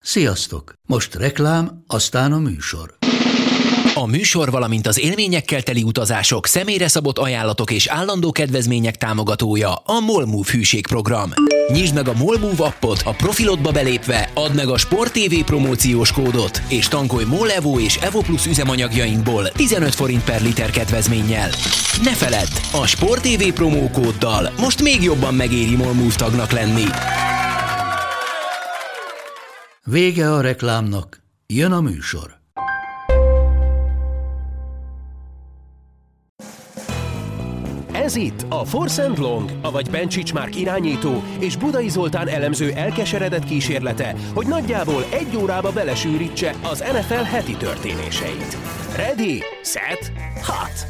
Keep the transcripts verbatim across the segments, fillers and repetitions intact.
Sziasztok! Most reklám, aztán a műsor. A műsor, valamint az élményekkel teli utazások, személyre szabott ajánlatok és állandó kedvezmények támogatója a MOLMOVE hűségprogram. Nyisd meg a MOLMOVE appot, a profilodba belépve add meg a Sport té vé promóciós kódot, és tankolj MOL Evo és Evo Plus üzemanyagjainkból tizenöt forint per liter kedvezménnyel. Ne feledd, a Sport té vé promókóddal most még jobban megéri MOLMOVE tagnak lenni. Vége a reklámnak, jön a műsor. Ez itt a Force and Long, avagy Bencsics Márk irányító és Budai Zoltán elemző elkeseredett kísérlete, hogy nagyjából egy órába belesűrítse az en ef el heti történéseit. Ready, set, hot!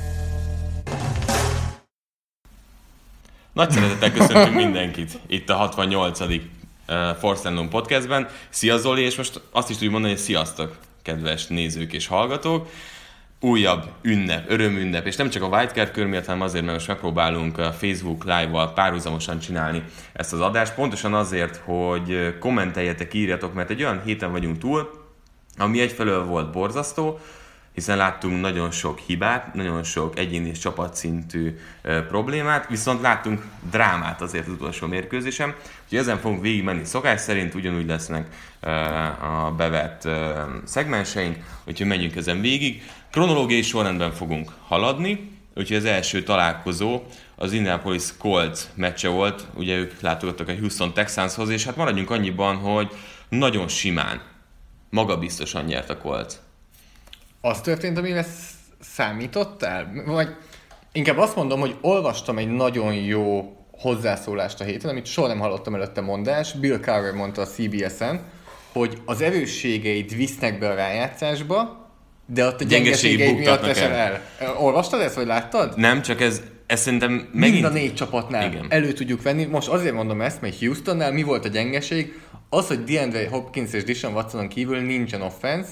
Nagy szeretettel köszöntünk mindenkit itt a hatvannyolcadik Force and Long podcastben. Szia Zoli, és most azt is tudjuk mondani, hogy sziasztok, kedves nézők és hallgatók. Újabb ünnep, örömünnep, és nem csak a Wildcard kör miatt, hanem azért, mert most megpróbálunk a Facebook Live-val párhuzamosan csinálni ezt az adást. Pontosan azért, hogy kommenteljetek, írjatok, mert egy olyan héten vagyunk túl, ami egyfelől volt borzasztó, hiszen láttunk nagyon sok hibát, nagyon sok egyéni és csapatszintű e, problémát, viszont láttunk drámát azért az utolsó mérkőzésem, úgyhogy ezen fogunk végigmenni szokás szerint, ugyanúgy lesznek e, a bevett e, szegmenseink, úgyhogy menjünk ezen végig. Kronológiai sorrendben fogunk haladni, úgyhogy az első találkozó az Indianapolis Colts meccse volt, ugye ők látogattak a Houston Texanshoz, és hát maradjunk annyiban, hogy nagyon simán, magabiztosan nyert a Colts. Az történt, amire számítottál? Vagy inkább azt mondom, hogy olvastam egy nagyon jó hozzászólást a héten, amit soha nem hallottam előtte mondás. Bill Carver mondta a cé bé es-en, hogy az erősségeid visznek be a rájátszásba, de ott a gyengeségeid miatt esel el. el. Olvastad ezt, vagy láttad? Nem, csak ez, ez szerintem megint... Mind a négy csapatnál igen. elő tudjuk venni. Most azért mondom ezt, mert Houstonnál mi volt a gyengeség? Az, hogy DeAndre Hopkins és Deshaun Watsonon kívül nincsen offense,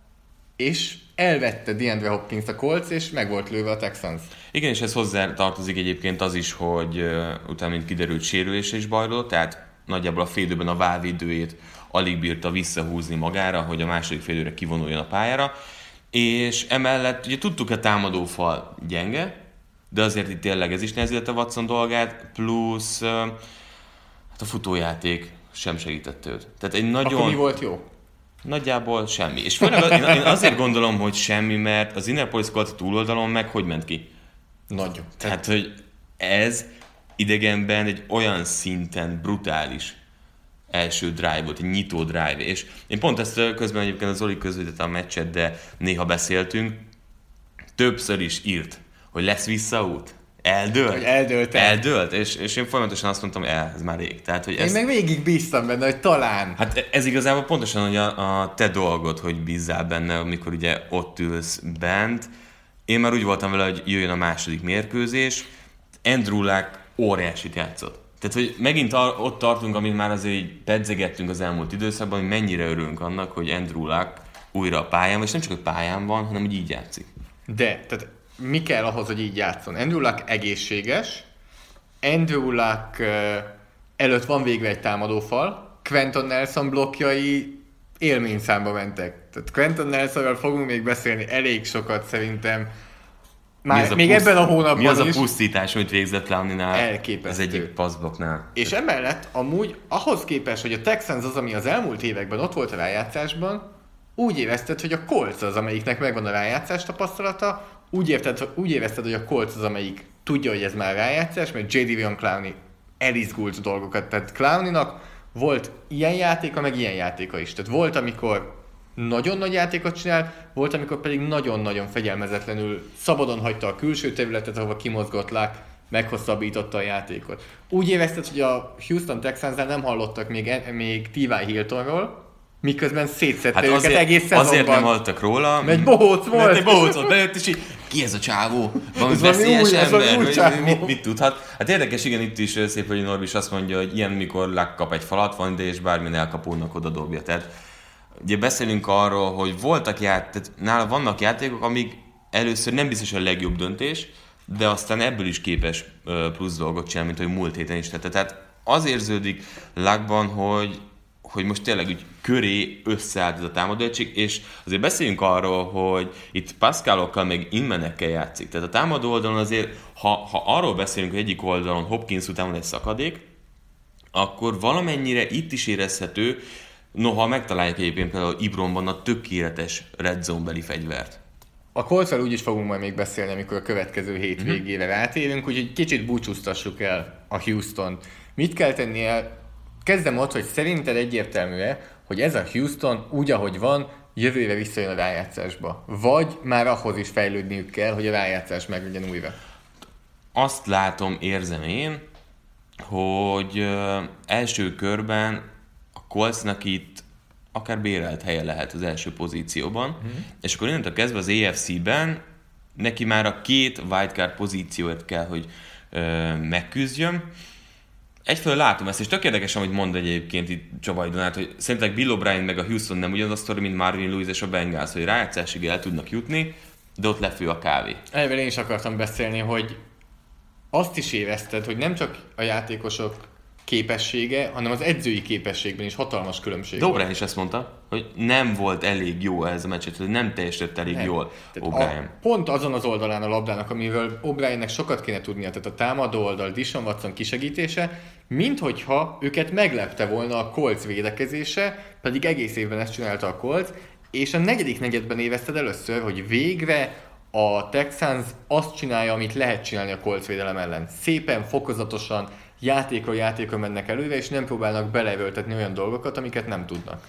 és elvette DeAndre Hopkins a Colts, és meg volt lőve a Texans. Igen, és ez hozzá tartozik egyébként az is, hogy uh, utána, mint kiderült, sérülése is bajlott, tehát nagyjából a fél időben a válvédőjét alig bírta visszahúzni magára, hogy a második fél időre kivonuljon a pályára, és emellett ugye tudtuk, a támadófal gyenge, de azért itt tényleg ez is nehezítette a Watson dolgát, plusz uh, hát a futójáték sem segített őt. Tehát egy nagyon... Akkor mi volt jó? Nagyjából semmi. És főleg én azért gondolom, hogy semmi, mert az Indianapolis Colts túloldalon meg hogy ment ki? Nagyon. Tehát, hogy ez idegenben egy olyan szinten brutális első drive volt, egy nyitó drive. És én pont ezt közben egyébként az Zoli közvetítette a meccset, de néha beszéltünk, többször is írt, hogy lesz visszaút. Eldőlt? Eldőlt. Eldőlt, és, és én folyamatosan azt mondtam, el, ez már rég. Tehát, hogy én ezt... meg végig bíztam benne, hogy talán. Hát ez igazából pontosan hogy a, a te dolgod, hogy bízzál benne, amikor ugye ott ülsz bent. Én már úgy voltam vele, hogy jöjjön a második mérkőzés. Andrew Luck óriásit játszott. Tehát, hogy megint ott tartunk, amit már azért így pedzegettünk az elmúlt időszakban, hogy mennyire örülünk annak, hogy Andrew Luck újra a pályán van, és nem csak, hogy pályán van, hanem hogy így játszik. De, tehát mi kell ahhoz, hogy így játszon? Andrew Luck egészséges, Andrew Luck uh, előtt van végre egy támadófal, Quenton Nelson blokkjai élményszámba mentek. Tehát Quenton Nelsonról fogunk még beszélni elég sokat szerintem. Már még puszt... ebben a hónapban is. Mi az a pusztítás, amit végzett Clowninál? Elképesztő. Ez egyik passzblokknál. És emellett amúgy ahhoz képest, hogy a Texans az, ami az elmúlt években ott volt a rájátszásban, úgy érezted, hogy a Colts az, amelyiknek megvan a rájátszás tapasztalata, úgy, érted, úgy érezted, hogy a Colts az, amelyik tudja, hogy ez már rájátszás, mert Jadeveon Clowney elizgult dolgokat. Tehát Clowneynak volt ilyen játéka, meg ilyen játéka is. Tehát volt, amikor nagyon nagy játékot csinált, volt, amikor pedig nagyon-nagyon fegyelmezetlenül szabadon hagyta a külső területet, ahova kimozgott Luck, meghosszabbította a játékot. Úgy érezted, hogy a Houston Texansnál nem hallottak még, még té vé Hiltonról, miközben szétszette hát őket azért, egész szezonban. Azért nem hallottak róla. Mert egy bohóc volt. Mert egy bohóc volt, bejött, és így, ki ez a csávó? Valami veszélyes új, ember? Vagy, mit, mit tudhat? Hát érdekes, igen, itt is szép, hogy Norbi is azt mondja, hogy ilyen, mikor Luck kap egy falat, van ide, és bármilyen elkapónak oda dobja. Tehát ugye beszélünk arról, hogy voltak ját, tehát nála vannak játékok, amik először nem biztos a legjobb döntés, de aztán ebből is képes plusz dolgot csinálni, mint hogy múlt héten is tette. Tehát az érződik Luckban, hogy hogy most tényleg úgy köré összeállt ez a támadó egység, és azért beszéljünk arról, hogy itt Pascalokkal meg Inmanekkel játszik. Tehát a támadó oldalon azért, ha, ha arról beszélünk, hogy egyik oldalon Hopkins után van egy szakadék, akkor valamennyire itt is érezhető, noha megtalálják egyébként például Ibronban a tökéletes red zone-beli fegyvert. A Coltsról úgyis fogunk majd még beszélni, amikor a következő hét végére rátérünk, úgyhogy kicsit búcsúztassuk el a Houstont. Mit kell tennie? Kezdem ott, hogy szerinted egyértelmű-e, hogy ez a Houston úgy, ahogy van, jövőre visszajön a rájátszásba? Vagy már ahhoz is fejlődniük kell, hogy a rájátszás meglegyen újra? Azt látom, érzem én, hogy ö, első körben a Coltsnak itt akár bérelt helye lehet az első pozícióban, mm. és akkor innentől kezdve az á ef cé-ben neki már a két wildcard pozíciót kell, hogy ö, megküzdjön. Egyfelől látom ezt, és tök érdekes, amit mond egyébként itt Csabai Donát, hogy szerintem Bill O'Brien meg a Houston nem ugyanaz a sztori, mint Marvin Lewis és a Bengals, hogy rájátszásig el tudnak jutni, de ott lefő a kávé. Erről én is akartam beszélni, hogy azt is érezted, hogy nem csak a játékosok képessége, hanem az edzői képességben is hatalmas különbség de volt. O'Brien is ezt mondta, hogy nem volt elég jó ez a meccset, hogy nem teljesített elég nem. jól O'Brien. Pont azon az oldalán a labdának, amiről O'Briennek sokat kéne tudnia, tehát a támadó oldal, Deshaun Watson kisegítése, minthogyha őket meglepte volna a Colts védekezése, pedig egész évben ezt csinálta a Colts, és a negyedik negyedben érezted először, hogy végre a Texans azt csinálja, amit lehet csinálni a Colts védelem ellen. Szépen, fokozatosan, játékról játékról mennek előre, és nem próbálnak beleerőltetni olyan dolgokat, amiket nem tudnak.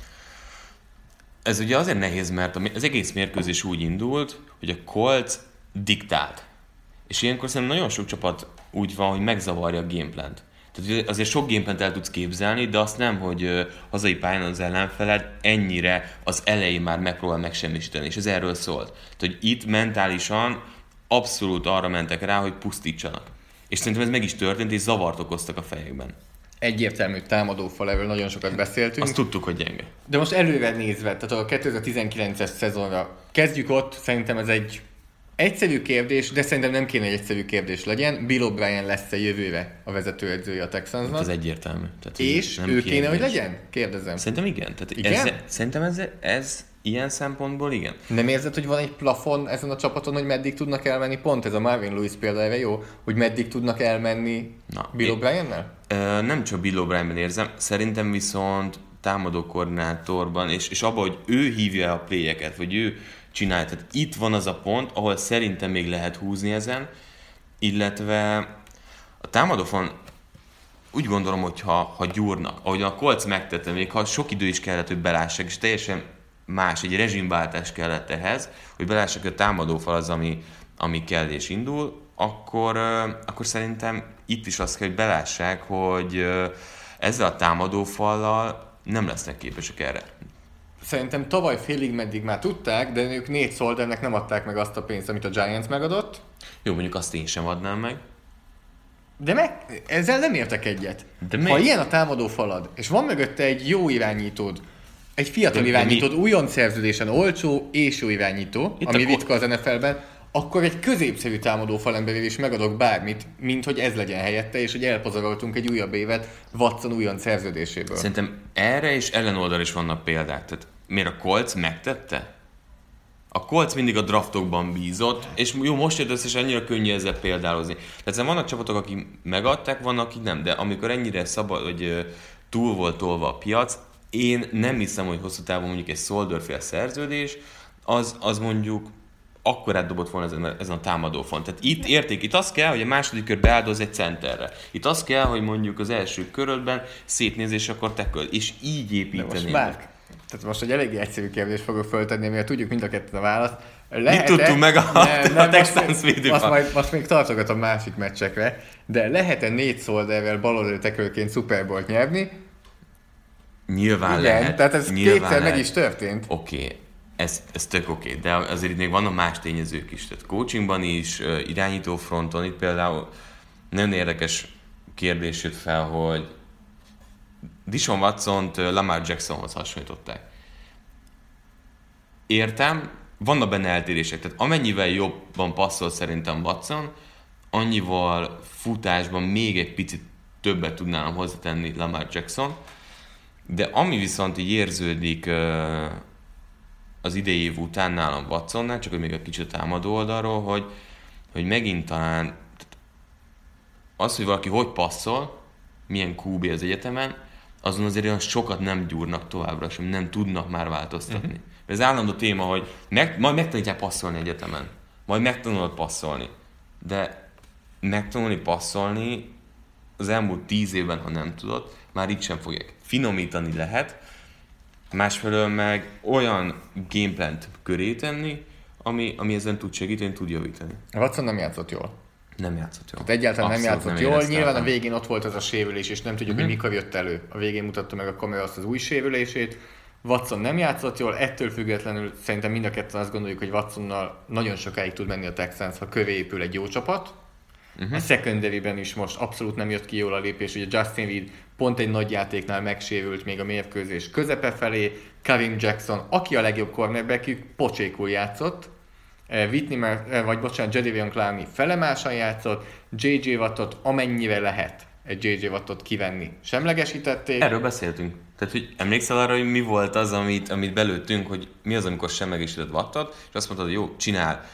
Ez ugye azért nehéz, mert az egész mérkőzés úgy indult, hogy a Colts diktált. És ilyenkor szerintem nagyon sok csapat úgy van, hogy megzavarja a gameplant. Tehát azért sok gameplant el tudsz képzelni, de azt nem, hogy hazai pályán az ellenfeled ennyire az elején már megpróbál megsemmisíteni, és ez erről szólt. Tehát, hogy itt mentálisan abszolút arra mentek rá, hogy pusztítsanak. És szerintem ez meg is történt, és zavart okoztak a fejekben. Egyértelmű támadófal, erről nagyon sokat beszéltünk. Azt tudtuk, hogy gyenge. De most előre nézve, tehát a kétezer-tizenkilences szezonra kezdjük ott, szerintem ez egy egyszerű kérdés, de szerintem nem kéne egy egyszerű kérdés legyen. Bill O'Brien lesz-e jövőre a vezetőedzője a Texansnak? Ez egyértelmű. Tehát és ő kérdés. Kéne, hogy legyen? Kérdezem. Szerintem igen. Tehát igen? Ez, szerintem ez, ez ilyen szempontból igen. Nem érzed, hogy van egy plafon ezen a csapaton, hogy meddig tudnak elmenni? Pont ez a Marvin Lewis példája jó, hogy meddig tudnak elmenni Na, Bill O'Briennel? Nem csak Bill O'Brienben érzem, szerintem viszont támadó koordinátorban, és, és abban, hogy ő hívja a playeket, vagy ő csinálja. Tehát itt van az a pont, ahol szerintem még lehet húzni ezen, illetve a támadófon úgy gondolom, hogy ha, ha gyúrnak, ahogy a Colts megtette, még ha sok idő is kellett, hogy belássák, és teljesen más, egy rezsimváltás kellett ehhez, hogy belássák, hogy a támadófal az, ami, ami kell és indul, akkor, akkor szerintem itt is azt kell, hogy belássák, hogy ezzel a támadófallal nem lesznek képesek erre. Szerintem tavaly félig meddig már tudták, de ők négy Soldernek nem adták meg azt a pénzt, amit a Giants megadott. Jó, mondjuk azt én sem adnám meg. De meg, ezzel nem értek egyet. De ha ilyen a támadó falad, és van mögötte egy jó irányítód, egy fiatal de, irányítód, de mi... újon szerződésen olcsó és jó irányító, itt ami ritka az en ef el-ben, akkor egy középszerű támadó falemberért is megadok bármit, mint hogy ez legyen helyette, és hogy elpazaroltunk egy újabb évet Watson újon szerződéséből. Szerintem erre és ellenoldal is vannak példák. Tehát miért a Colts megtette? A Colts mindig a draftokban bízott, és jó, most jött össze, és annyira könnyű ezzel példálozni. Tehát vannak csapatok, akik megadták, vannak, akik nem, de amikor ennyire szabad, hogy túl volt tolva a piac, én nem hiszem, hogy hosszú távon mondjuk egy Solder-féle szerződés, az, az mondjuk akkorát dobott volna ezen, ezen a támadófon. Tehát itt érték, itt az kell, hogy a második kör beáldoz egy centerre. Itt az kell, hogy mondjuk az első körödben szétnézés, akkor teköl, és így építeni. Tehát most egy eléggé egyszerű kérdést fogok föltenni, mivel tudjuk mind a ketten a választ. Lehet-e... Mit tudtunk meg a, nem, nem, a Texans védőben? Most, most, most még tartogatom másik meccsekre, de lehet-e négy Solderrel baloldali tekölként Super Bowl-t nyerni? Nyilván igen, lehet. Tehát ez nyilván kétszer lehet. meg is történt. Oké, okay. ez, ez tök oké, okay. de azért itt még vannak más tényezők is. Tehát coachingban is, irányító fronton, itt például nagyon érdekes kérdés jött fel, hogy Deshaun Watsont Lamar Jacksonhoz hasonlították. Értem, vannak benne eltérések, tehát amennyivel jobban passzol szerintem Watson, annyival futásban még egy picit többet tudnám hozzátenni Lamar Jackson, De ami viszont így érződik az idei év után nálam Watsonnál, csak hogy még egy kicsit támadó oldalról, hogy, hogy megint talán az, hogy valaki hogy passzol, milyen kú bé az egyetemen, azon azért olyan sokat nem gyúrnak továbbra sem, nem tudnak már változtatni. Uh-huh. Ez állandó téma, hogy meg, majd megtanítják passzolni egyetemen, majd megtanulod passzolni, de megtanulni passzolni az elmúlt tíz évben, ha nem tudod, már így sem fogják. Finomítani lehet, másfelől meg olyan gameplant köré tenni, ami, ami ezen tud segíteni, tud javítani. Watson nem játszott jól. Nem játszott jól. Hát egyáltalán Abszolút nem játszott nem jól. Nyilván el. a végén ott volt az a sérülés, és nem tudjuk, uh-huh. hogy mikor jött elő. A végén mutatta meg a kamera azt az új sérülését. Watson nem játszott jól, ettől függetlenül szerintem mind a ketten azt gondoljuk, hogy Watsonnal nagyon sokáig tud menni a Texans, ha kövé épül egy jó csapat. Uh-huh. A secondary-ben is most abszolút nem jött ki jól a lépés, ugye Justin Reed pont egy nagy játéknál megsérült még a mérkőzés közepe felé, Kareem Jackson, aki a legjobb cornerbackjük, pocsékul játszott, Whitney, vagy bocsánat, Jadeveon Clowney felemásan játszott, jé jé Wattot amennyire lehet egy jé jé Wattot kivenni. Semlegesítették. Erről beszéltünk. Tehát, hogy emlékszel arra, hogy mi volt az, amit, amit belőttünk, hogy mi az, amikor semlegesített Wattot, és azt mondtad, hogy jó, csinál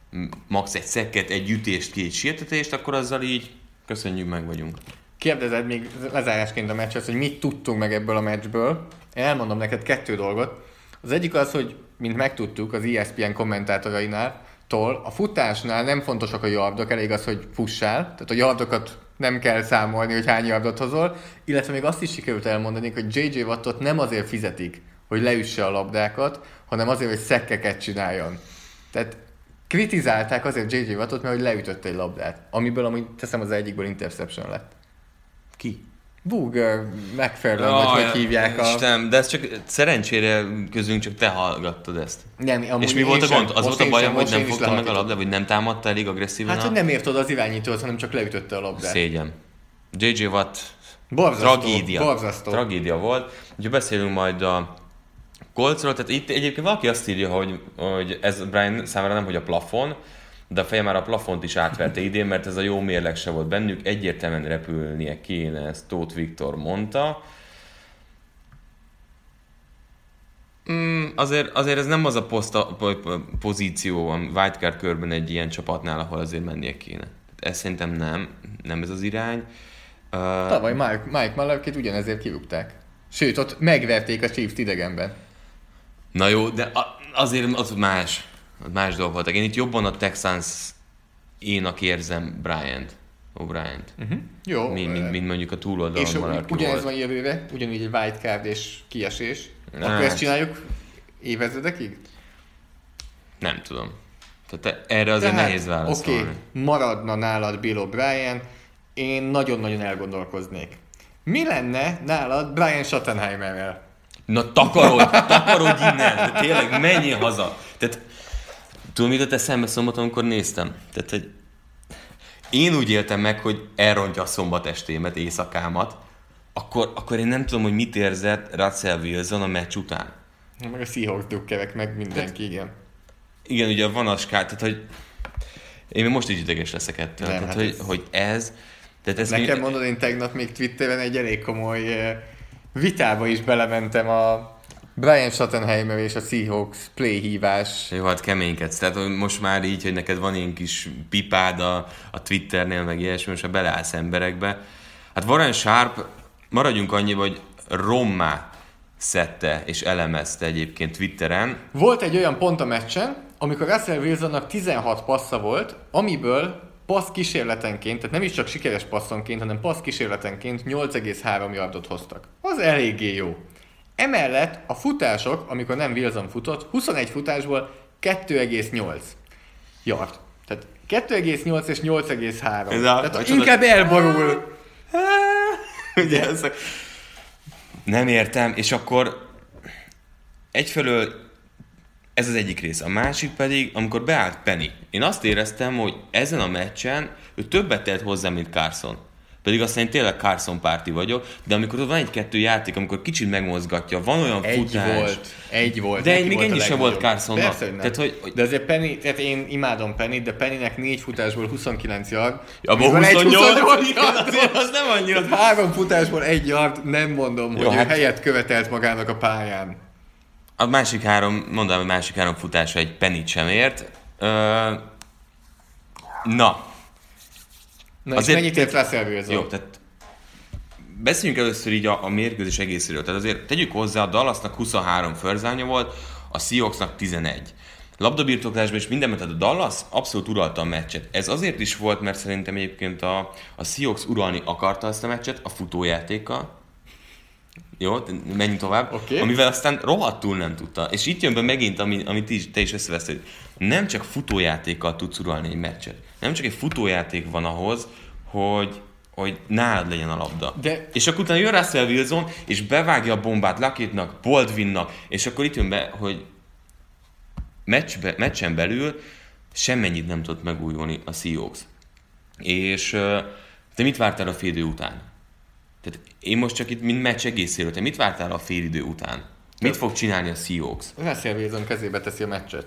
max egy szekket, egy ütést, két sietetést, akkor azzal így köszönjük, meg vagyunk. Kérdezed még lezárásként a meccshez, hogy mit tudtunk meg ebből a meccsből. Én elmondom neked kettő dolgot. Az egyik az, hogy mint megtudtuk az é es pé en kommentátorainál, a futásnál nem fontosak a yardok, elég az, hogy fussál, tehát a yardokat nem kell számolni, hogy hány yardot hozol, illetve még azt is sikerült elmondani, hogy jé jé Wattot nem azért fizetik, hogy leüsse a labdákat, hanem azért, hogy szekkeket csináljon. Tehát kritizálták azért jé jé Wattot, mert hogy leütött egy labdát, amiből amúgy teszem az egyikből interception lett. Ki? Booger, McFarland, oh, vagy hogy hívják a... Istenem, de ez csak szerencsére közünk csak te hallgattad ezt. Nem, és mi volt a gond? Sem, az volt a bajom, hogy nem fogta meg a labdát, vagy nem támadta elég agresszívan? Hát, hogy nem ért oda az irányítóhoz, hanem csak leütötte a labdát. Szégyen. jé jé Watt borzasztó, tragédia. Borzasztó. Tragédia volt. Ugye beszélünk majd a Coltsról, tehát itt egyébként valaki azt írja, hogy, hogy ez Brian számára nem, hogy a plafon, de a feje már a plafont is átverte idén, mert ez a jó mérleg se volt bennük, egyértelműen repülnie kéne, ezt Tóth Viktor mondta. Mm, azért, azért ez nem az a poszta, pozíció a wildcard körben egy ilyen csapatnál, ahol azért mennie kéne. Ez szerintem nem, nem ez az irány. Uh, Tavaly Mike, Mike Mallerkét ugyanezért kirúgták. Sőt, ott megverték a Chiefs idegenben. Na jó, de azért az más. Más dolgok voltak. Én itt jobban a Texans énak érzem Bryant, O'Brien-t. Uh-huh. Jó. Mint, mint, mint mondjuk a túloldalon és Malaki volt. Ugyanez van jövőre, ugyanígy egy wildcard és kiesés. Hát. Akkor ezt csináljuk évezredekig? Nem tudom. Tehát erre azért Tehát, nehéz válaszolni. Oké, okay, maradna nálad Bill O'Brien, én nagyon-nagyon elgondolkoznék. Mi lenne nálad Brian Schottenheimerrel? Na takarodj, takarodj innen, de tényleg menjél haza. Tehát tudom, mit jött eszembe szombaton, amikor néztem? Tehát, hogy én úgy éltem meg, hogy elrontja a szombat estémet, éjszakámat, akkor, akkor én nem tudom, hogy mit érzett Russell Wilson a meccs után. Meg a Seahawks dukkerek, meg mindenki, igen. Igen, ugye van a skál, tehát, hogy én most is ideges leszek ettől. Nem, tehát, hát hogy, ez... hogy ez... Tehát ez nekem mi... mondod, én tegnap még Twitteren egy elég komoly vitába is belementem a Brian Schottenheimer és a Seahawks play hívás. Jó, hát keménykedsz. Tehát most már így, hogy neked van ilyen kis pipád a, a Twitternél, meg ilyesmi, most már beleállsz emberekbe. Hát Warren Sharp, maradjunk annyiba, hogy rommá szedte és elemezte egyébként Twitteren. Volt egy olyan pont a meccsen, amikor Russell Wilsonnak tizenhat passza volt, amiből passz kísérletenként, tehát nem is csak sikeres passzonként, hanem passz kísérletenként nyolc egész három yardot hoztak. Az eléggé jó. Emellett a futások, amikor nem Wilson futott, huszonegy futásból kettő egész nyolc yard. Tehát kettő egész nyolc és nyolc egész három. Ez a, tehát inkább elborul. Ugye ez... Nem értem, és akkor egyfelől ez az egyik rész. A másik pedig, amikor beállt Penny. Én azt éreztem, hogy ezen a meccsen ő többet tett hozzá, mint Carson. Pedig aztán én tényleg Carson párti vagyok, de amikor ott van egy-kettő játék, amikor kicsit megmozgatja, van olyan egy futás... volt, egy volt. De egy még ennyi sem volt Carsonnak. Persze, hogy tehát, hogy, hogy... De azért Penny, tehát én imádom Pennyt, de Pennynek négy futásból huszonkilenc yard. Abban huszonnyolc yard, azért az nem annyira. Tehát három futásból egy yard, nem mondom, Jó, hogy hát... ő helyet követelt magának a pályán. A másik három, mondom, a másik három futása egy pennyt sem ért. Ö... Na. Na azért... és mennyit ért Russell Wilson? Jó, tehát beszéljünk először így a, a mérkőzés egészéről. Tehát azért tegyük hozzá, a Dallasnak huszonhárom förzánja volt, a Seahawksnak tizenegy. Labdabirtoklásban is minden, tehát a Dallas abszolút uralta a meccset. Ez azért is volt, mert szerintem egyébként a, a Seahawks uralni akarta ezt a meccset a futójátékkal. Jó, menjünk tovább. Okay. Amivel aztán rohadtul nem tudta. És itt jön be megint, ami, amit ti, te is összeveszed. Nem csak futójátékkal tudsz uralni egy meccset. Nem csak egy futójáték van ahhoz, hogy, hogy nálad legyen a labda. De... És akkor utána jön Russell Wilson, és bevágja a bombát Lockett-nak, Baldwinnak, és akkor itt jön be, hogy meccsbe, meccsen belül semmennyit nem tudott megújulni a Seahawks. És te mit vártál a fél idő után? Tehát én most csak itt mind meccs egészéről, te mit vártál a fél idő után? Mit fog csinálni a Seahawks? Russell Wilson kezébe teszi a meccset.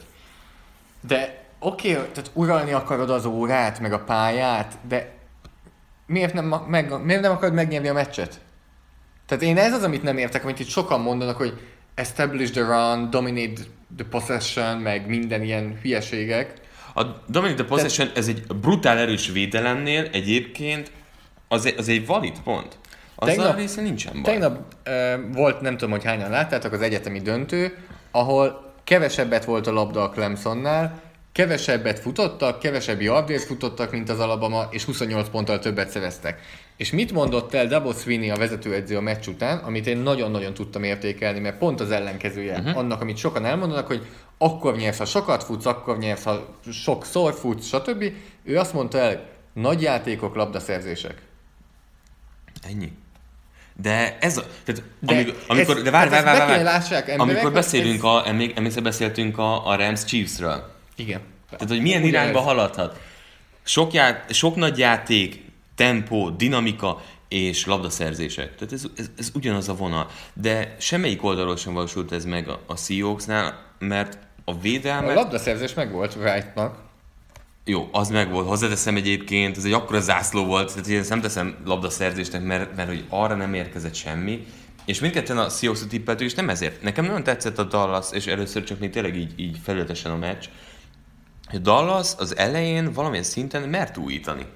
De oké, okay, tehát uralni akarod az órát, meg a pályát, de miért nem, meg, miért nem akarod megnyerni a meccset? Tehát én ez az, amit nem értek, amit itt sokan mondanak, hogy establish the run, dominate the possession, meg minden ilyen hülyeségek. A dominate the possession, Te... ez egy brutál erős védelemnél egyébként az egy, az egy valid pont. Azzal tegnap, része nincsen baj. Tegnap uh, volt, nem tudom, hogy hányan láttátok, az egyetemi döntő, ahol kevesebbet volt a labda a Clemsonnál, kevesebbet futottak, kevesebb yardért futottak, mint az Alabama, és huszonnyolc ponttal többet szereztek. És mit mondott el Dabo Swinney, a vezetőedző a meccs után, amit én nagyon-nagyon tudtam értékelni, mert pont az ellenkezője uh-huh. annak, amit sokan elmondanak, hogy akkor nyersz, ha sokat futsz, akkor nyersz, ha sokszor futsz, stb. Ő azt mondta el, nagy játékok, labdaszerzések. Ennyi. De ez a... Tehát, de amikor, amikor, ez, de várj, várj, várj, várj, lássák, emberek, amikor beszélünk, ez... a, emlék, emlékszel, beszéltünk a, a Rams Chiefsről. Igen. Tehát, hogy milyen Ugyan irányba ez. haladhat. Sok, ját, sok nagy játék, tempó, dinamika és labdaszerzések. Tehát ez, ez, ez ugyanaz a vonal. De semmelyik oldalról sem valósult ez meg a, a Seahawksnál, mert a védelmet... A labdaszerzés meg volt Wrightnak. Jó, az meg volt. Hozzáteszem egyébként, ez egy akkora zászló volt, tehát én ezt nem teszem labdaszerzésnek, mert, mert hogy arra nem érkezett semmi. És mindketten a Seahawks-ot tippeltük, és nem ezért. Nekem nagyon tetszett a Dallas, és először csak még tényleg így, így felületesen a meccs. A Dallas az elején valamilyen szinten mert újítani.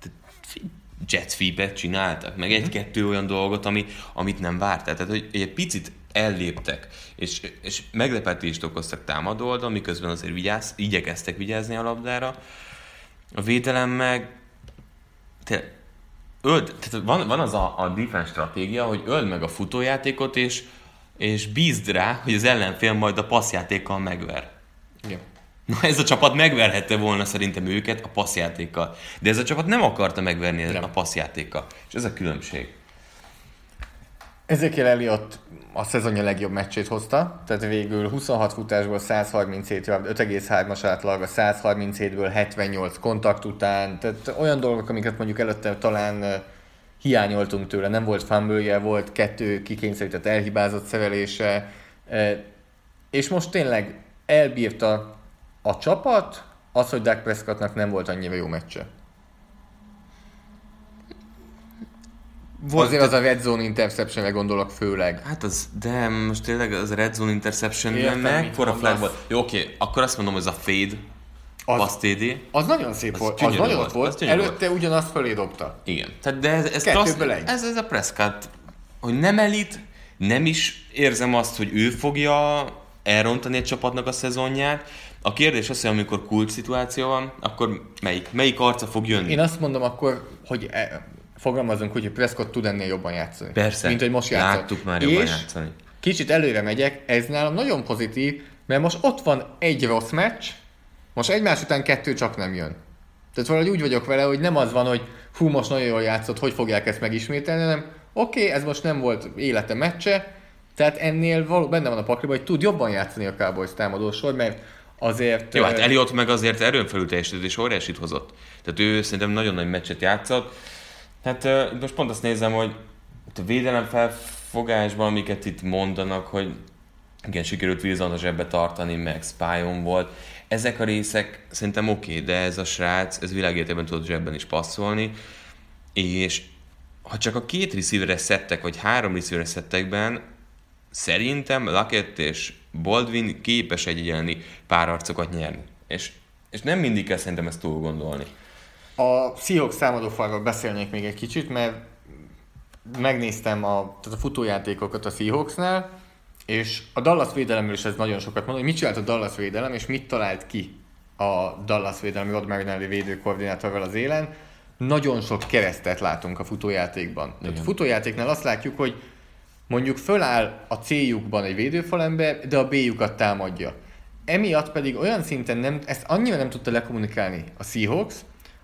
Jet sweepet csináltak, meg egy-kettő olyan dolgot, ami, amit nem vártál. Tehát, hogy egy picit elléptek, és, és meglepetést okoztak támadó oldal, miközben azért vigyáz, igyekeztek vigyázni a labdára. A védelem meg... Te, öld, tehát van, van az a, a defense stratégia, hogy öld meg a futójátékot, és, és bízd rá, hogy az ellenfél majd a passzjátékkal megver. Igen. Na ez a csapat megverhette volna szerintem őket a passzjátékkal. De ez a csapat nem akarta megverni nem. a passzjátékkal. És ez a különbség. Ezekiel Elliott a szezonja legjobb meccsét hozta, tehát végül huszonhat futásból száz harminchét, öt egész hármas átlag, a száz harminchétből hetvennyolc kontakt után, tehát olyan dolgok, amiket mondjuk előtte talán hiányoltunk tőle, nem volt fumble-je, volt kettő kikényszerített elhibázott szerelése, és most tényleg elbírta a csapat, az, hogy Dak Prescottnak nem volt annyira jó meccse. Volt, azért az a Red Zone Interceptionre gondolok főleg. Hát az, de most tényleg az a Red Zone Interception mekkora flag volt. Jó, oké, akkor azt mondom, hogy ez a fade, az, pass té dé. Az nagyon szép az volt, az nagyon ott volt, volt. Előtte volt. Ugyanazt fölé dobta. Igen, tehát de ez, ez, klassz, ez, ez a Prescott, hogy nem elit, nem is érzem azt, hogy ő fogja elrontani egy csapatnak a szezonját. A kérdés az, hogy amikor kult szituáció van, akkor melyik, melyik arca fog jönni? Én azt mondom akkor, hogy e, fogalmazunk úgy, hogy Prescott tud ennél jobban játszani. Persze, mint hogy most játszott. láttuk már jobban és játszani. Kicsit előre megyek, ez nálam nagyon pozitív, mert most ott van egy rossz meccs, most egymás után kettő csak nem jön. Tehát valahogy úgy vagyok vele, hogy nem az van, hogy hú, most nagyon jól játszott, hogy fogják ezt megismételni, hanem oké, okay, ez most nem volt élete meccse, tehát ennél való, benne van a pakliban, hogy tud jobban játszani a Cowboys támadósor, mert azért... Jó, hát Elliott meg azért erőn felül teljesített és óriásit hozott. Tehát ő szerintem nagyon nagy meccset játszott. Hát uh, most pont azt nézem, hogy a védelem felfogásban, amiket itt mondanak, hogy igen, sikerült Wilson a zsebbe tartani, meg Spyon volt. Ezek a részek szerintem oké, okay, de ez a srác, ez világéletében tudott zsebben is passzolni, és ha csak a két receiver-es szettek, vagy három receiver-es szettekben szerintem Lockett és Baldwin képes egyenlni párharcokat nyerni. És, és nem mindig kell szerintem ezt túl gondolni. A Seahawks támadófalról beszélnék még egy kicsit, mert megnéztem a, tehát a futójátékokat a Seahawksnál, és a Dallas védelemről is ez nagyon sokat mond, hogy mit csinált a Dallas védelem, és mit talált ki a Dallas védelmi Rod Marinelli védőkoordinátorral az élen. Nagyon sok keresztet látunk a futójátékban. Tehát a futójátéknál azt látjuk, hogy mondjuk föláll a C-jukban egy védőfalember, de a B-jukat támadja. Emiatt pedig olyan szinten nem, ezt annyira nem tudta lekommunikálni a Seahawks,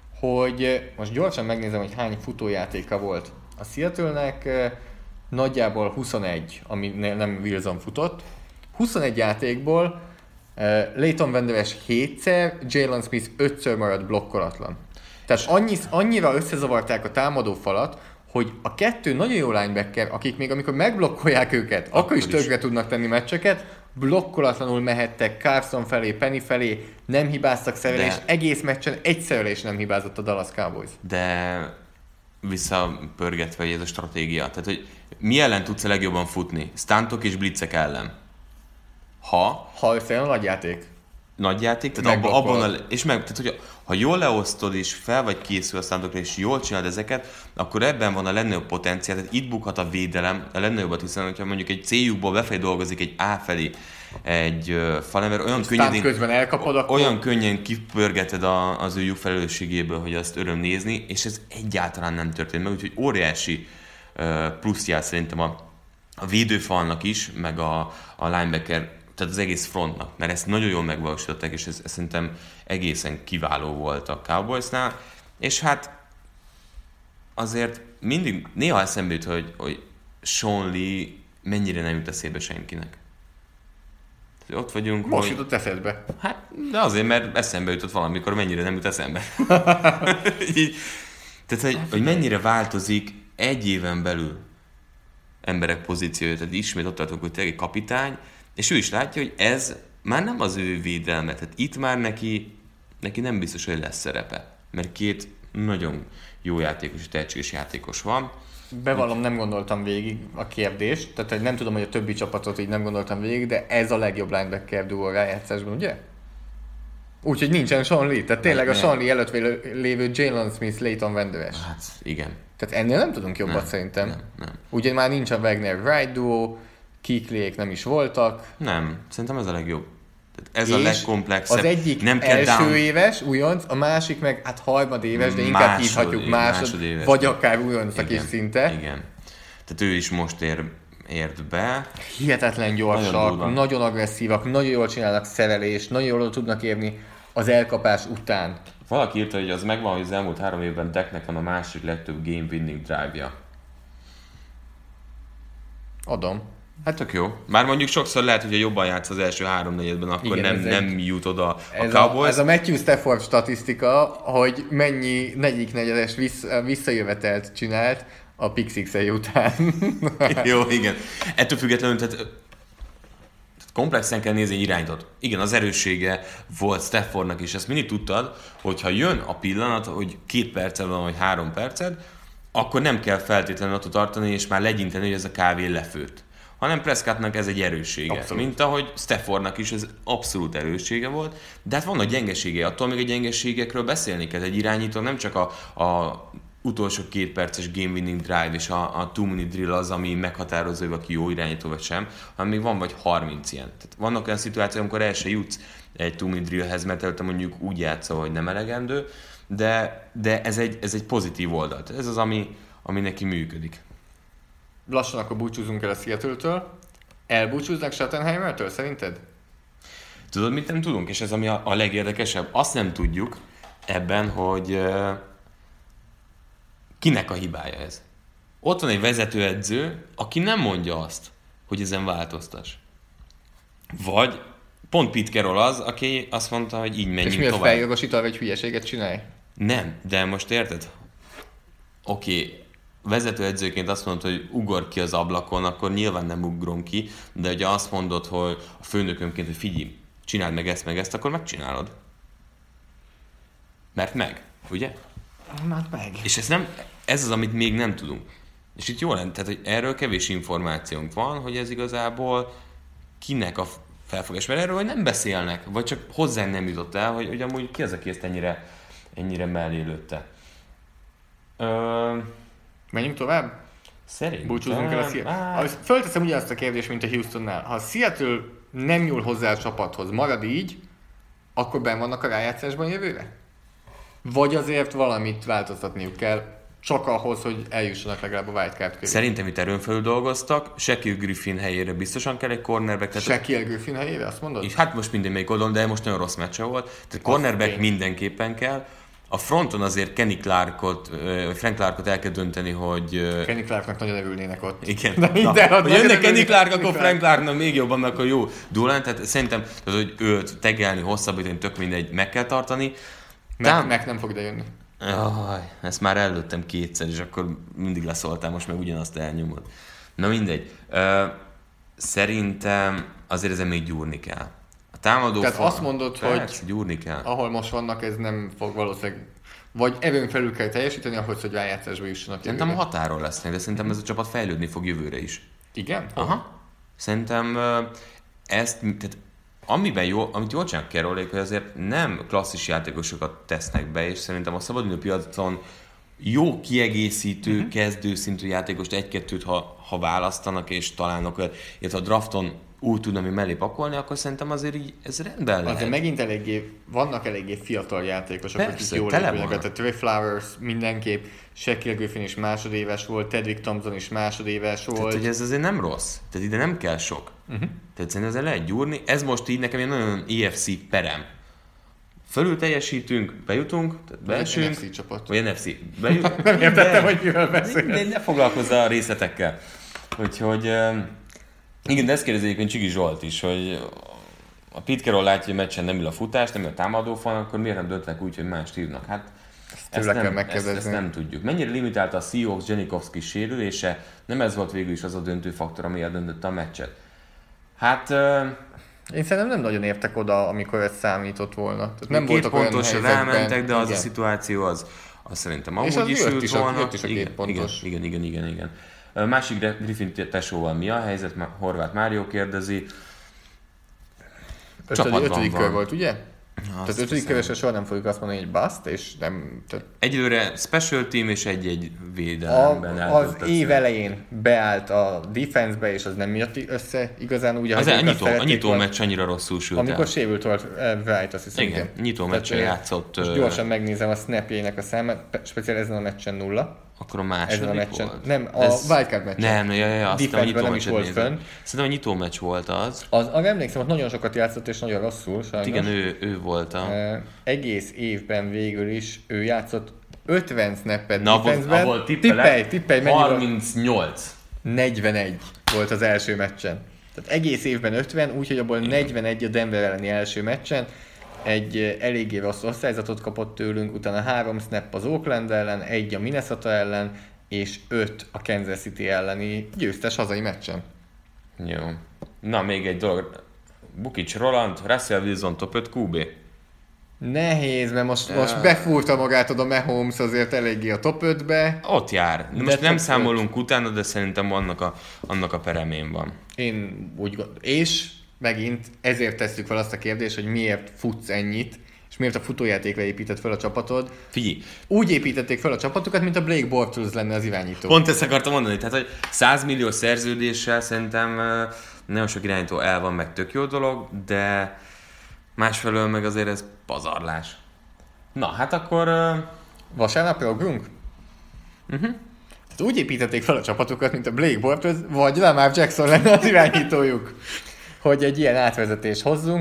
hogy most gyorsan megnézem, hogy hány futójátéka volt a Seattle-nek, nagyjából huszonegy, ami nem Wilson futott. huszonegy játékból Leighton Van Der Esch hétszer, Jalen Smith ötször maradt blokkolatlan. Tehát annyi, annyira összezavarták a támadó falat, hogy a kettő nagyon jó linebacker, akik még amikor megblokkolják őket, akkor, akkor is tönkre tudnak tenni meccseket, blokkolatlanul mehettek Carson felé, Penny felé, nem hibáztak szerelés, és egész meccsen egy szerelés nem hibázott a Dallas Cowboys. De visszapörgetve, hogy ez a stratégia, tehát hogy mi ellen tudsz a legjobban futni? Stuntok és blitzek ellen. Ha... Ha összejön a nagyjáték. Nagyjáték, tehát abban, abban a, és meg, tehát hogy ha jól leosztod és fel vagy készül a stuntokra és jól csinálod ezeket, akkor ebben van a legnagyobb potenciál, tehát itt bukhat a védelem, a legnagyobbat, hiszen hogyha mondjuk egy C-jukból befelé dolgozik egy A felé egy uh, falember, olyan könnyen, közben elkapod, akkor... olyan könnyen kipörgeted a, az ő lyuk felelősségéből, hogy azt öröm nézni, és ez egyáltalán nem történt meg, úgyhogy óriási uh, plusz jár szerintem a, a védőfalnak is, meg a, a linebacker, tehát az egész frontnak, mert ezt nagyon jól megvalósították, és ez, ez szerintem egészen kiváló volt a Cowboysnál, és hát azért mindig, néha eszembe jut, hogy, hogy Sean Lee mennyire nem jut eszébe senkinek. Ott vagyunk, most hogy... jutott eszedbe. Hát, de azért, mert eszembe jutott valamikor, mennyire nem jut eszembe. Tehát, hogy, hogy mennyire változik egy éven belül emberek pozíciója, tehát ismét ott tartunk, hogy tényleg egy kapitány, és ő is látja, hogy ez már nem az ő védelme, tehát itt már neki, neki nem biztos, hogy lesz szerepe, mert két nagyon jó játékos és tehetséges játékos van. Bevallom, nem gondoltam végig a kérdést, tehát hogy nem tudom, hogy a többi csapatot így nem gondoltam végig, de ez a legjobb linebacker duo a rájátszásban, ugye? Úgyhogy nincsen Sean Lee, tehát tényleg a Sean Lee előtt lévő Jalen Smith, Leighton Van Der Esch. Hát igen. Tehát ennél nem tudunk jobbat nem, szerintem. Nem, nem. Ugye már nincs a Wagner-Wright duo, Kiklék nem is voltak. Nem, szerintem ez a legjobb. Tehát ez a legkomplexebb. Az egyik nem kell első down... éves, újonc, a másik meg hát harmadéves, de inkább Másod, hívhatjuk másod, másodéves. vagy akár újoncnak is szinte. Igen. Tehát ő is most ér, ért be. Hihetetlen gyorsak, nagyon, nagyon agresszívak, nagyon jól csinálnak szerelést, nagyon jól tudnak érni az elkapás után. Valaki írta, hogy az megvan, hogy az elmúlt három évben Deknek van a másik legtöbb game winning drive-ja. Adom. Hát tök jó. Már mondjuk sokszor lehet, hogy jobban játsz az első három negyedben, akkor igen, nem, nem egy... jut oda a ez Cowboys. A, ez a Matthew Stafford statisztika, hogy mennyi negyedik negyedes vissz, visszajövetelt csinált a pick six-ei után. Jó, igen. Ettől függetlenül, tehát komplexen kell nézni egy irányítót. Igen, az erőssége volt Staffordnak is, ezt mindig tudtad, hogyha jön a pillanat, hogy két perced van, vagy három perced, akkor nem kell feltétlenül attól tartani, és már legyinteni, hogy ez a kávé lefőtt. Hanem Prescottnak ez egy erőssége. Abszolút. Mint ahogy Staffordnak is ez abszolút erőssége volt, de hát vannak gyengeségei, attól még a gyengeségekről beszélni kell. Egy irányító nem csak a, a utolsó két perces game winning drive és a, a two minute drill az, ami meghatározó, hogy aki jó irányító vagy sem, hanem még van vagy harminc ilyen. Tehát vannak olyan szituációk, amikor el se jutsz egy two minute drillhez, mert előtte mondjuk úgy játszol, hogy nem elegendő, de, de ez, egy, ez egy pozitív oldal. Ez az, ami, ami neki működik. Lassan akkor búcsúzunk el a Seattle-től. Elbúcsúznak Schottenheimertől, szerinted? Tudod, mit nem tudunk? És ez ami a, a legérdekesebb. Azt nem tudjuk ebben, hogy uh, kinek a hibája ez. Ott van egy vezetőedző, aki nem mondja azt, hogy ezen változtass. Vagy pont Pete Carroll az, aki azt mondta, hogy így menjünk tovább. És mi az feljogosít arra, hogy hülyeséget csinálj? Nem, de most érted? oké, okay, vezetőedzőként azt mondod, hogy ugor ki az ablakon, akkor nyilván nem ugrom ki, de ugye azt mondod, hogy a főnökömként, hogy figyelj, csináld meg ezt, meg ezt, akkor megcsinálod. Mert meg, ugye? Mert meg. És ez, nem, ez az, amit még nem tudunk. És itt jól lenne, tehát, hogy erről kevés információnk van, hogy ez igazából kinek a felfogás, mert erről nem beszélnek, vagy csak hozzánk nem jutott el, hogy, hogy amúgy ki az, aki ezt ennyire, ennyire mellé lőtte. Ö... Menjünk tovább? Szerintem... Búcsúzunk el a Seattle. Fölteszem ugyanazt a kérdést, mint a Houstonnál. Ha a Seattle nem nyúl hozzá a csapathoz, marad így, akkor benn vannak a rájátszásban jövőre? Vagy azért valamit változtatniuk kell, csak ahhoz, hogy eljussanak legalább a wildcard köré? Szerintem itt erőn felül dolgoztak. Shaquille Griffin helyére biztosan kell egy cornerback. Tehát Shaquille Griffin helyére, azt mondod? És hát most minden még oldalon, de most nagyon rossz meccse volt. Tehát cornerback tény. mindenképpen kell. A fronton azért Kenny Clarkot, Frank Clarkot el kell dönteni, hogy... Kenny Clarknak nagyon örülnének ott. Igen. De minden, Na, ha jönne Kenny Clark, Kenny akkor Clark. Frank Clarknak még jobban, akkor jó Durant. Tehát szerintem, tehát, hogy őt tegelni, hosszabbítani, tök mindegy, meg kell tartani. Meg, Tám- meg nem fog ide jönni. Aj, ezt már előttem kétszer, és akkor mindig leszóltál, most meg ugyanazt elnyomod. Na mindegy. Ö, szerintem azért ezen még gyúrni kell. A támadó Tehát fal... azt mondod, Persze, hogy gyúrni kell. ahol most vannak, ez nem fog valószínűleg... Vagy erőn felül kell teljesíteni, ahhoz, hogy rájátszásba jussanak Szerintem a jövőre. határon lesznek, de szerintem ez a csapat fejlődni fog jövőre is. Igen? Aha. Szerintem ö, ezt, tehát amiben jó, amit jól csinálnak Carollék, hogy azért nem klasszis játékosokat tesznek be, és szerintem a szabadidő piacon jó kiegészítő, uh-huh. kezdőszintű játékost egy-kettőt, ha, ha választanak és találnak olyat, illetve a drafton úgy tudnak, hogy mellé pakolni, akkor szerintem azért így ez rendben lehet. Azért megint eléggé, vannak eléggé fiatal játékosok, Persze, akik jól tele épülnek. van. Tehát Trey Flowers mindenképp, Shaquille Griffin is másodéves volt, Tedrick Thompson is másodéves volt. Tehát, hogy ez azért nem rossz. Tehát ide nem kell sok. Uh-huh. Tehát szerintem ezzel lehet gyúrni. Ez most így nekem egy nagyon E F C perem. Fölül teljesítünk, bejutunk, tehát beesünk. N F C csapat. Vagy N F C. Bejut, Nem értettem, hogy miről beszélsz. De ne foglalkozzál a részletekkel. Úgyhogy igen, de ezt kérdezi egyébként Csigi Zsolt is, hogy a Pete Carroll látja, hogy meccsen nem ül a futás, nem ül a támadófal, akkor miért nem döntnek úgy, hogy mást hívnak? Hát ezt nem, ezt, ezt nem tudjuk. Mennyire limitálta a Seahawks Janikowski sérülése? Nem ez volt végül is az a döntő faktor, ami eldöntötte a meccset. Hát... Én szerintem nem nagyon értek oda, amikor ez számított volna. Tehát nem két voltak olyan pontosra helyzetben. rámentek, de az igen. a szituáció az, az szerintem amúgy És az is jött ült is a- volna. jött is a két igen, pontos. igen, igen, igen, igen, igen. A másik Griffin tesóval mi a helyzet? Horváth Mário kérdezi. Ötödik, Csapatban ötödik van. kör volt, ugye? Azt Tehát ötödik hiszem. körösre soha nem fogjuk azt mondani, hogy bust, és nem... Tehát Egyelőre special team és egy-egy a, védelemben az eltöltött év szerep. elején beállt a defense-be, és az nem jött össze igazán úgy, ahogy Az ők a azt nyitó, a szerették nyitó volna. meccs annyira rosszul sült Amikor el. sérült volt uh, Wright, azt hiszem. Igen, nyitó Tehát, meccsen ö, játszott, Most ö, gyorsan megnézem a snapjének a számát, pe- speciál ezen a meccsen nulla. Akkor a második Ezen a meccsen. volt. Nem, a Ez- wildcard meccsen. Nem, ja, ja, ja, azt hiszem, a Defense-ben nyitó nem is meccset volt nézem. fönn. Szerintem a nyitó meccs volt az. Az, arra emlékszem, hogy nagyon sokat játszott, és nagyon rosszul, sajnos. Igen, ő, ő volt a... Uh, egész évben végül is ő játszott ötven snappet Na, abból, defense-ben. abból tippelek, tippelj, tippelj, mennyi volt? harmincnyolc. negyvenegy volt az első meccsen. Tehát egész évben ötven, úgyhogy abból negyvenegy a Denver elleni első meccsen. Egy eh, eléggé rossz osztályzatot kapott tőlünk, utána három snap az Oakland ellen, egy a Minnesota ellen, és öt a Kansas City elleni győztes hazai meccsen. Jó. Na, még egy dolog. Bukics Roland, Russell Wilson top öt Q B. Nehéz, mert most, most befúrta magát oda Mahomes azért eléggé a top ötbe. Ott jár. De Most nem top számolunk utána, de szerintem annak a, annak a peremén van. Én úgy gondolom. És megint ezért tesszük fel azt a kérdést, hogy miért futsz ennyit, és miért a futójátékra épített fel a csapatod. Figyelj, Úgy építették fel a csapatokat, mint a Blake Bortles lenne az irányító. pont ezt akartam mondani, tehát hogy száz millió szerződéssel szerintem ö, nagyon sok irányító el van, meg tök jó dolog, de másfelől meg azért ez pazarlás. Na, hát akkor... ö, Vasárnapra ugrunk? Uh-huh. Tehát úgy építették fel a csapatokat, mint a Blake Bortles, vagy Lamar Jackson lenne az irányítójuk, hogy egy ilyen átvezetést hozzunk.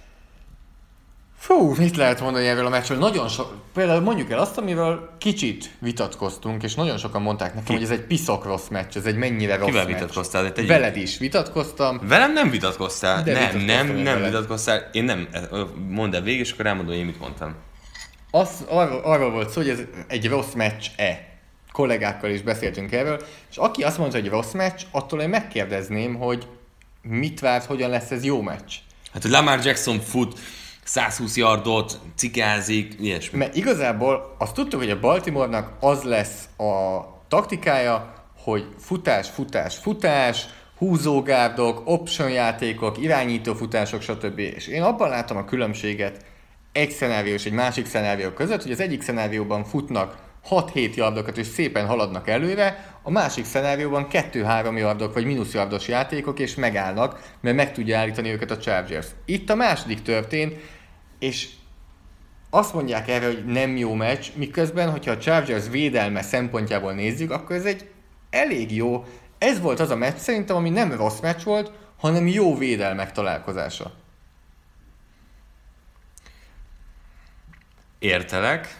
Fú, mit lehet mondani erről a meccsről? Nagyon sok, például mondjuk el azt, amiről kicsit vitatkoztunk, és nagyon sokan mondták nekem, Ki? hogy ez egy piszok rossz meccs, ez egy mennyire rossz Kivel meccs. vitatkoztál? De tegyük- Veled is vitatkoztam. Velem nem vitatkoztál. De nem, vitatkoztam nem, én nem veled. vitatkoztál. Én nem. Mondd el végig, és akkor elmondom, hogy én mit mondtam. Az, arról, arról volt szó, hogy ez egy rossz meccs-e. kollégákkal is beszéltünk erről, és aki azt mondta, hogy rossz meccs, attól én megkérdezném, hogy mit várt, hogyan lesz ez jó meccs. Hát, hogy Lamar Jackson fut százhúsz yardot, cikázik, ilyesmi. Mert igazából azt tudtuk, hogy a Baltimore-nak az lesz a taktikája, hogy futás, futás, futás, húzógárdok, option játékok, irányító futások, stb. És én abban látom a különbséget egy szenárió és egy másik szenárió között, hogy az egyik szenárióban futnak hat-hét yardokat és szépen haladnak előre, a másik szenárióban kettő-három yardok vagy mínusz yardos játékok és megállnak, mert meg tudja állítani őket a Chargers. Itt a második történt, és azt mondják erre, hogy nem jó meccs, miközben, hogyha a Chargers védelme szempontjából nézzük, akkor ez egy elég jó. Ez volt az a meccs szerintem, ami nem rossz meccs volt, hanem jó védelmek találkozása. Értelek.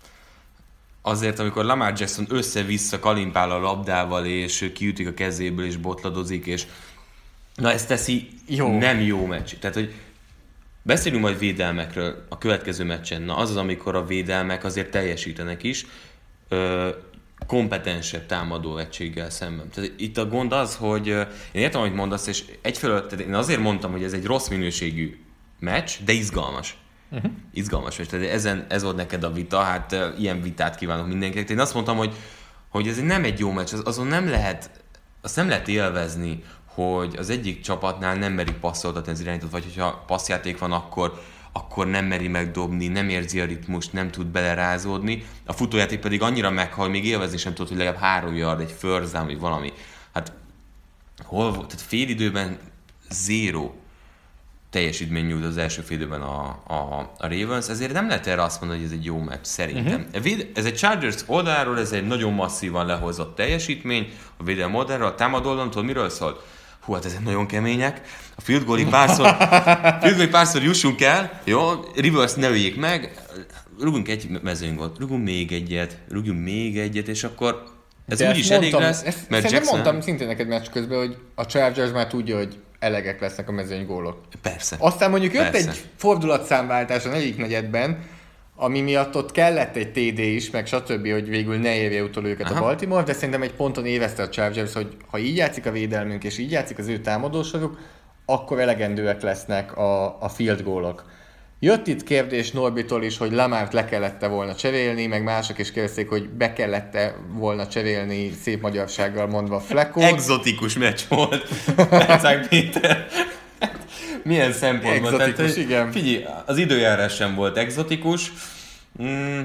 Azért, amikor Lamar Jackson össze-vissza kalimpál a labdával, és kiütik a kezéből, és botladozik, és na ezt teszi, jó. Nem jó meccs. Tehát, hogy beszélünk majd védelmekről a következő meccsen. Na az az, amikor a védelmek azért teljesítenek is, ö, kompetensebb támadó egységgel szemben. Tehát itt a gond az, hogy én értem, amit mondasz, és egyfelől, tehát én azért mondtam, hogy ez egy rossz minőségű meccs, de izgalmas. Uh-huh. Izgalmas vagy. Tehát ezen, ez volt neked a vita, hát uh, ilyen vitát kívánok mindenkinek. Én azt mondtam, hogy, hogy ez nem egy jó meccs, az, azon nem lehet, azt nem lehet élvezni, hogy az egyik csapatnál nem merik passzoltatni az irányítót, vagy hogyha passzjáték van, akkor, akkor nem meri megdobni, nem érzi a ritmust, nem tud belerázódni. A futójáték pedig annyira meghal, hogy még élvezni sem tudod, hogy legalább három yard, egy first down, vagy valami. Hát hol volt? Tehát fél időben zéró teljesítmény nyújt az első fél időben a, a, a Ravens, ezért nem lehet erre azt mondani, hogy ez egy jó meccs, szerintem. Uh-huh. Ez egy Chargers oldalról, ez egy nagyon masszívan lehozott teljesítmény, a védelem oldalról, a támadó oldalon, tudod, miről szólt? Hú, hát ezek nagyon kemények. A field goalig párszor, field goalig párszor jussunk el, jó? Rivers ne öljék meg, rúgunk egy mezőnygót, rúgunk még egyet, rúgjunk még egyet, és akkor ez de úgyis elég lesz, ezt, mert ezt Jackson... mondtam szintén neked meccs közben, hogy a Chargers már tudja, hogy elegek lesznek a mezőnygólok. Persze. Aztán mondjuk jött Persze. egy fordulatszámváltás a negyedik negyedben, ami miatt ott kellett egy té dé is, meg stb., hogy végül ne érje utol őket Aha. a Baltimore, de szerintem egy ponton érezte a Chargers, hogy ha így játszik a védelmünk, és így játszik az ő támadósoruk, akkor elegendőek lesznek a, a field goalok. Jött itt kérdés Norbitól is, hogy Lamart le kellett volna cserélni, meg mások is kérdezték, hogy be kellett volna cserélni szép magyarsággal mondva Fleckót. Exotikus meccs volt. Herceg Péter. Milyen szempontból? Exotikus, Tehát, igen. Figyelj, az időjárás sem volt exotikus. Mm,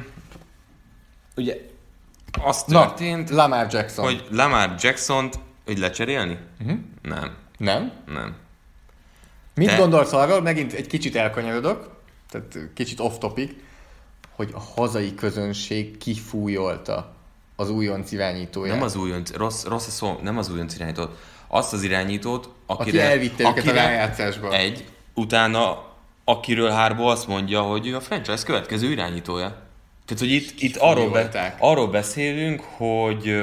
ugye az történt, Na, Lamar Jackson. hogy Lamar Jackson-t hogy lecserélni? Uh-huh. Nem. Nem? Nem. Mit Te... gondolsz arról? Megint egy kicsit elkanyarodok, tehát kicsit off-topic, hogy a hazai közönség kifújolta az újonc irányítóját. Nem az újonc, rossz, rossz a szó, nem az újonc irányítót. Azt az irányítót, Aki akire... elvitte őket a rájátszásba. Egy, utána akiről Harbo azt mondja, hogy ő a franchise következő irányítója. Tehát, hogy itt, itt arról, be, arról beszélünk, hogy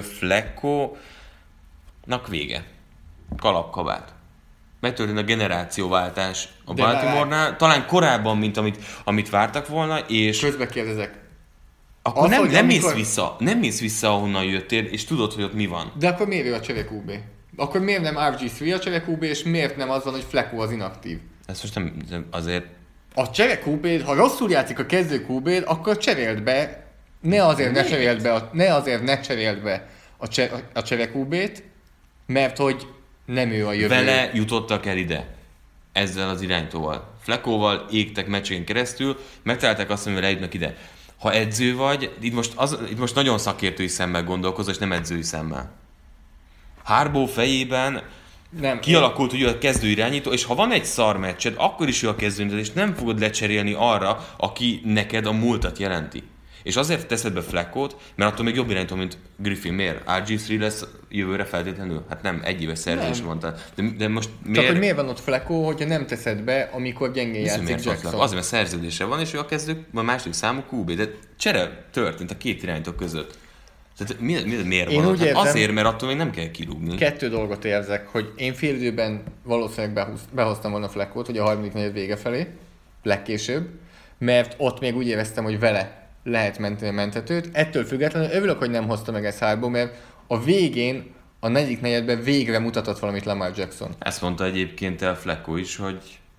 Flacco-nak vége. Kalapkabát. Megtörtént a generációváltás a de Baltimore-nál, már... talán korábban, mint amit, amit vártak volna, és... Közbe kérdezek. Akkor az, nem, nem amikor... mész vissza, nem mész vissza, ahonnan jöttél, és tudod, hogy ott mi van. De akkor miért ő a csere kú bé? Akkor miért nem er gé három a csere kú bé, és miért nem az van, hogy Flacco az inaktív? Ez most nem, azért... A csere kú bé, ha rosszul játszik a kezdő kú bé, akkor cseréld be, ne azért ne cseréld be, a, ne azért ne cseréld be a, cse, a csere kú bét, mert hogy nem ő a jövő. Vele jutottak el ide. Ezzel az irányítóval. Fleckóval égtek meccsén keresztül, megtalálták azt, amivel eljutnak ide. Ha edző vagy, itt most, az, itt most nagyon szakértői szemmel gondolkozol, és nem edzői szemmel. Harbaugh fejében nem, kialakult, hogy ő a kezdő irányító, és ha van egy szar meccsed, akkor is ő a kezdő, és nem fogod lecserélni arra, aki neked a múltat jelenti. És azért teszed be Fleckót, mert attól még jobb irányító, mint Griffin. Miért? er gé három lesz jövőre feltétlenül? Hát nem, egy éves szerződés mondta. De, de most miért? Csak hogy miért van ott Flacco, hogyha nem teszed be, amikor gyengén játszik Jackson? Azért, mert szerződése van, és ő a kezdő, a második számú kú bé. De csere történt a két irányító között. Tehát mi, mi, miért én van? úgy Hát érzem, azért, mert attól még nem kell kirúgni. Kettő dolgot érzek, hogy én fél időben valószínűleg behúz, behoztam volna Fleckót, hogy a harmadik negyed vége felé, legkésőbb, mert ott még úgy éreztem, hogy vele lehet menteni a mentetőt. Ettől függetlenül örülök, hogy nem hozta meg ezt hárból, mert a végén, a negyedik negyedben végre mutatott valamit Lamar Jackson. Ezt mondta egyébként el Flacco is, hogy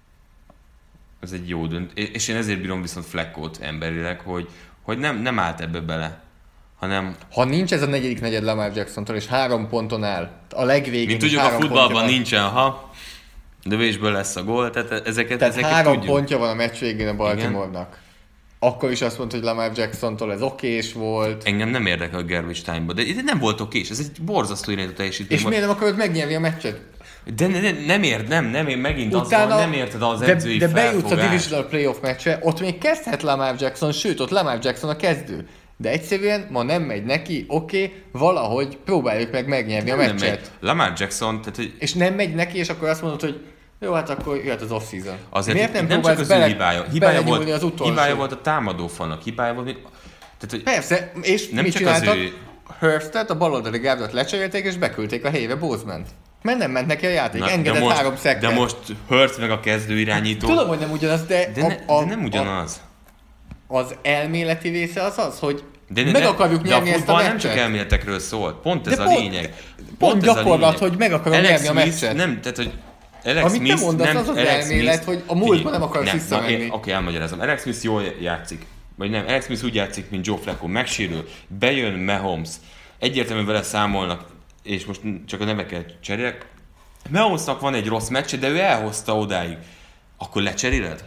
ez egy jó dönt. És én ezért bírom viszont Flaccót emberileg, hogy, hogy nem, nem állt ebbe bele, hanem... Ha nincs ez a negyedik negyed Lamar Jacksontól, és három ponton áll, a legvégén mint tudjuk, a futballban nincsen, ha dövésből lesz a gól, tehát ezeket, tehát ezeket három tudjuk. pontja van a meccs végén a Baltimore-nak. Akkor is azt mondta, hogy Lamar Jacksontól ez okés volt. Engem nem érdekel a garbage time-ba, de ez nem volt okés, ez egy borzasztó irányú teljesítmény. És miért nem akarod megnyerni a meccset? De ne, ne, nem ért, nem, nem ér, megint Utána, az van, nem érted az de, edzői de felfogást. bejutsz a divisional playoff meccse, ott még kezdhet Lamar Jackson, sőt, ott Lamar Jackson a kezdő. De egyszerűen ma nem megy neki, oké, okay, valahogy próbáljuk meg megnyerni nem, a meccset. Nem megy. Lamar Jackson, tehát hogy... És nem megy neki, és akkor azt mondod, hogy jó, hát akkor jöhet az off-season. Azért miért nem, nem csak az bele, ő hibája. Hibája volt, az utolsó? hibája volt a támadó falnak, hibája volt... Tehát, hogy persze, és nem mit csak csináltak? az ő... Hurstet, a baloldali gárdot lecserélték, és beküldték a helyre Bozement. Mert nem ment neki a játék, Na, engedett most, három szekket. De most Hurts meg a kezdő irányító... Tudom, hogy nem ugyanaz, de... De, a, ne, a, de nem ugyanaz. A, az elméleti része az az, hogy de ne, meg ne, akarjuk de nyerni a ezt a meccset. nem csak elméletekről szól, pont ez de a pont, lényeg. Pont, Pont gyakorlat, hogy meg akarom Alex nyerni a Smith meccset. Nem, tehát, hogy Alex Amit Smith, te mondasz, nem, az az Alex elmélet, Smith, hogy a múltban nem akarsz nem, visszamenni. Oké, okay, elmagyarázom. Alex Smith jól játszik. Vagy nem, Alex Smith úgy játszik, mint Joe Flacco. Megsérül, bejön Mahomes. Egyértelműen vele számolnak, és most csak a neveket cserélek. Mahomesnak van egy rossz meccse, de ő elhozta odáig. Akkor lecseréled?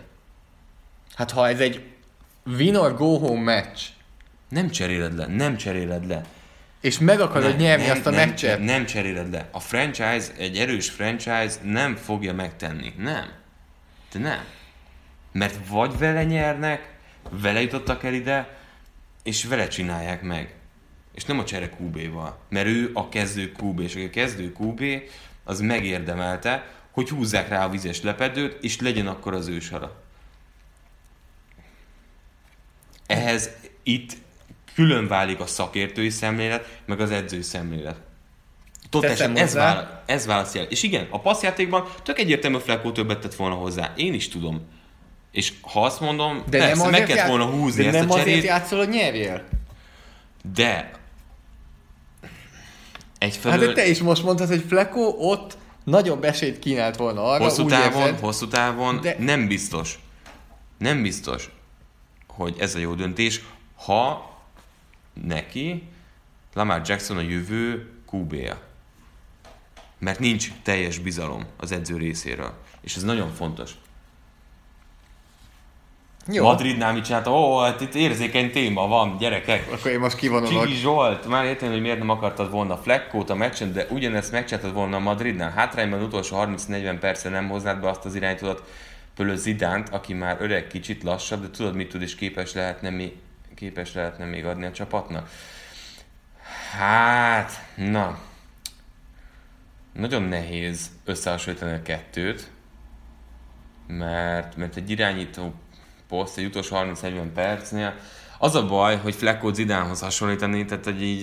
Hát ha ez egy win or go home meccs, Nem cseréled le, nem cseréled le. és meg akarod Nem, nyerni nem, azt a nem, meccset. Nem, nem cseréled le. A franchise, egy erős franchise nem fogja megtenni. Nem. De nem. Mert vagy vele nyernek, vele jutottak el ide, és vele csinálják meg. És nem a csere kú béval. Mert ő a kezdő kú bé, és a kezdő kú bé az megérdemelte, hogy húzzák rá a vizes lepedőt, és legyen akkor az ősara. Ehhez itt külön válik a szakértői szemlélet, meg az edzői szemlélet. Totesen ez, vála, ez válasz jel. És igen, a passzjátékban tök egyértelmű, Flacco többet tett volna hozzá. Én is tudom. És ha azt mondom, de persze, nem meg kellett ját... volna húzni de ezt nem a cserét. azért játszol, hogy nyerjél. De egyfelől... Hát de te is most mondtad, hogy Flacco ott nagyobb esélyt kínált volna arra, hosszú úgy távon, érzed, hosszú távon de... nem biztos. Nem biztos, hogy ez a jó döntés, ha neki Lamar Jackson a jövő kú bé-je. Mert nincs teljes bizalom az edző részéről. És ez nagyon fontos. Jó. Madridnál mit csinálta? Ó, hát itt érzékeny téma van, gyerekek. Akkor én most kivonulok. Csigi Zsolt, már értem, hogy miért nem akartad volna Flaccót a meccsen, de ugyanezt megcsináltad volna a Madridnál. Hátrányban utolsó harminc-negyven percen nem hoznád be azt az irányítót például Zidánt, aki már öreg, kicsit lassabb, de tudod, mit tud, és képes lehetne még, képes lehetne még adni a csapatnak. Hát, na. Nagyon nehéz összehasonlítani a kettőt, mert, mert egy irányító poszt egy utolsó harminc-negyven percnél az a baj, hogy Flaccót Zidánhoz hasonlítani, tehát hogy így...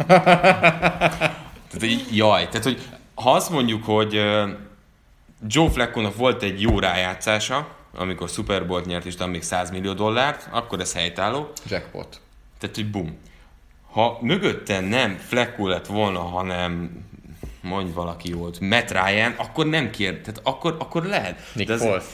tehát így, jaj, tehát hogy ha azt mondjuk, hogy Joe Flaccónak volt egy jó rájátszása, amikor Super Bowl-t nyert és tam még száz millió dollárt, akkor ez helytálló. Jackpot. Tehát, hogy bum. Ha mögötte nem Flacco lett volna, hanem mondj valaki volt, Matt Ryan, akkor nem kér, tehát akkor, akkor lehet. Nick az... Foles.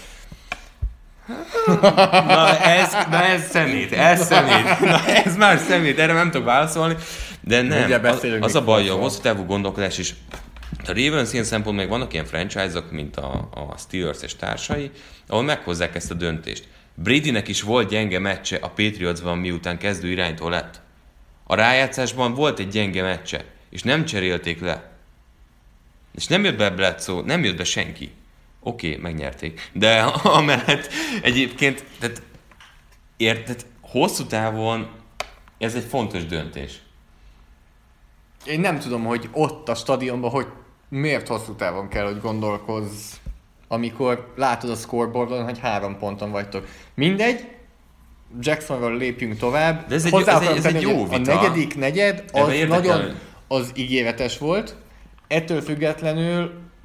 Na ez, na ez szemét, ez szemét, na ez már szemét, erre nem tudok válaszolni, de nem, az, az a baj, a hosszú távú gondolkodás is. A Ravens ilyen szempontból még vannak ilyen franchise-ok, mint a, a Steelers és társai, ahol meghozzák ezt a döntést. Bradynek is volt gyenge meccse a Patriotsban, miután kezdő irányító lett. A rájátszásban volt egy gyenge meccse, és nem cserélték le. És nem jött be Bledsoe, nem jött be senki. Oké, okay, megnyerték. De amellett egyébként, tehát, érted, hosszú távon ez egy fontos döntés. Én nem tudom, hogy ott a stadionban, hogy miért hosszú távon kell, hogy gondolkozz, amikor látod a scoreboardon, hogy három ponton vagytok. Mindegy, Jacksonról lépjünk tovább. De ez egy, Hozzá ez egy, ez egy jó a vita. negyedik negyed az Ebbe nagyon érdekel. az ígéretes volt. Ettől függetlenül,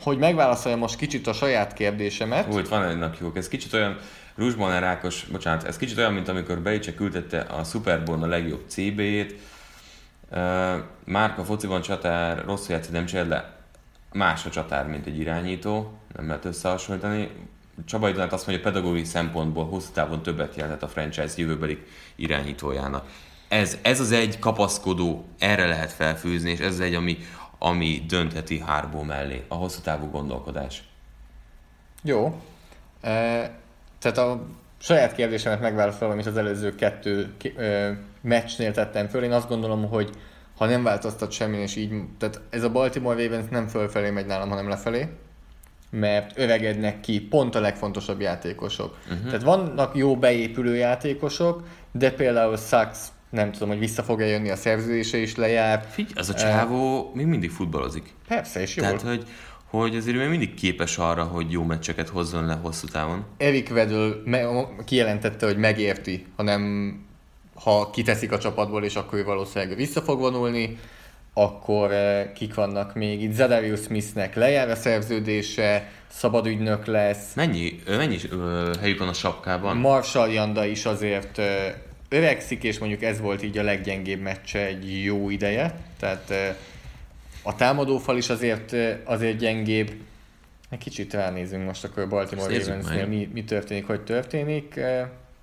hogy megválaszoljam most kicsit a saját kérdésemet. Úgy, van egy nap jó. Ez kicsit olyan, Ruzsban Rákos, bocsánat, ez kicsit olyan, mint amikor Belichick küldette a Super Bowl-n a legjobb cé bé-jét. Uh, Márka fociban csatár, rosszul játszik, nem csinál le. Más a csatár, mint egy irányító, nem lehet összehasonlítani. Csaba Donát azt mondja, hogy pedagógiai szempontból hosszú távon többet jelentett a franchise jövőbeli irányítójának. Ez, ez az egy kapaszkodó, erre lehet felfűzni, és ez az egy, ami, ami döntheti Harbaugh mellé, a hosszú távú gondolkodás. Jó. E, tehát a saját kérdésemet megválaszolom, amit az előző kettő e, meccsnél tettem föl. Én azt gondolom, hogy ha nem változtat semmi, és így, tehát ez a Baltimore Ravens nem fölfelé megy nálam, hanem lefelé, mert öregednek ki pont a legfontosabb játékosok. Uh-huh. Tehát vannak jó beépülő játékosok, de például Sachs, nem tudom, hogy vissza fog-e jönni, a szerződése is lejár. Figyelj, az a csávó uh, még mindig futballozik. Persze, és jól. Tehát, hogy, hogy azért még mindig képes arra, hogy jó meccseket hozzon le hosszú távon. Eric Weddle me- kijelentette, hogy megérti, ha nem, ha kiteszik a csapatból, és akkor ő valószínűleg vissza fog vonulni. Akkor uh, kik vannak még itt? Zadarius Smithnek lejár a szerződése, szabadügynök lesz. Mennyi, mennyi uh, helyük van a sapkában? Marshall Yanda is azért uh, öregszik, és mondjuk ez volt így a leggyengébb meccse egy jó ideje. Tehát uh, a támadófal is azért, uh, azért gyengébb. Egy kicsit ránézünk most akkor Baltimore Ravensnél, mi, mi történik, hogy történik. Uh,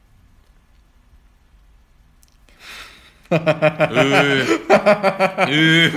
ő, ő.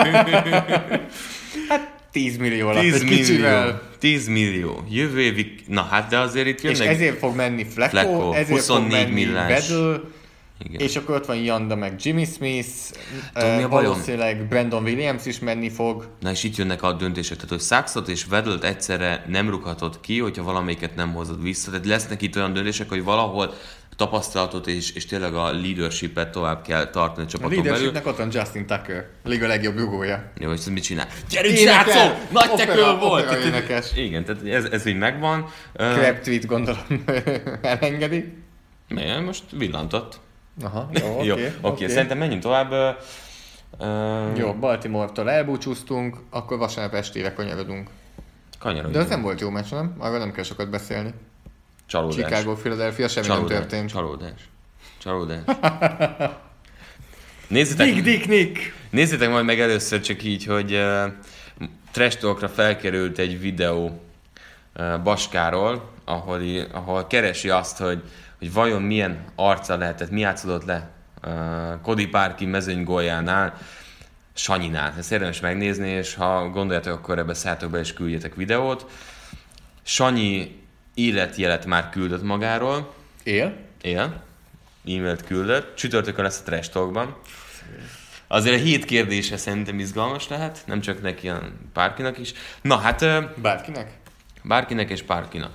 Hát tíz millió alatt, tíz egy millió, kicsivel. tíz millió. Jövő évig, na hát de azért itt jönnek. És ezért fog menni Flacco, Flacco ezért fog menni Weddle, igen. És akkor ott van Yanda meg Jimmy Smith, Tudom, mi a valószínűleg Brandon Williams is menni fog. Na és itt jönnek a döntések, tehát hogy Saxot és Weddle-t egyszerre nem rúghatod ki, hogyha valamelyiket nem hozod vissza. Tehát lesznek itt olyan döntések, hogy valahol tapasztalatot és, és tényleg a leadership-et tovább kell tartani a csapaton belül. A leadershipnek ott van Justin Tucker, a liga legjobb rugója. Jó, és mit csinál? Gyerünk, srácok! Nagy tekő volt! Opera énekes. Igen, tehát ez, ez így megvan. Crabtreat gondolom elengedi. Milyen? Most villantott. Aha, jó, oké. Jó, oké, okay. Szerintem menjünk tovább. Uh, jó, Baltimore-tól elbúcsúztunk, akkor vasárnap estére kanyarodunk. Kanyarodjunk. De az nem volt jó meccs, nem? Arról nem kell sokat beszélni. Csalódás. Chicago, Philadelphia, semmi Csalódás. nem történt. Csalódás. Csalódás. Nézzétek, Dick, Dick, Nick! Nézzétek majd meg először csak így, hogy uh, Trash Talkra felkerült egy videó uh, Baskáról, ahol, ahol keresi azt, hogy, hogy vajon milyen arca lehetett, mi játszódott le uh, Cody Parkey mezőnygóljánál, Sanyinál. Ezt érdemes megnézni, és ha gondoljátok, akkor ebbe szálltok be és küldjetek videót. Sanyi életjelet már küldött magáról. Él? Él. E-mailt küldött. Csütörtökön lesz a Trash Talkban. Azért a hét kérdése szerintem izgalmas lehet, nem csak neki, hanem Parkinak is. Na hát... Bárkinek? Bárkinek és Parkinak.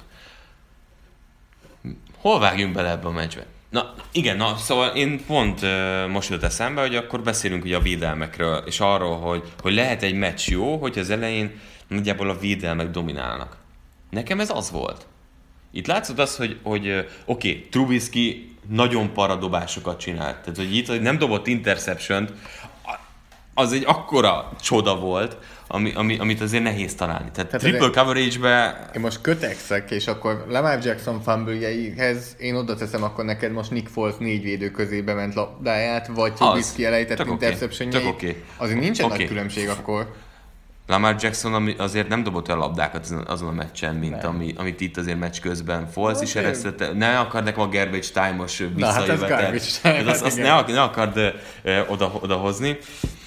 Hol vágjunk bele ebbe a meccsbe? Na igen, na szóval én pont uh, most jött eszembe, hogy akkor beszélünk ugye a védelmekről, és arról, hogy, hogy lehet egy meccs jó, hogy az elején nagyjából a védelmek dominálnak. Nekem ez az volt. Itt látszott az, hogy, hogy oké, okay, Trubisky nagyon paradobásokat csinált. Tehát, hogy itt hogy nem dobott interception-t, az egy akkora csoda volt, ami, ami, amit azért nehéz találni. Tehát, Tehát triple coverage-be... Én most kötekszek, és akkor Lamar Jackson fumble-jeihez én oda teszem, akkor neked most Nick Foles négy védő közébe ment labdáját, vagy Trubisky elejtett interception-jei. Okay. Okay. Azért nincsen okay. nagy különbség akkor. Lamar Jackson azért nem dobott olyan labdákat azon a meccsen, mint ami, amit itt azért meccs közben. Foles is eresztette. Ne akard nekem a garbage time-os visszajövetet. Hát azt, azt ne, ne akard uh, oda, odahozni.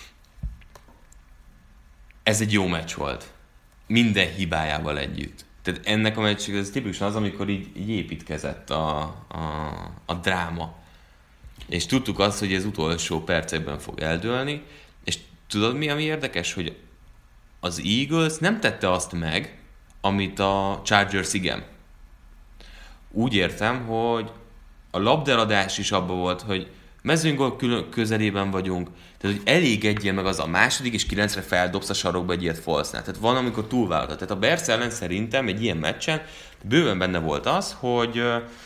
Ez egy jó meccs volt. Minden hibájával együtt. Tehát ennek a meccs, ez tipikusan az, amikor így, így építkezett a, a, a dráma. És tudtuk azt, hogy ez utolsó percekben fog eldőlni. És tudod mi, ami érdekes? Hogy az Eagles nem tette azt meg, amit a Chargers igen. Úgy értem, hogy a labdaradás is abban volt, hogy mezőnygól közelében vagyunk, tehát hogy elégedjen meg az a második és kilencre feldobsz a sarokba egy ilyet Folesnál. Tehát van, amikor túlvállalta. Tehát a Bears ellen szerintem egy ilyen meccsen bőven benne volt az, hogy,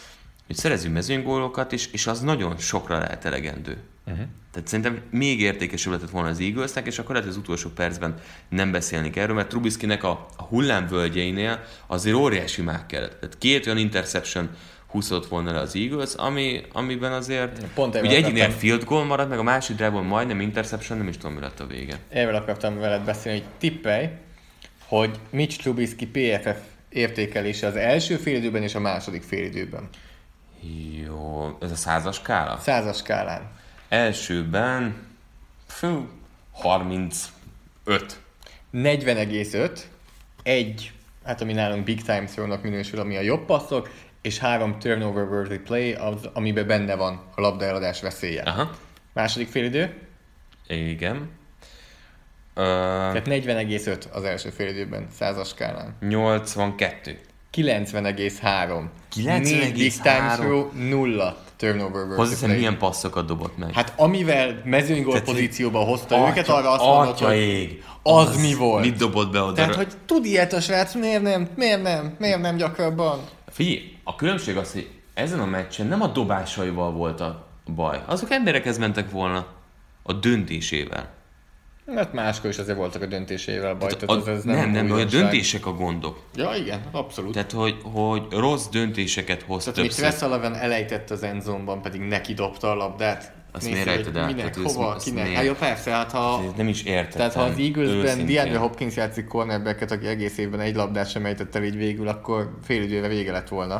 hogy szerezünk mezőnygólokat, és, és az nagyon sokra lehet elegendő. Uh-huh. Tehát szerintem még értékesebb lehetett volna az Eaglesnek, és akkor lehet, hogy az utolsó percben nem beszélnék erről, mert Trubiskynek a, a hullámvölgyeinél azért óriási mág kellett. Tehát két olyan interception húzott volna le az Eagles, ami, amiben azért Pont ugye egynél field goal maradt, meg a másik drive-on majdnem interception, nem is tudom, mi lett a vége. Erről akartam veled beszélni, hogy tippelj, hogy Mitch Trubisky pé ef ef értékelése az első félidőben és a második félidőben. Jó, ez a százas skála? Százas skálán. Elsőben fú, harmincöt. negyven egész öt, egy, hát ami nálunk big time throw-nak minősül, ami a jobb passzok, és három turnover worthy play, az, amiben benne van a labda eladás veszélye. Aha. Második félidő? Igen. Uh, Tehát negyven egész öt az első félidőben, százas skálán. nyolcvankettő. kilencven egész három. kilencven egész big time három. throw, nulla turnover worthy Hozzáteszem, play. milyen passzokat dobott meg. Hát amivel mezőnygól Tehát, pozícióba hozta atya, őket, arra azt mondod, atya hogy ég. az, Az mi volt. Mit dobott be oda? Tehát, hogy tud ilyet a srác, miért nem, miért nem, miért nem gyakrabban? Figyelj, a különbség az, hogy ezen a meccsen nem a dobásaival volt a baj. Azok emberekhez mentek volna a döntésével. Hát máskor is azért voltak a döntésével baj, tehát a, az, ez nem nem, nem, hogy a újdonság. döntések a gondok. Ja, igen, abszolút. Tehát, hogy, hogy rossz döntéseket hoz Tehát, hogy többször. Trey Sullivan elejtett az endzone-ban, pedig neki dobta a labdát. Azt Nézd, miért hogy rejted el? Minek, Tehát, hova, ez- kinek? ez Hát jó, miért? persze, hát ha... Ezt nem is értettem. Tehát ha az Eaglesben őszintén. DeAndre Hopkins játszik cornerbacket, aki egész évben egy labdát sem ejtett el így végül, akkor fél időre vége lett volna.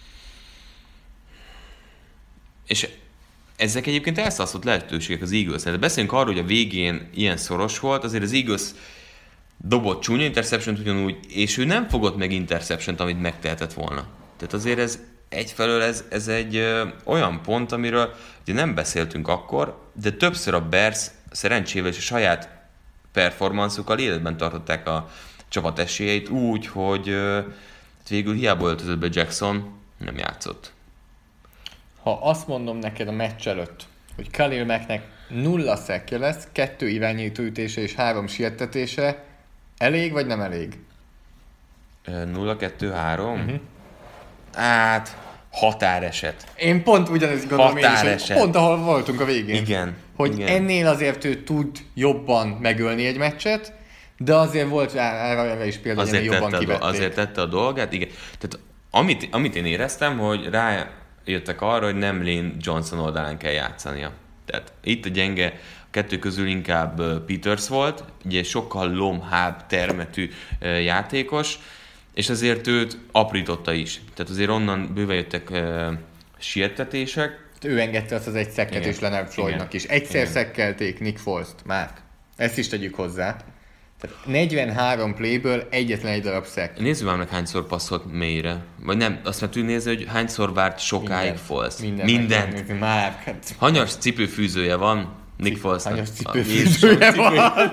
És ezek egyébként elszasszott lehetőségek az Eagles. Tehát beszéljünk arról, hogy a végén ilyen szoros volt, azért az Eagles dobott csúnya interception-t ugyanúgy, és ő nem fogott meg interception-t, amit megtehetett volna. Tehát azért ez egyfelől ez, ez egy ö, olyan pont, amiről ugye nem beszéltünk akkor, de többször a Bears szerencsével és a saját performanszukkal életben tartották a csapat esélyeit úgy, hogy ö, végül hiába öltözött be Jackson, nem játszott. Ha azt mondom neked a meccs előtt, hogy Khalil Macknek nulla szekkje lesz, kettő irányítóütése és három siettetése, elég vagy nem elég? nulla kettő három? Mhm. Hát, határeset. Én pont ugyanezt gondolom én is, Határeset. hogy pont ahol voltunk a végén. Igen. Hogy igen. ennél azért ő tud jobban megölni egy meccset, de azért volt rá, rá, rá is példa, hogy azért ennél jobban tette, a, do- kivették. azért tette a dolgát, igen. Tehát amit, amit én éreztem, hogy rájöttek arra, hogy nem Lane Johnson oldalán kell játszania. Tehát itt a gyenge, a kettő közül inkább uh, Peters volt, ugye sokkal lomhább termetű uh, játékos, és azért őt aprította is. Tehát azért onnan bőven jöttek uh, siettetések. Ő engedte azt az egy szekket Igen. és Leonard Floydnak is. Egyszer Igen. szekkelték Nick Foles-t, már. Ezt is tegyük hozzá. Tehát negyvenhárom playből egyetlen egy darab szek. Nézzük már meg, hányszor passzolt mélyre. Vagy nem, azt meg tudni nézni, hogy hányszor várt sokáig Foles. Minden. Mindent. Már. Hát, Hanyas cipőfűzője van Nick Folesnak. hanyas A- cipőfűzője van.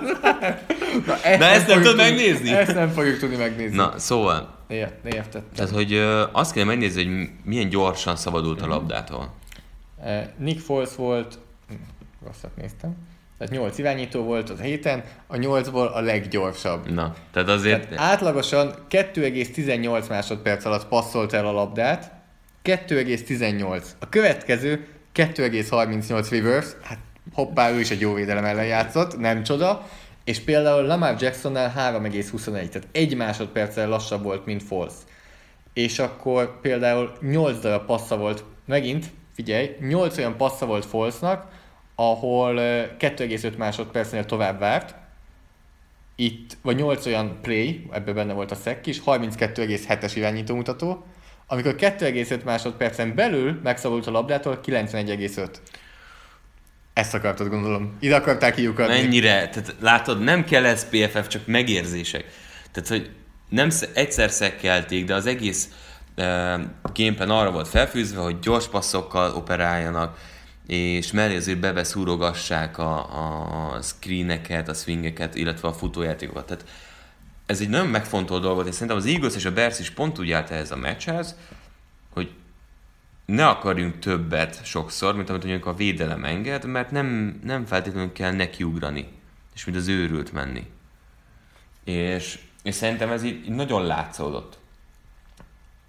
Na, ezt, De ezt nem fogjuk tudod tudni- megnézni? Ezt nem fogjuk tudni megnézni. Na, szóval, Ért, értettem. tehát, hogy ö, azt kell megnézni, hogy milyen gyorsan szabadult a labdától. Eh, Nick Foles volt, hm, rosszat néztem, tehát nyolc irányító volt az héten, a nyolcból a leggyorsabb. Na, tehát azért... Tehát átlagosan kettő egész tizennyolc másodperc alatt passzolt el a labdát, kettő egész tizennyolc. A következő kettő egész harmincnyolc reverse, hát hoppá, ő is egy jó védelem ellen játszott, nem csoda, és például Lamar Jacksonnál három egész huszonegy, tehát egy másodperccel lassabb volt, mint Foles. És akkor például nyolc darab passza volt, megint, figyelj, nyolc olyan passza volt Folesnak, ahol eh, kettő egész öt másodpercnél tovább várt, itt, vagy nyolc olyan play, ebben benne volt a szekk is, harminckettő egész hetes irányítómutató, amikor kettő egész öt másodpercen belül megszabadult a labdától, kilencvenegy egész öt. Ezt akartad, gondolom. Ide akarták kiukadni. Mennyire? Tehát látod, nem kell ez pé ef ef, csak megérzések. Tehát, hogy nem sz- egyszer szekkelték, de az egész uh, gameplan arra volt felfűzve, hogy gyors passzokkal operáljanak, és mellé azért bebeszúrogassák a, a screeneket, a swingeket, illetve a futójátékokat. Tehát ez egy nagyon megfontolt dolog volt, és szerintem az Eagles és a Bears is pont úgy állt ehhez a meccshez, hogy ne akarjunk többet sokszor, mint amit mondjuk a védelem enged, mert nem, nem feltétlenül kell nekiugrani, és mint az őrült menni. És, és szerintem ez így, így nagyon látszódott.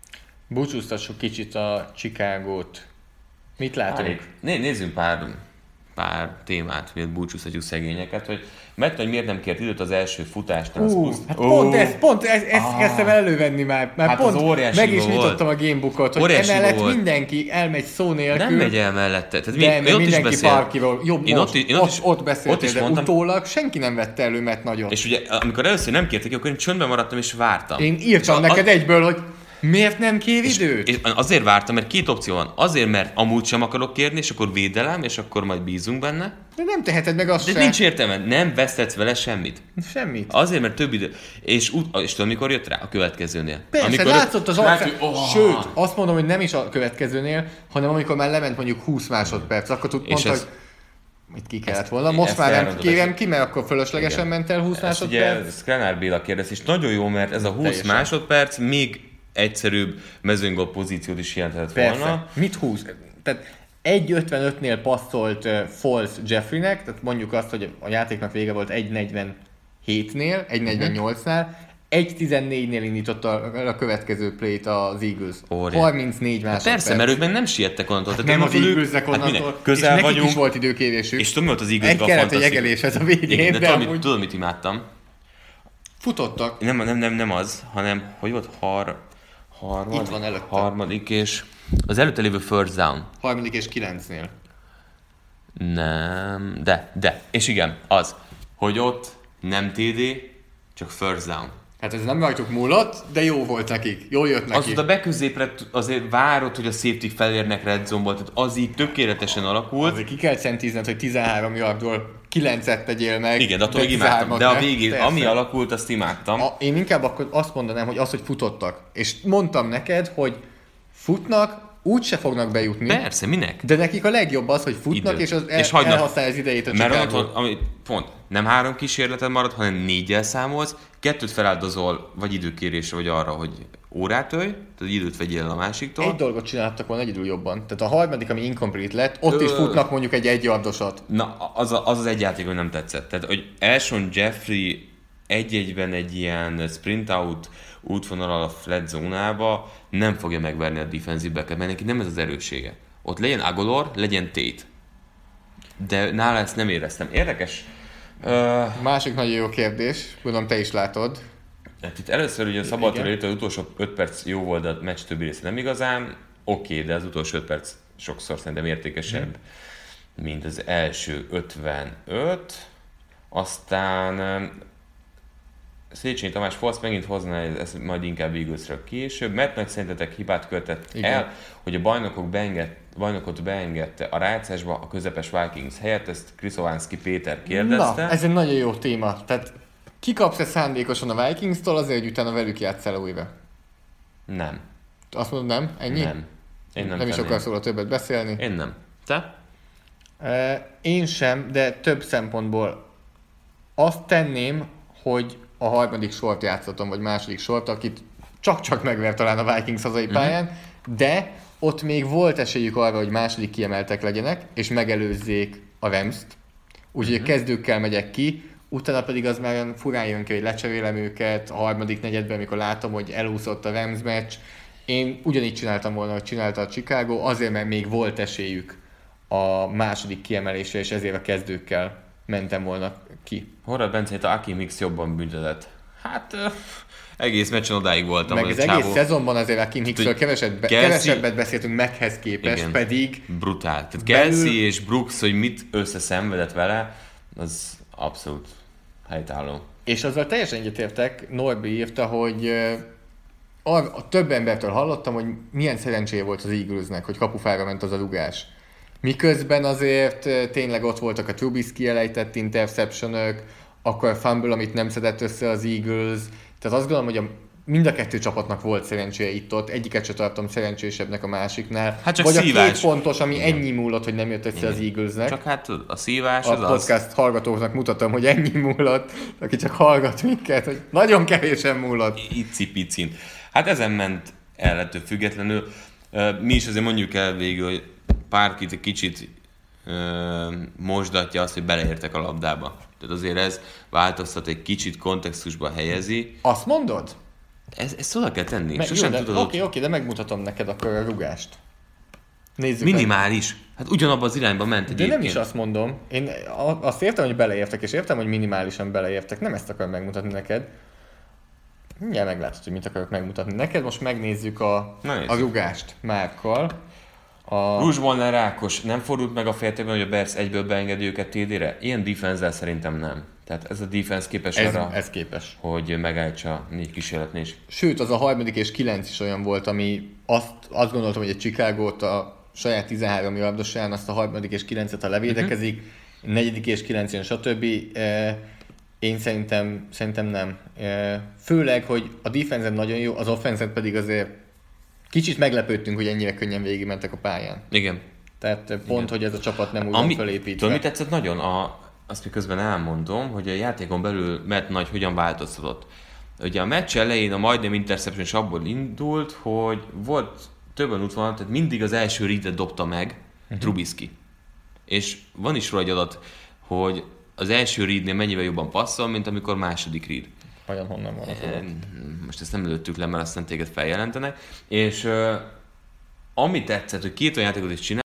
Búcsúztassuk kicsit a Chicagót. Mit látunk? Né, nézzünk pár, pár témát, miért búcsúztatjuk szegényeket, hogy mert hogy miért nem kért időt az első futásnál. Uh, hát uh, pont ez, pont ez, ezt ah. kezdtem elővenni már. Már hát pont meg is nyitottam a gamebookot, hogy óriási emellett volt. Mindenki elmegy szó nélkül. Nem megy el mellette. Tehát de mi, ott mindenki is Parkiról. Jobb, én most, ott, én ott, ott, is, ott beszéltél, ott is de mondtam, utólag senki nem vette elő, mert nagyot. És ugye, amikor először nem kértek, akkor én csöndben maradtam és vártam. Én írtam és neked a, egyből, hogy miért nem kér időt? És, és azért vártam, mert két opció van. Azért, mert amúgy sem akarok kérni, és akkor védelem, és akkor majd bízunk benne. De nem teheted meg azt De sem. nincs értelme, nem vesztetsz vele semmit. Semmit. Azért, mert több idő. És, és tudod, mikor jött rá? A következőnél. Persze, amikor látszott az arcán. oh. Sőt, azt mondom, hogy nem is a következőnél, hanem amikor már lement mondjuk húsz másodperc, akkor tud, mondta, ez, hogy mit ki kellett volna. Most már nem kérem ki, mert akkor fölöslegesen igen. ment el húsz ezt másodperc. Ugye Sklenár Béla kérdez, és nagyon jó, mert ez a húsz teljesen. Másodperc még egyszerűbb mezőnygól pozíciót is jelentett volna. Persze. Mit húz? Tehát egy ötvenötnél passzolt uh, Falls Jeffreynek, tehát mondjuk azt, hogy a játéknak vége volt egy negyvenhétnél, egy negyvennyolcnál, egy tizennégynél indította a következő playt az Eagles. Óriás. harmincnégy másodperc. Hát persze, mert ők meg nem siettek onnantól. Hát nem az Eaglesnek onnantól, hát közel és vagyunk. Nekik is volt időkérésük. És tudom, hogy az Eagles egy kellett egy egeléshez a végén. Igen, de, de tudom, mit, tudom, mit imádtam. Futottak. Nem, nem, nem, nem az, hanem, hogy volt har, harmad, itt van előtte. Harmadik és az előtte lévő first down. Harmadik és kilencnél. Nem, de, de. És igen, az, hogy ott nem té dé, csak first down. Hát ez nem rajtuk múlott, de jó volt nekik. Jól jött nekik. Az a beközépre azért várod, hogy a safety felérnek red zone-ból, tehát az így tökéletesen alakult. Azért ki kell centízned, hogy tizenhárom yardról kilencet tegyél meg. Igen, de attól még imádtam. De a végén, persze. Ami alakult, azt imádtam. A, én inkább akkor azt mondanám, hogy az, hogy futottak. És mondtam neked, hogy futnak, úgyse fognak bejutni. Persze, minek? De nekik a legjobb az, hogy futnak, idő. És az el, és elhasználja az idejét a Mert ott, ami pont, nem három kísérleted marad, hanem négyel számolsz, kettőt feláldozol, vagy időkérésre, vagy arra, hogy órát ölj, tehát időt vegyél el a másiktól. Egy dolgot csináltak volna egyedül jobban. Tehát a harmadik, ami incomplete lett, ott Ö... is futnak mondjuk egy egyardosat. Na, az a, az, az egy játék, hogy nem tetszett. Tehát, hogy Alshon Jeffrey egy-egyben egy ilyen sprint out útvonalal a flat zónába nem fogja megverni a defensive backet, mert neki nem ez az erőssége. Ott legyen Agolor, legyen Tate. De nála ezt nem éreztem. Érdekes. Uh, Másik nagyon jó kérdés, gondolom te is látod. Hát itt először ugye a szabadra jött, az utolsó öt perc jó volt, de a meccs többi része nem igazán. Oké, okay, de az utolsó öt perc sokszor szerintem értékesebb, hmm. mint az első ötvenöt. Aztán Széchenyi Tamás Falsz megint hozná, ez majd inkább Eaglesről később. Mert nagy szerintetek hibát követett igen. el, hogy a bajnokok beenged, bajnokot beengedte a rájátszásba a közepes Vikings helyett, ezt Kriszovánszki Péter kérdezte. Na, ez egy nagyon jó téma. Tehát kikapsz-e szándékosan a Vikingstól azért, hogy utána velük játsszál újra? Nem. Azt mondod nem? Ennyi? Nem. Én nem Nem is akarsz róla többet beszélni? Én nem. Te? Én sem, de több szempontból azt tenném, hogy a harmadik sort játszatom, vagy második sort, akit csak-csak megver talán a Vikings hazai pályán, uh-huh. de ott még volt esélyük arra, hogy második kiemeltek legyenek, és megelőzzék a Rams-t. Úgyhogy uh-huh. a kezdőkkel megyek ki, utána pedig az már furán jön ki, hogy lecserélem őket a harmadik negyedben, amikor látom, hogy elúszott a Rams meccs. Én ugyanígy csináltam volna, hogy csinálta a Chicago, azért, mert még volt esélyük a második kiemelésre, és ezért a kezdőkkel mentem volna ki. Horváth Bencét a Akiem Hicks jobban büntetett. Hát uh, egész meccsen odáig voltam. Meg az csávó... egész szezonban azért Akiem Hicksről keveset be, Kelsey... kevesebbet beszéltünk Meghez képest, igen, pedig... brutál. Tehát Kelsey belül... és Brooks, hogy mit összeszenvedett vele, az abszolút helytálló. És azzal teljesen egyetértek, Norbi írta, hogy a, a több embertől hallottam, hogy milyen szerencséje volt az Eaglesnek, hogy kapufára ment az a rugás. Miközben azért tényleg ott voltak a Trubisky elejtett interceptionök, akkor a fumble, amit nem szedett össze az Eagles. Tehát azt gondolom, hogy a, mind a kettő csapatnak volt szerencséje itt-ott, egyiket se tartom szerencsésebbnek a másiknál. Hát csak vagy szívás. A két pontos, ami igen. ennyi múlott, hogy nem jött össze igen. az Eaglesnek. Csak hát a szívás a az A podcast az... hallgatóknak mutatom, hogy ennyi múlott, aki csak hallgat minket, hogy nagyon kevésen múlott. Icipicin. Hát ezen ment el ettől függetlenül. Mi is azért mondjuk el végül, hogy Parkit kicsit ö, mosdatja azt, hogy beleértek a labdába. Tehát azért ez változtat, egy kicsit kontextusba helyezi. Azt mondod? Ez, ezt oda kell tenni. Me- Sosem jó, de, tudod. oké, oké, de megmutatom neked akkor a rugást. Nézzük Minimális. Hát ugyanabban az irányba ment De egyébként. nem is azt mondom. Én azt értem, hogy beleértek, és értem, hogy minimálisan beleértek. Nem ezt akarom megmutatni neked. Mindjárt meglátod, hogy mit akarok megmutatni neked. Most megnézzük a, a rugást Márkkal. A... Rúzsban Rákos nem fordult meg a féltében, hogy a Bears egyből beengedi őket té dére? Ilyen defense-zel szerintem nem. Tehát ez a defense képes ez, arra, ez képes. hogy megállítsa négy kísérletnél is. Sőt, az a harmadik és kilenc is olyan volt, ami azt, azt gondoltam, hogy egy Chicagót a saját tizenhárom yardosán, azt a harmadik és kilencet ha levédekezik, uh-huh. negyedik és kilenc jön, stb. Én szerintem, szerintem nem. Főleg, hogy a defense nagyon jó, az offense pedig azért kicsit meglepődtünk, hogy ennyire könnyen végigmentek a pályán. Igen. Tehát pont, Igen. hogy ez a csapat nem úgy Ami, van felépítve. Tudod, mi tetszett nagyon? A, azt miközben elmondom, hogy a játékon belül Matt Nagy hogyan változtatott. Ugye a meccs elején a majdnem interception is abból indult, hogy volt többen útvonal, tehát mindig az első readet dobta meg uh-huh. Trubisky. És van is róla egy adat, hogy az első readnél mennyivel jobban passzol, mint amikor második read. Vajon honnan van az adat? Most ezt nem lőttük le, mert aztán téged feljelentenek. És uh, ami tetszett, hogy két olyan játékot is csinál,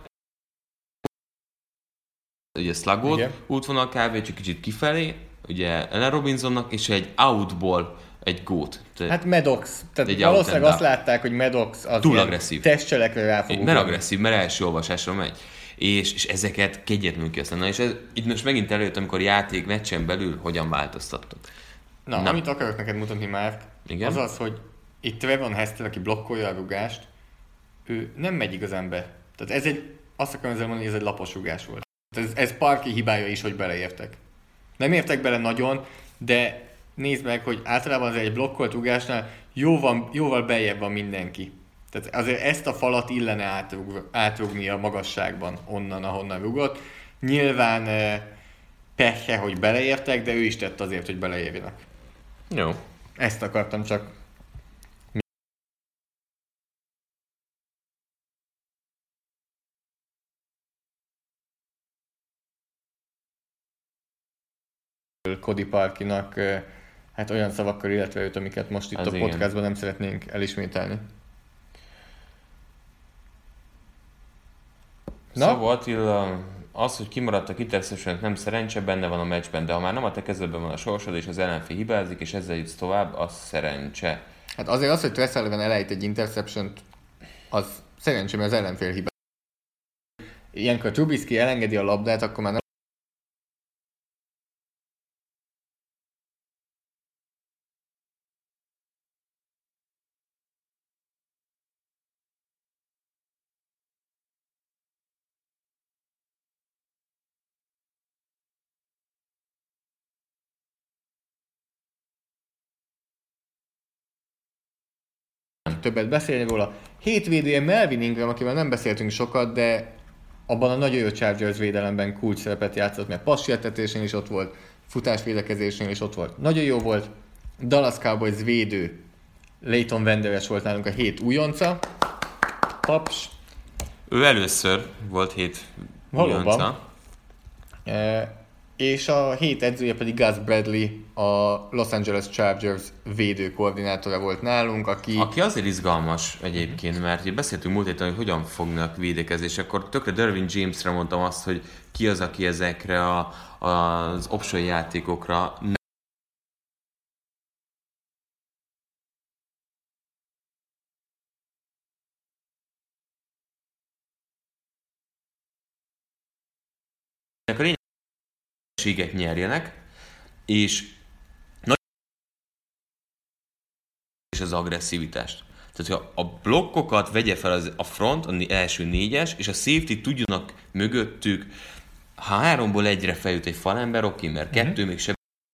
ugye slugot, útvonal kb. Csak kicsit kifelé, ugye Allen Robinsonnak, és egy outból egy gót. Hát Maddox, tehát egy valószínűleg azt látták, hogy Maddox az túl agresszív. Testcselekre rá fog Mert agresszív, mert első olvasásra megy. És, és ezeket kegyetlenül kihasználni. És ez, itt most megint előtt, amikor játék meccsen belül hogyan változtattok. Na, Na, amit akarok neked mutatni, Márk, az az, hogy itt Trevon Hester, aki blokkolja a rugást, ő nem megy igazán be. Tehát ez egy, azt akarom ezzel mondani, hogy ez egy lapos rugás volt. Ez, ez Parky hibája is, hogy beleértek. Nem értek bele nagyon, de nézd meg, hogy általában azért egy blokkolt rugásnál jóval, jóval beljebb van mindenki. Tehát azért ezt a falat illene átrug, átrugni a magasságban onnan, ahonnan rugott. Nyilván eh, pekhe, hogy beleértek, de ő is tett azért, hogy beleérjenek. Jó. Ezt akartam csak. Cody Parkinak eh, hát olyan szavakkal illetve őt, amiket most itt az a igen. podcastban nem szeretnénk elismételni. Na? Szóval Attila, az, hogy kimaradtak interception nem szerencse, benne van a meccsben, de ha már nem a te kezedben van a sorsod, és az ellenfél hibázik, és ezzel jutsz tovább, az szerencse. Hát azért az, hogy Tress Sullivan elejt egy interception-t, az szerencsé, mert az ellenfél hibázik. Ilyenkor Trubisky elengedi a labdát, akkor már nem többet beszélni róla. Hétvédője Melvin Ingram, akivel nem beszéltünk sokat, de abban a nagyon jó Chargers védelemben kulcs szerepet játszott, mert passértetésén is ott volt, futásvédekezésén is ott volt. Nagyon jó volt. Dallas Cowboys védő Leighton Vander Esch volt nálunk a hét újonca. Paps. Ő először volt hét újonca. E- és a hét edzője pedig Gus Bradley, a Los Angeles Chargers védő koordinátora volt nálunk, aki... Aki azért izgalmas egyébként, mert beszéltünk múlt héten, hogy hogyan fognak védekezni, és akkor tökre Derwin Jamesre mondtam azt, hogy ki az, aki ezekre a, az option játékokra a lényegséget nyerjenek, és és az agresszivitást. Tehát, ha a blokkokat vegye fel az, a front, az első négyes, és a safety tudjanak mögöttük, ha háromból egyre feljut egy falember, oké, mert mm-hmm. kettő még sem.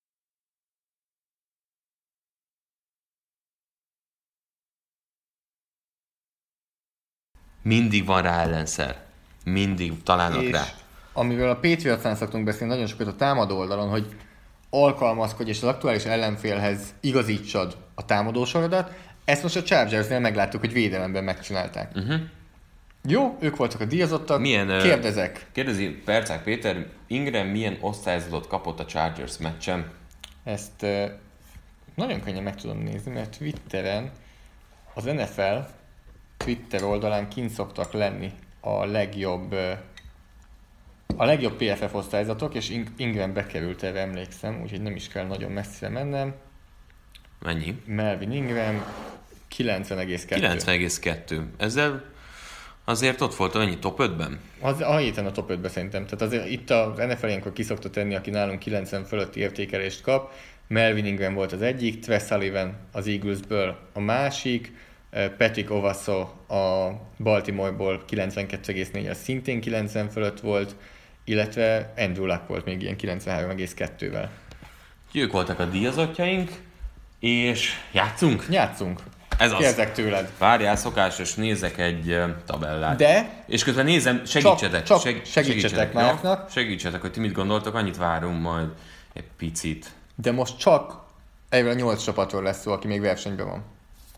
Mindig van rá ellenszer. Mindig találnak és rá. Amivel a Patriotsnál szoktunk beszélni nagyon sokat a támadó oldalon, hogy alkalmazkodj és az aktuális ellenfélhez igazítsad a támadósorodat. Ezt most a Chargersnél megláttuk, hogy védelemben megcsinálták. Uh-huh. Jó, ők voltak a díjazottak. Milyen, Kérdezek. Kérdezi Percák Péter, Ingram milyen osztályzatot kapott a Chargers meccsen? Ezt uh, nagyon könnyen meg tudom nézni, mert Twitteren az en ef el Twitter oldalán kint szoktak lenni a legjobb a legjobb pé ef ef osztályzatok, és Ingram bekerült, erre emlékszem, úgyhogy nem is kell nagyon messzire mennem. Mennyi? Melvin Ingram kilencven egész kettő. kilencven egész kettő. Ezzel azért ott volt ennyi top ötben? Az a héten a top ötben szerintem. Tehát azért itt az en ef el ilyenkor ki szokta tenni, aki nálunk kilencven fölötti értékelést kap. Melvin Ingram volt az egyik, Trey Sullivan az Eaglesből a másik, Patrick Ovasso a Baltimoreból kilencvenkettő egész négy, az szintén kilencven fölött volt, illetve Andrew Luck volt még ilyen kilencvenhárom egész kettővel. Ők voltak a díjazottjaink, és játszunk? Játszunk. Ez az. Kérdezek tőled. Várjál, szokásos, nézek egy uh, tabellát. De... És közben nézem, segítsetek. Csak, csak seg, segítsetek Márknak. Segítsetek, hogy ti mit gondoltok, annyit várunk majd egy picit. De most csak ebből a nyolc csapatról lesz szó, aki még versenyben van.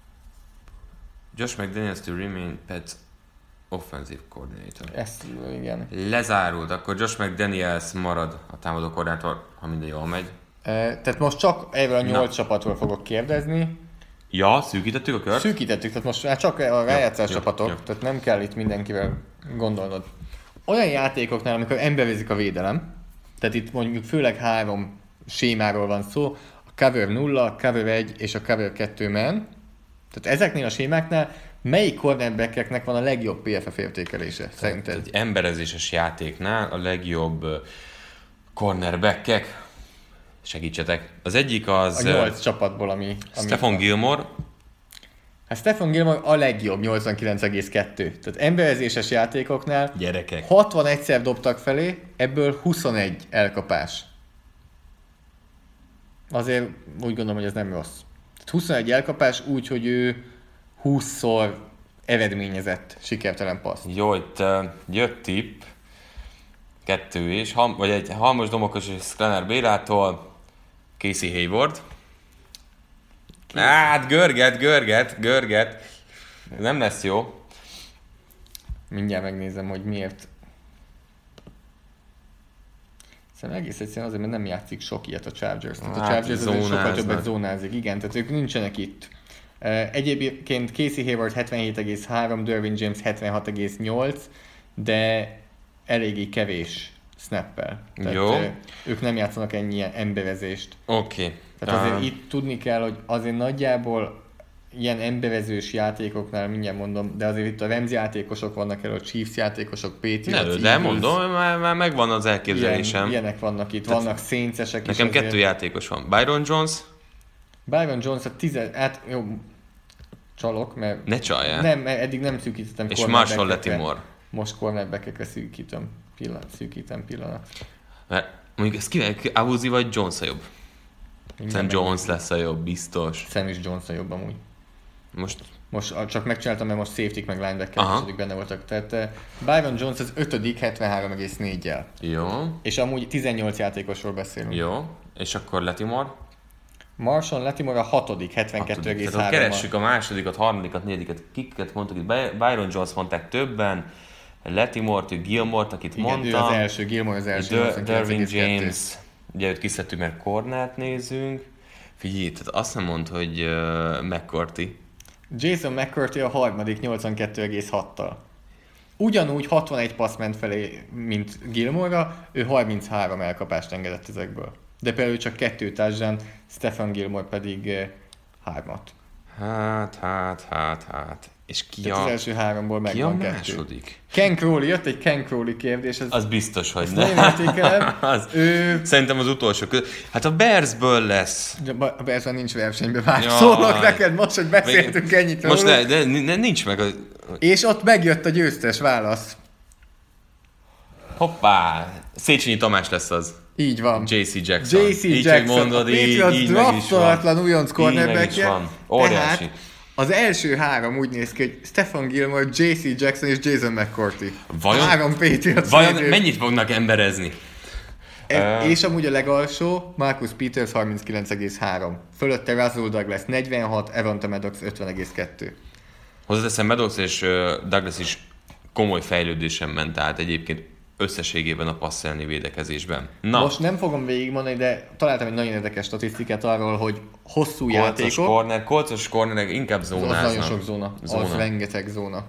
Josh McDaniels to remain Pets offensive coordinator. Ezt, igen. Lezárult, akkor Josh McDaniels marad a támadó koordinátor, ha minden jól megy. E, tehát most csak ebből a nyolc csapatról fogok kérdezni. Ja, szűkítettük a kört? Szűkítettük, tehát most már csak a rájátszás csapatok, jó. Tehát nem kell itt mindenkivel gondolnod. Olyan játékoknál, amikor emberezik a védelem, tehát itt mondjuk főleg három sémáról van szó, a cover nulla, a cover egy és a cover kettő man. Tehát ezeknél a sémáknál melyik cornerbackeknek van a legjobb pé ef ef értékelése, szerinted? Egy emberezéses játéknál a legjobb cornerbackek, segítsetek. Az egyik az... A nyolc csapatból, ami... ami Stephon Gilmore. Hát Stephon Gilmore a legjobb, nyolcvankilenc egész kettő. Tehát emberezéses játékoknál Gyerekek. hatvanegyszer dobtak felé, ebből huszonegy elkapás. Azért úgy gondolom, hogy ez nem rossz. Tehát huszonegy elkapás úgy, hogy ő húszszor eredményezett sikertelen paszt. Jó, itt uh, jött tipp. Kettő is. Ham, vagy egy Halmos Domokos és Sklener Bélától. Casey Hayward. Hát, görget, görget, görget. Nem lesz jó. Mindjárt megnézem, hogy miért. Szerintem egész egyszerűen azért, mert nem játszik sok ilyet a Chargers. Tehát a Hát, Chargers azért sokkal zónáznak. többet zónázik. Igen, tehát ők nincsenek itt. Egyébként Casey Hayward hetvenhét egész három, Derwin James hetvenhat egész nyolc, de eléggé kevés snappel. Tehát Jó. Ők nem játszanak ennyi emberezést. Oké. Okay. Tehát azért uh. itt tudni kell, hogy azért nagyjából ilyen emberezős játékoknál, mindjárt mondom, de azért itt a Rams játékosok vannak elő, a Chiefs játékosok, Patriots, Ne, de mondom, már, már megvan az elképzelésem. Ilyen, ilyenek vannak itt, Tehát vannak Saints-esek is. Nekem kettő azért. játékos van. Byron Jones. Byron Jones a tizen... Hát jó, csalok, mert... Ne csaljál. Nem, mert eddig nem szűkítettem És Marshall cornerbackekre. Latimore. Most cornerbackekre szűkítem. Pillanat, szűkítem pillanat. Mert mondjuk ez kivel, Awuzie vagy Jones a jobb? Sam Jones lesz a jobb, biztos. Sam is Jones a jobb amúgy. Most... Most csak megcsináltam, mert most safety meg linebacker is benne voltak. Tehát uh, Byron Jones az ötödik hetvenhárom egész négyel. Jó. És amúgy tizennyolc játékosról beszélünk. Jó. És akkor Latimore? Marshall Latimore a hatodik hetvenkettő egész három. Tehát keressük a másodikat, harmadikat, negyediket, kiket mondtuk itt. Byron Jones mondták többen. Latimore-t, Gilmore-t, akit igen, mondtam. ő az első, Gilmore az első. Derwin James. Ugye őt kiszedtük, mert cornert nézünk. Figyelj, tehát azt nem mondd, hogy uh, McCourty. Jason McCourty a harmadik nyolcvankettő egész hattal. Ugyanúgy hatvanegy passz ment felé, mint Gilmore-ra, ő harminchárom elkapást engedett ezekből. De például csak kettő touchdown, Stephon Gilmore pedig uh, hármat. Hát, hát, hát, hát. És ki Tehát a... az első háromból ki a megvan kettő. második? Ken Crowley, jött egy Ken Crowley kérdés. Ez, Az biztos, hogy nem. nem. az, ő... Szerintem az utolsó között. Hát a Bearsből lesz. A Bearsben nincs versenyben, várj. Jaj. Szólok neked most, hogy beszéltünk Még... ennyit Most róla. ne, de, de nincs meg a... És ott megjött a győztes válasz. Hoppá! Széchenyi Tamás lesz az. Így van. jé cé Jackson. jé cé így, Jackson, hogy mondod, a így, Patriots így meg is van. draftolatlan újonc Így meg is cornerbackje. van. Óriási. Tehát az első három úgy néz ki, hogy Stephon Gilmore, jé cé Jackson és Jason McCourty. Vajon- Három Patriots. Vajon edző. mennyit fognak emberezni? E- Uh, és amúgy a legalsó, Marcus Peters harminckilenc egész három. Fölötte Russell Douglas negyvenhat, Evonta Maddox ötven egész kettő. Hozzáteszem, Maddox és uh, Douglas is komoly fejlődésen ment át egyébként. összességében a passz elleni védekezésben. Na. Most nem fogom végigmondani, de találtam egy nagyon érdekes statisztikát arról, hogy hosszú Kolcos játékok... corner, kolcos cornerek inkább zónáznak. Az nagyon sok zóna. zóna. Az rengeteg zóna.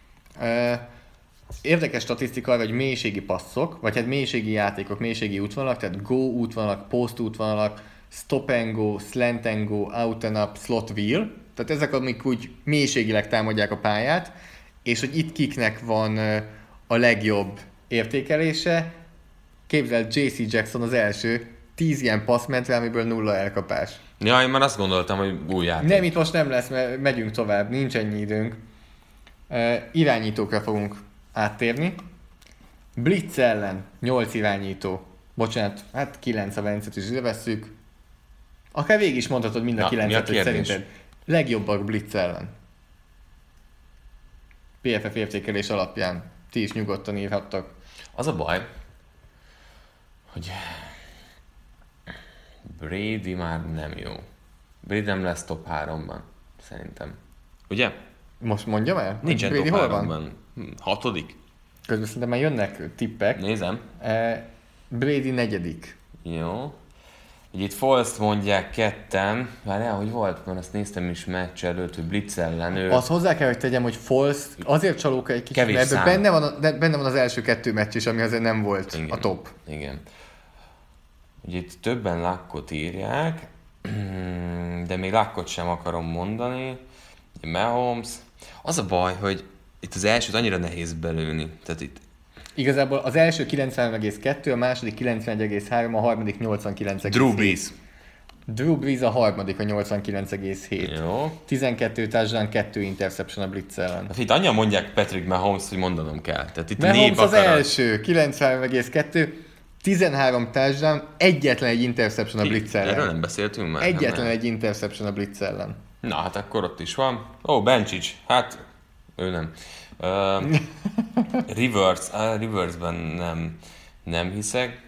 Érdekes statisztika arra, hogy mélységi passzok, vagy hát mélységi játékok, mélységi útvonalak, tehát go útvonalak, post útvonalak, stop and go, slant and go, out and up, slot wheel. Tehát ezek, amik úgy mélységileg támadják a pályát, és hogy itt kiknek van a legjobb értékelése. Képzeld, jé cé Jackson az első, tíz ilyen passz ment rá, amiből nulla elkapás. Ja, én már azt gondoltam, hogy új játék. Nem, itt most nem lesz, mert megyünk tovább, nincs ennyi időnk. Uh, irányítókra fogunk áttérni. Blitz ellen nyolc irányító. Bocsánat, hát kilenc a Vencet is ide vesszük. Akár végig is mondhatod mind a Na, kilencet, hogy kérdés? szerinted legjobbak Blitz ellen. pé ef ef értékelés alapján ti is nyugodtan írhattak. Az a baj, hogy Brady már nem jó. Brady nem lesz top háromban, szerintem. Ugye? Most mondjam el? Nincsen Brady top hol van? háromban. Hm, Hatodik? Közben szerintem már jönnek tippek. Nézem. Uh, Brady negyedik. Jó. Ugye itt Foles mondják ketten. Várjál, hogy volt? Mert azt néztem is meccs előtt, hogy Blitz ellen ő... Azt hozzá kell, hogy tegyem, hogy Foles azért csalóka egy kicsit, Kevés mert szám. ebben benne van, a, de benne van az első kettő meccs is, ami azért nem volt Igen. a top. Igen. Ugye itt többen Lakkot írják, de még Lakkot sem akarom mondani. Mahomes. Az a baj, hogy itt az elsőt annyira nehéz belőni. Tehát itt Igazából az első kilencven egész kettő, a második kilencven egész három, a harmadik nyolcvankilenc egész hét. Drew Brees. Drew Brees a harmadik, a nyolcvankilenc egész hét. Jó. tizenkettő touchdown, kettő interception a Blitz ellen. Hát itt annyian mondják Patrick Mahomes, hogy mondanom kell. Tehát itt Mahomes nép az akarat. első, kilencven egész kettő, tizenhárom touchdown, egyetlen egy interception a Blitz ellen. Erről nem beszéltünk már? Egyetlen nem, egy interception a Blitz ellen. Na, hát akkor ott is van. Ó, oh, Bencsics. Hát, ő nem. Uh, Rivers. Uh, Riversben nem, nem hiszek.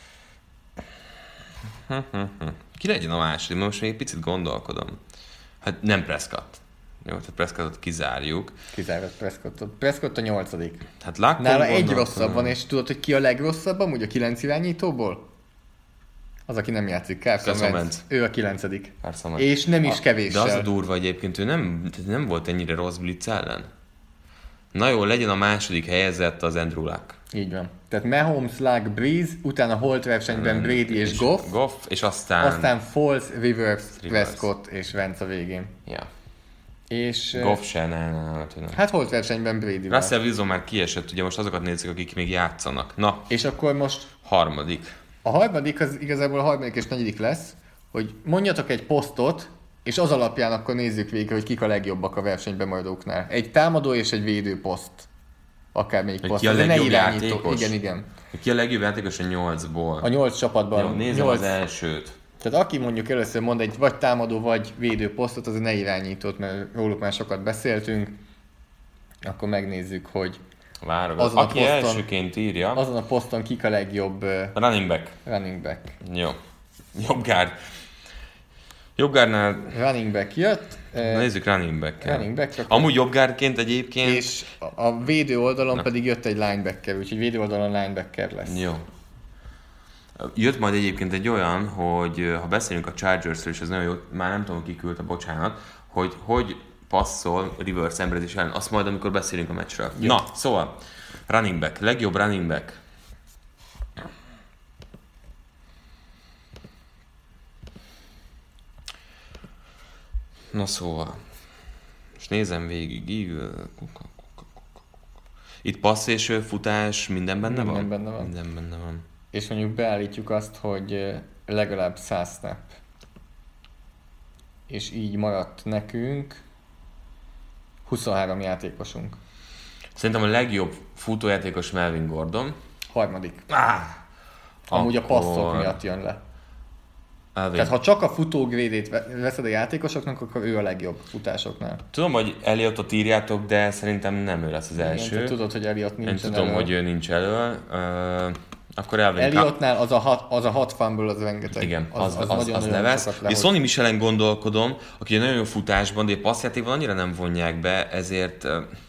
Ki legyen a második? Most még egy picit gondolkodom. Hát nem Prescott. Jó, tehát Prescottot kizárjuk. Kizárod Prescottot. Prescott a nyolcadik. Hát Lackon Nála egy gondolkodom. rosszabb van, és tudod, hogy ki a legrosszabb amúgy a kilenc irányítóból? Az, aki nem játszik. Carson Carson Wentz. Wentz. Ő a kilencedik. Carson Wentz. És nem is A- kevéssel. De az a durva egyébként, ő nem, tehát nem volt ennyire rossz Blitz ellen. Na jó, legyen a második helyezett az Andrew Luck. Így van. Tehát Mahomes, Luck, Breeze, utána holt versenyben Brady és Goff, Goff, és aztán... aztán Foles, Rivers, Rivers. Prescott és Wentz a végén. Ja. És Goff se, ne, ne, ne, ne. hát holt versenyben Brady. Russell Wilson már kiesett, ugye most azokat nézzük, akik még játszanak. Na, És akkor most harmadik. a harmadik, az igazából a harmadik és negyedik lesz, hogy mondjatok egy posztot, és az alapján akkor nézzük végig, hogy kik a legjobbak a versenyben maradóknál. Egy támadó és egy védő poszt. Akármelyik Hogy poszt. ki a De ne legjobb irányító. játékos? Igen, igen. Ki a legjobb játékos a nyolcból? A nyolc csapatban. Jó, nézem nyolc. az elsőt. Tehát aki mondjuk először mond egy vagy támadó, vagy védő posztot, az ne irányítót, mert róluk már sokat beszéltünk. Akkor megnézzük, hogy Várok. Azon a Aki poszton- elsőként írja, azon a poszton kik a legjobb uh, running back. running back. Jó. Jobb gárd. Jobb gárdnál, Running back jött, uh, nézzük running back. running back, Amúgy jobb gárdként egyébként. és a- a védő oldalon Na. pedig jött egy linebacker, úgyhogy védő oldalon linebacker lesz. Jó. Jött majd egyébként egy olyan, hogy ha beszélünk a Chargersről, és ez nagyon jó, már nem tudom, ki küldte, bocsánat, hogy hogy passzol Rivers szenvedés ellen, azt majd, amikor beszélünk a meccsről. Jó. Na, szóval, running back, legjobb running back. Na szóval, és nézem végig, Eagle. Itt passz és futás, minden benne van? Minden benne van. Minden benne van. És mondjuk beállítjuk azt, hogy uh, legalább száz snap. És így maradt nekünk huszonhárom játékosunk. Szerintem a legjobb futójátékos Melvin Gordon. Harmadik. Ah, Amúgy a akkor passzok miatt jön le. Elvég. Tehát ha csak a futógrédét veszed a játékosoknak, akkor ő a legjobb futásoknál. Tudom, hogy Elliotot írjátok, de szerintem nem ő lesz az Igen, első. te tudod, hogy Elliot Én nincsen tudom, elő. hogy ő nincs elő. Uh, akkor Elvin Elliotnál az a hat, az a hat fumble, az rengeteg. Igen, az, az, az, az, az nagyon-nagyon nevesz. sokat És lehoz. Sonny Michelen gondolkodom, aki nagyon jó futásban, de passzjátékban annyira nem vonják be, ezért uh,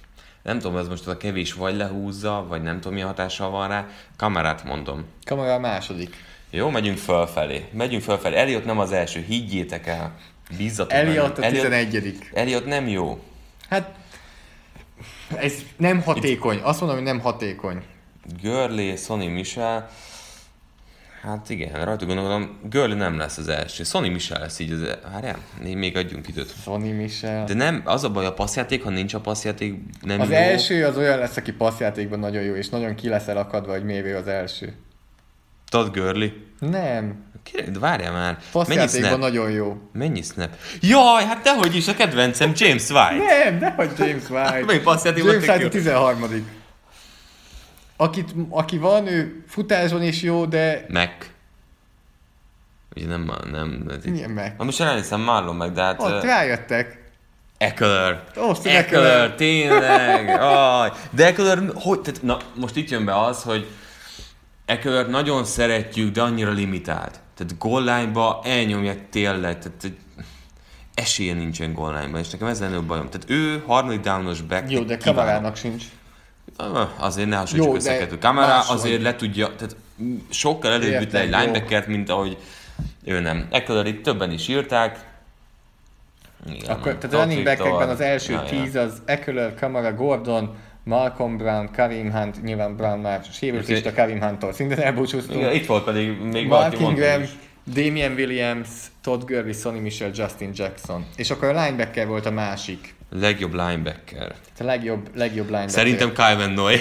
nem tudom, ez most a kevés vagy lehúzza, vagy nem tudom, mi hatással van rá. Kamerát mondom. Kamera a második. Jó, megyünk fölfelé. Megyünk fölfelé. Elliot nem az első, higgyétek el. Bízzatok Elliot bennem. a tizenegyedik. Elliot nem jó. Hát, ez nem hatékony. Azt mondom, hogy nem hatékony. Gurley, Sonny Michel. Hát igen, rajta gondolom, Gurley nem lesz az első. Sonny Michel lesz így az... Várjál, még adjunk időt. Sonny Michel. De nem, az a baj a passzjáték, ha nincs a passzjáték, nem Az jó. első az olyan lesz, aki passzjátékban nagyon jó, és nagyon ki lesz elakadva, hogy miért ő az első. Todd Gurley? Nem. Kérlek, de várjál már. Passzjátékban nagyon jó. Mennyi snap? Jaj, hát dehogy is, a kedvencem James White. Nem, nehogy James White. Melyik passzjátékban James White tök a jó? tizenharmadik. Akit, aki van, ő futáson is jó, de... Mac. Ugye nem, nem... Milyen Mac? Na most elhiszem Marlon meg, de hát... Ott rájöttek. Eckler. Austin Eckler, Eckler. tényleg. Aj. De Eckler, hogy... Tehát, na, most itt jön be az, hogy Eckler nagyon szeretjük, de annyira limitált. Tehát goal line-ba elnyomják tényleg. Tehát, hogy esélye nincsen goal line-ban, és nekem ez lenne a bajom. Tehát ő harmadik downos back. Jó, de Kamarának sincs. Azért ne hasonlítsuk Jó, össze de kettőt. Kamara máshogy. azért le tudja, tehát sokkal előbb üt le egy Értem, jó. linebackert, mint ahogy ő nem. Eckler itt többen is írták. Igen, Akkor, tehát a Todd running Victor. backekben az első Ja, ja. tíz az Eckler, Kamara, Gordon, Malcolm Brown, Kareem Hunt, nyilván Brown már sérült is, a Kareem Hunttól szintén elbúcsúztunk. Igen, itt volt pedig még Mark valaki mondta Ingram, is. Damian Williams, Todd Gurley, Sonny Michel, Justin Jackson. És akkor a linebacker volt a másik. Legjobb linebacker. Tehát a legjobb, legjobb linebacker. Szerintem Kyle Van Noy.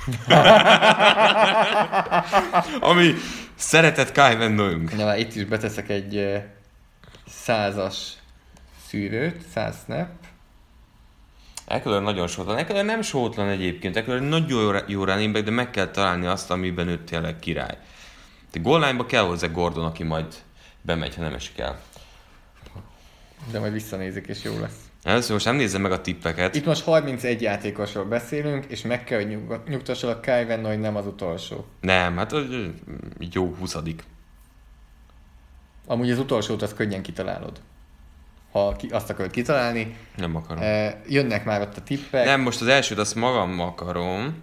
Ami szeretett Kyle Van Noyunk. Na, itt is beteszek egy eh, százas szűrőt, száz snap. Eckler nagyon sótlan. Eckler nem sótlan egyébként. Eckler nagyon jó, jó running back, de meg kell találni azt, amiben ő tényleg király. De goal line-ba kell hozzá Gordon, aki majd bemegy, ha nem esik el. De majd visszanézik, és jó lesz. Először most nem nézzem meg a tippeket. Itt most harmincegy játékosról beszélünk, és meg kell, hogy nyug- nyugtassalak Kyle Van Noy nem az utolsó. Nem, hát ö, ö, jó huszadik. Amúgy az utolsót azt könnyen kitalálod. Ha ki, azt akarod kitalálni. Nem akarom. E, jönnek már ott a tippek. Nem, most az elsőt azt magam akarom.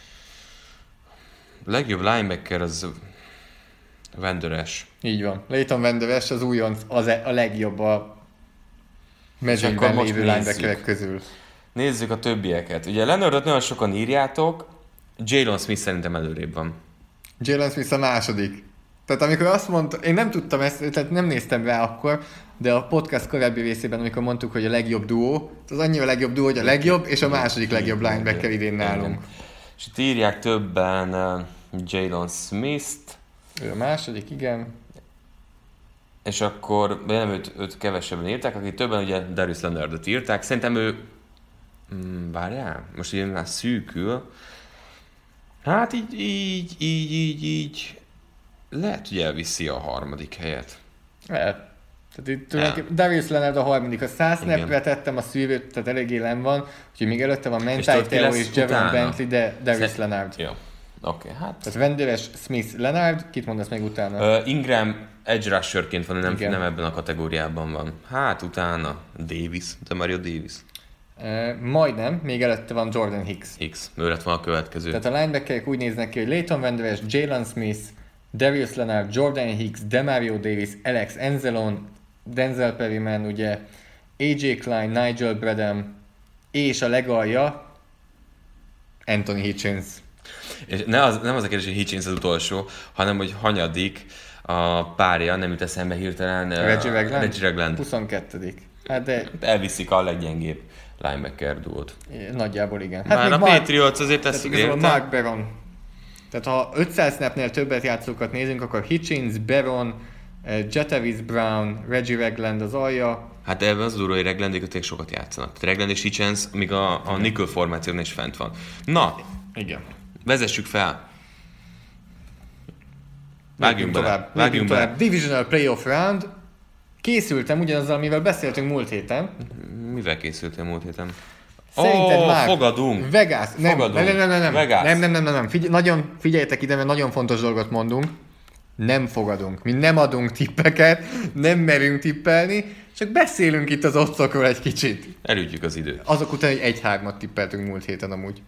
A legjobb linebacker az Van Der Esch. Így van. Leighton Van Der Esch az újonc, az e- a legjobb a akkor mezőnyben most lévő nézzük. linebackerek közül. Nézzük a többieket. Ugye Leonardot nagyon sokan írjátok, Jalen Smith szerintem előrébb van. Jalen Smith a második. Tehát amikor azt mondta, én nem tudtam ezt, tehát nem néztem rá akkor, de a podcast korábbi részében, amikor mondtuk, hogy a legjobb duó, az annyira legjobb duó, hogy a legjobb, és a második legjobb linebacker idén nálunk. És itt írják többen uh, Jalen Smith-t, Ő a második, igen. és akkor nem őt, őt kevesebben írták, akik többen ugye Darius Leonardot írták. Szerintem ő... Hmm, várjál, most ugye már szűkül. Hát így, így, így, így, így... Lehet, hogy elviszi a harmadik helyet. El. Tehát itt tulajdonképpen Darius Leonard a harmadik, a száz Igen. snapre tettem a szűrőt, tehát eléggé len van, úgyhogy még előtte van Mentai tudod, ki Theo lesz és Javon utána? Bentley, de Darius Szer- Leonard. Jó, oké, okay, hát... Tehát Van Der Esch, Smith, Leonard, kit mondasz még utána? Uh, Ingram edge rusherként van, nem, Igen. nem ebben a kategóriában van. Hát utána Davis, de Mario Davis. Uh, majdnem, még előtte van Jordan Hicks. X, ő lett volna a következő. Tehát a linebackerek úgy néznek ki, hogy Leighton Van Der Esch, Jalen Smith, Darius Leonard, Jordan Hicks, Demario Davis, Alex Enzelon, Denzel Perryman, ugye, á jé Klein, Nigel Bradham, és a legalja Anthony Hitchens. És ne az, nem az a kérdés, hogy Hitchens az utolsó, hanem hogy hanyadik a párja, nem jut eszembe hirtelen. Reggie Ragland? Reggie Ragland. huszonkettő. Hát de Elviszik a leggyengébb linebacker duót. nagyjából igen. Hát Hát Már a Mark- Patriots azért tehát teszik igazából érte. Mark Barron. Tehát ha ötszáz snapnél többet játszókat nézünk, akkor Hitchens, Barron, eh, Jatavis Brown, Reggie Ragland az alja. Hát ebben az durva, hogy Raglandék tényleg sokat játszanak. Tehát Ragland és Hitchens, míg a, a nickel formáción is fent van. Na, Igen. vezessük fel. Vágjunk bele. tovább. Vágjunk Vágjunk bele. tovább. Divisional Playoff Round. Készültem ugyanazzal, amivel beszéltünk múlt héten. Mivel készültél múlt héten? Szerinted Ó, már fogadunk. Vegas. Nem, Fogadunk. nem, nem, nem, nem. Vegas. Nem, nem, nem, nem, nem. Figy- nagyon, figyeljetek ide, mert nagyon fontos dolgot mondunk. Nem fogadunk. Mi nem adunk tippeket, nem merünk tippelni, csak beszélünk itt az otcokról egy kicsit. Elütjük az időt. Azok után, hogy egy-hármat tippeltünk múlt héten amúgy.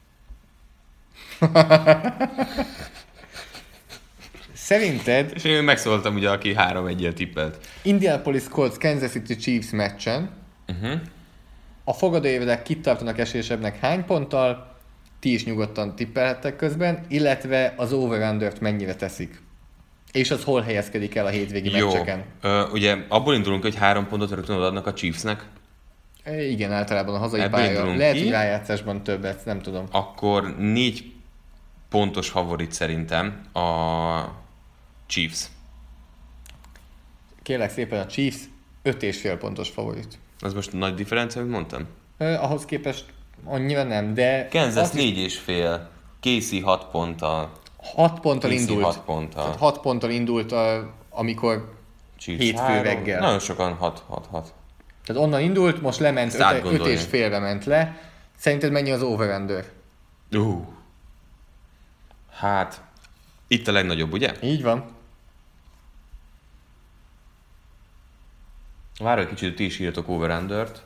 Szerinted... És én megszóltam ugye, aki három egyel tippelt. Indianapolis Colts Kansas City Chiefs meccsen Uh-huh. a fogadóévedek kit tartanak esélyesebbnek hány ponttal, ti is nyugodtan tippelhettek közben, illetve az over-undert mennyire teszik. És az hol helyezkedik el a hétvégi Jó. meccseken. Ö, ugye abból indulunk, hogy három pontot rögtön odaadnak a Chiefsnek, E, igen, általában a hazai Ebből pálya. indulunk Lehet, ki. hogy rájátszásban többet, nem tudom. akkor négy pontos favorit szerintem a Chiefs. Kérlek szépen a Chiefs öt és fél pontos favorit. Az most nagy differencia, amit mondtam? Eh, ahhoz képest annyira nem, de... Kansas azt is négy és fél, Casey hat ponttal, hat ponttal Casey indult. hat ponttal. Tehát hat ponttal indult, a, amikor Chiefs hétfő három. reggel. Nagyon sokan hat hat hat. Tehát onnan indult, most lement, Ezt öt, átgondolni. öt és félre ment le. Szerinted mennyi az over-under? Uh. Hát, itt a legnagyobb, ugye? Így van. Várj egy kicsit, ti is írjatok over-undert.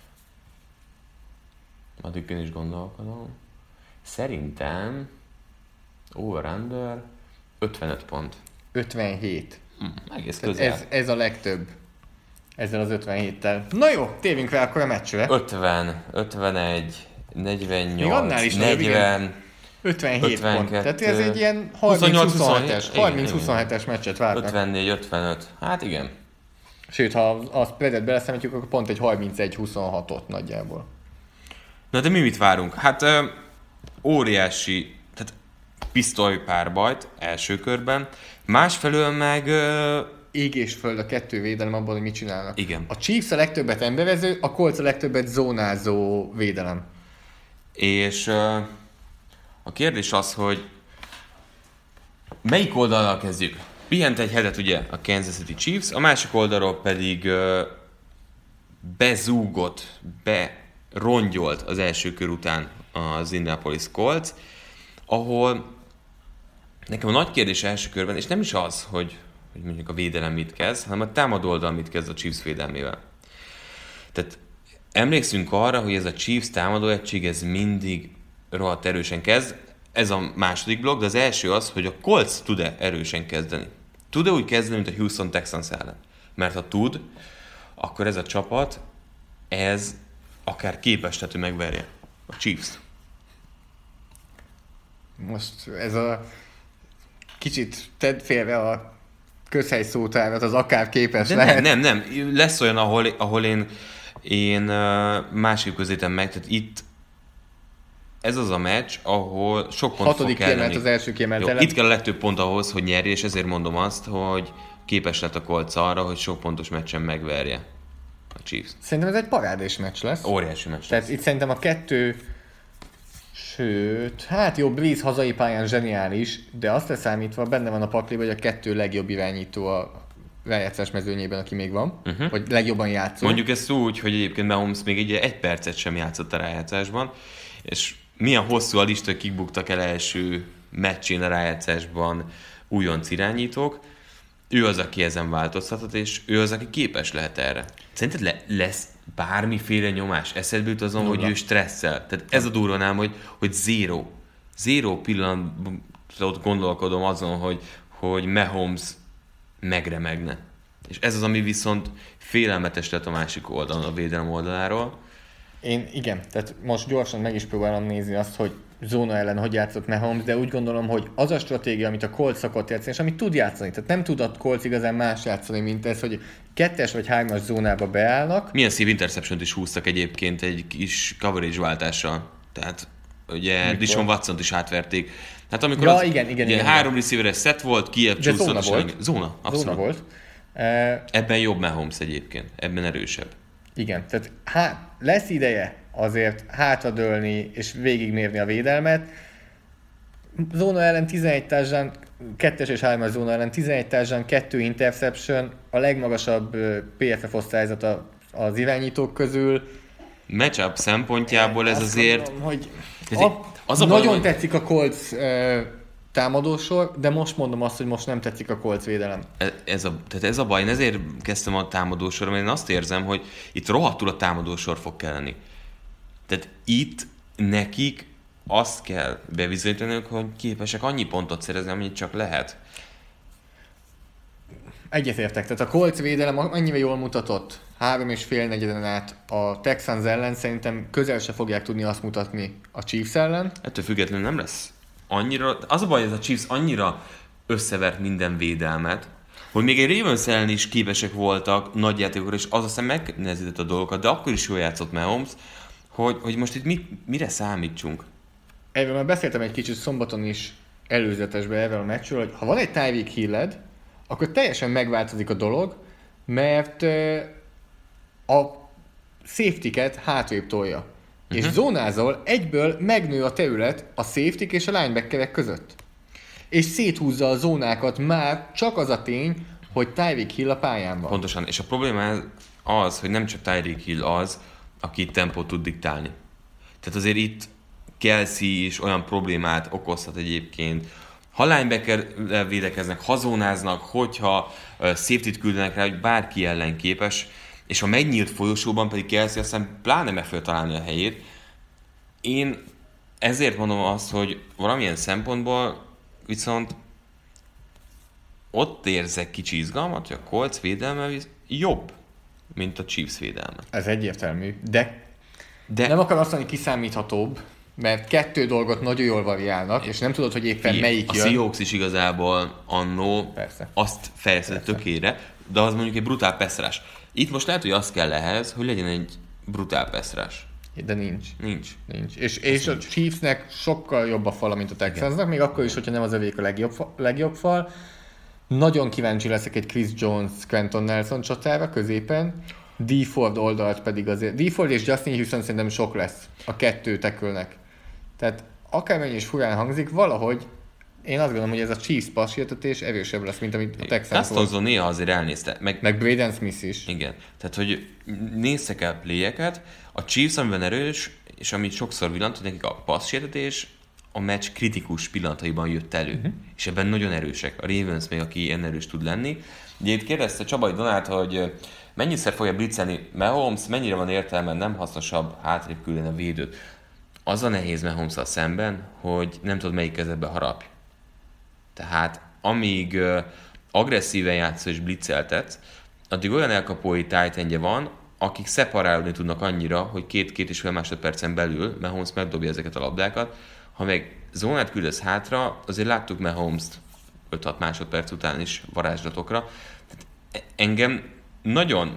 Addig én is gondolkodom. Szerintem over-under ötvenöt pont. ötvenhét. Hm, egész Tehát közel. ez, ez a legtöbb. Ezzel az ötvenhéttel. Na jó, térjünk rá akkor a meccsre. ötven, ötvenegy, negyvennyolc, Még annál is nagyobb, negyven, ötvenhét pont. ötvenkettő, Tehát ez egy ilyen huszonnyolc, harminc-huszonhetes igen, harminc-huszonhetes meccset várnak. ötvennégy, ötvenöt. Hát igen. Sőt, ha a spreadet beleszámítjuk, akkor pont egy harmincegy huszonhatot nagyjából. Na de mi mit várunk? Hát ö, óriási, tehát pisztoly párbajt első körben. Másfelől meg ö, Ég és föld a kettő védelem abban, hogy mit csinálnak. Igen. A Chiefs a legtöbbet emberező, a Colts a legtöbbet zónázó védelem. És ö, a kérdés az, hogy melyik oldalról kezdjük? Pihent egy hetet ugye a Kansas City Chiefs, a másik oldalról pedig ö, bezúgott, berongyolt az első kör után az Indianapolis Colts, ahol nekem a nagy kérdés első körben, és nem is az, hogy, hogy mondjuk a védelem mit kezd, hanem a támadó oldal mit kezd a Chiefs védelmével. Tehát emlékszünk arra, hogy ez a Chiefs támadó egység, ez mindig rohadt erősen kezd. Ez a második blokk, de az első az, hogy a Colts tud-e erősen kezdeni. Tud-e úgy kezdeni, mint a Houston Texans ellen? Mert ha tud, akkor ez a csapat, ez akár képes, tehát hogy megverje a Chiefs-t. Most ez a kicsit tedd félre a közhely szótárat, az akár képes De lehet. nem, nem, nem. Lesz olyan, ahol, ahol én, én másik közétem meg, tehát itt ez az a meccs, ahol sok pont Hatodik fog kelleni. kiemelt az első kiemelt Jó, ellen. itt kell a legtöbb pont ahhoz, hogy nyerje, és ezért mondom azt, hogy képes lett a Colts arra, hogy sok pontos meccsen megverje a Chiefs. Szerintem ez egy parádés meccs lesz. Óriási meccs Tehát lesz. itt szerintem a kettő, sőt, hát jó, Breeze hazai pályán zseniális, de azt leszámítva benne van a pakliba, hogy a kettő legjobb irányító a rájátszás mezőnyében, aki még van, uh-huh. vagy legjobban játszó. Mondjuk ezt úgy, hogy egyébként Mahomes még egy, egy percet sem játszott a rájátszásban, és milyen hosszú a lista, hogy kik buktak el első meccsén a rájátszásban újonc irányítók. Ő az, aki ezen változtathat, és ő az, aki képes lehet erre. Szerinted le, lesz bármiféle nyomás? Eszedbe jut azon, Nulla. hogy ő stresszel? Tehát ez a durvanám, hogy, hogy zero. Zero pillanatot gondolkodom azon, hogy, hogy Mahomes megremegne. És ez az, ami viszont félelmetes lett a másik oldalon, a védelem oldaláról. Én igen, tehát most gyorsan meg is próbálom nézni azt, hogy zóna ellen hogy játszott Mahomes, de úgy gondolom, hogy az a stratégia, amit a Colts szokott játszani, és amit tud játszani, tehát nem tud a Colts igazán más játszani, mint ez, hogy kettes vagy hármas zónába beállnak. Milyen szép interception-t is húztak egyébként egy kis coverage váltással. Tehát ugye Dishon Watsont is átverték. Hát amikor Ja, az, igen, igen, ugye igen, három receiveres set volt, Kiev De zóna volt. Zóna, abszolút. Zóna volt. Uh, Ebben jobb Mahomes egyébként, ebben erősebb. igen, tehát há, lesz ideje azért hátradőlni és végigmérni a védelmet. Zóna ellen tizenegy touchdown, kettes és hármas zóna ellen tizenegy touchdown, kettő interception, a legmagasabb pé ef ef osztályzata az irányítók közül. Matchup szempontjából ez Azt azért... Mondom, hogy Ez a, az a nagyon baj, hogy- tetszik a Colts uh, támadósor, de most mondom azt, hogy most nem tetszik a Colts védelem. Ez a, tehát ez a baj, én ezért kezdtem a támadósor, mert én azt érzem, hogy itt rohadtul a támadósor fog kelleni. Tehát itt nekik azt kell bebizonyítaniuk, hogy képesek annyi pontot szerezni, amennyit csak lehet. Egyetértek, tehát a Colts védelem annyira jól mutatott, három és fél negyeden át a Texans ellen, szerintem közel se fogják tudni azt mutatni a Chiefs ellen. Ettől függetlenül nem lesz annyira, az a baj, hogy ez a Chiefs annyira összevert minden védelmet, hogy még egy Ravens ellen is képesek voltak nagy játékokra, és az aztán megnehezített a dolgokat, de akkor is jól játszott Mahomes, hogy, hogy most itt mi, mire számítsunk. Erről már beszéltem egy kicsit szombaton is előzetesben erről a meccsről, hogy ha van egy Tyreek Hilled, akkor teljesen megváltozik a dolog, mert a safety-ket hátrébb tolja. Uh-huh. És zónázol, egyből megnő a terület a safety-k és a linebackerek között. És széthúzza a zónákat már csak az a tény, hogy Tyreek Hill a pályán van. Pontosan, és a probléma az, hogy nem csak Tyreek Hill az, aki tempót tud diktálni. Tehát azért itt Kelsey is olyan problémát okozhat egyébként. Ha linebacker védekeznek, ha zónáznak, hogyha safety-t küldenek rá, hogy bárki ellen képes, és a megnyílt folyosóban pedig Kelsey aztán pláne meg fogja találni a helyét. Én ezért mondom azt, hogy valamilyen szempontból viszont ott érzek kicsi izgalmat, hogy a Colts védelme jobb, mint a Chiefs védelme. Ez egyértelmű, de, de nem akarom azt mondani, hogy kiszámíthatóbb, mert kettő dolgot nagyon jól variálnak, és nem tudod, hogy éppen Fie, melyik a jön. A Seahawks is igazából annó Persze. azt fejlesztett tökére, de az mondjuk egy brutál passzrás. Itt most lehet, hogy az kell ehhez, hogy legyen egy brutál passzrás. De nincs. Nincs. Nincs. És, és a Chiefsnek sokkal jobb a fala, mint a Texansnak, még akkor is, hogyha nem az övék a legjobb, legjobb fal. Nagyon kíváncsi leszek egy Chris Jones, Quentin Nelson csatára középen. D. Ford oldalt pedig azért. D. Ford és Justin Houston szerintem sok lesz a kettő tekölnek. Tehát akármennyi is furán hangzik, valahogy én azt gondolom, hogy ez a Chiefs passértetés erősebb lesz, mint amit a Texans volt. Gastonzo néha azért elnézte. Meg, meg Braden Smith is. Igen. Tehát, hogy néztek el playeket, a Chiefs, amiben erős, és amit sokszor villant, hogy nekik a passértetés a meccs kritikus pillanataiban jött elő. Uh-huh. És ebben nagyon erősek. A Ravens még, aki ilyen erős tud lenni. Ugye itt kérdezte Csabai Donát, hogy mennyiszer fogja blitzelni Mahomes, mennyire van értelme nem hasznosabb hátrébb küldeni a védőt. Az a nehéz Mahomes-szal szemben, hogy nem tudod melyik kezedbe harapj. Tehát amíg uh, agresszíven játszol és blitzeltetsz, addig olyan elkapói tight endje van, akik szeparálni tudnak annyira, hogy két-két és fél másodpercen belül Mahomes megdobja ezeket a labdákat. Ha meg zónát küldesz hátra, azért láttuk Mahomes-t öt-hat másodperc után is varázslatokra. Tehát engem nagyon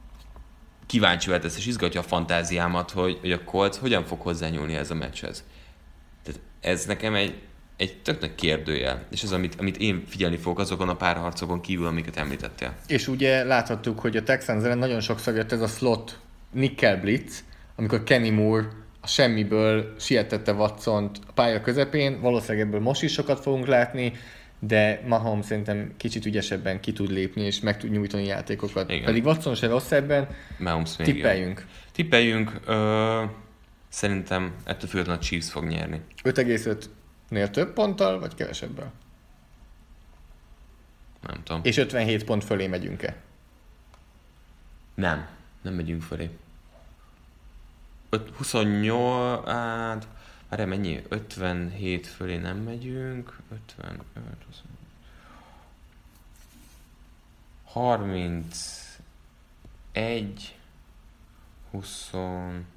kíváncsi tesz és izgatja a fantáziámat, hogy, hogy a Colts hogyan fog hozzányúlni ez a meccshez. Tehát ez nekem egy, egy tök nagy kérdőjel, és ez, amit, amit én figyelni fogok azokon a párharcokon kívül, amiket említettél. És ugye láthattuk, hogy a Texans ellen nagyon sokszor jött ez a slot nickel blitz, amikor Kenny Moore a semmiből sietette Watsont a pálya közepén, valószínűleg ebből most is sokat fogunk látni, de Mahomes szerintem kicsit ügyesebben ki tud lépni, és meg tud nyújtani játékokat. Igen. Pedig Watson se rossz ebben. Mahomes még tippeljünk. Jön. Tippeljünk. Ö, szerintem ettől függetlenül a Chiefs fog nyerni. öt egész ötnél több ponttal, vagy kevesebbel? Nem tudom. És ötvenhét pont fölé megyünk-e? Nem. Nem megyünk fölé. huszonnyolc, hát... Várjál, mennyi? ötvenhét fölé nem megyünk. ötvenöt, huszonöt. harmincegy, huszonnégy.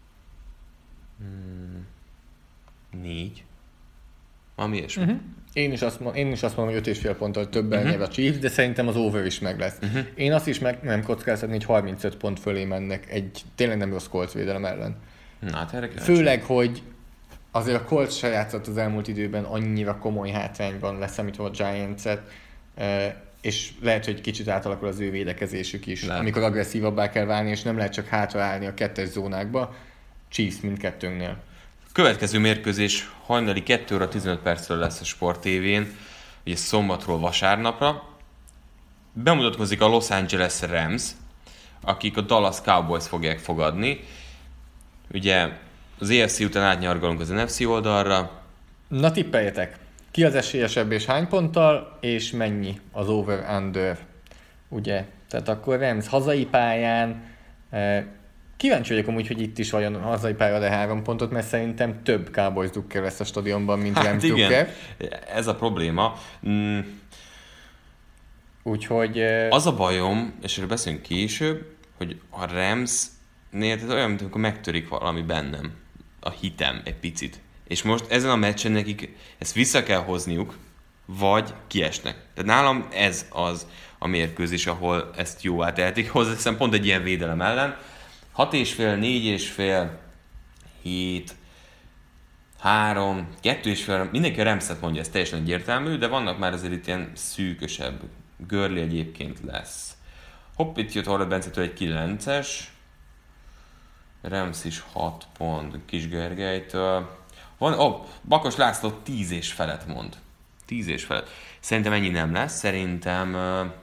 Ami ilyesmi. Uh-huh. Én is azt mondom, én is azt mondom, hogy öt és fél ponttal többen uh-huh. nyer a Chiefs, de szerintem az over is meg lesz. Uh-huh. Én azt is meg nem kockáztatni, hogy harmincöt pont fölé mennek egy tényleg nem rossz Colts védelem ellen. Na, hát erre főleg, hogy azért a Colts se játszott az elmúlt időben annyira komoly hátrányban leszámítva a Giants-et, és lehet, hogy kicsit átalakul az ő védekezésük is, lehet. Amikor agresszívabbá kell válni, és nem lehet csak hátraállni a kettes zónákba, Chiefs mindkettőnknél. Következő mérkőzés hajnali kettő óra tizenöt percről lesz a Sport té vén, ugye szombatról vasárnapra. Bemutatkozik a Los Angeles Rams, akik a Dallas Cowboys fogják fogadni. Ugye az á ef cé után átnyargalunk az en ef cé oldalra. Na tippeljetek! Ki az esélyesebb és hány ponttal, és mennyi az over-under, ugye? Tehát akkor Rams hazai pályán, kíváncsi vagyok amúgy, hogy itt is vajon hazai pályán ad-e három pontot, mert szerintem több Cowboys drukker lesz a stadionban, mint Hát Rams igen, drukker. ez a probléma. Mm. Úgyhogy... Az a bajom, és erről beszélünk később, hogy a Ramsnél ez olyan, mint amikor megtörik valami bennem, a hitem egy picit. És most ezen a meccsen nekik ezt vissza kell hozniuk, vagy kiesnek. Tehát nálam ez az a mérkőzés, ahol ezt jó átehetik. Hozzáteszem pont egy ilyen védelem ellen. hat és fél, négy és fél, hét, három, kettő és fél, mindenki a Ramset mondja, ez teljesen egyértelmű, de vannak már azért itt ilyen szűkösebb. Gurley egyébként lesz. Hopp, itt jött Horvath Bencétől egy kilences. Rams is hat pont Kis Gergelytől. Van, oh, Bakos László tíz és felett mond. tíz és felett. Szerintem ennyi nem lesz. Szerintem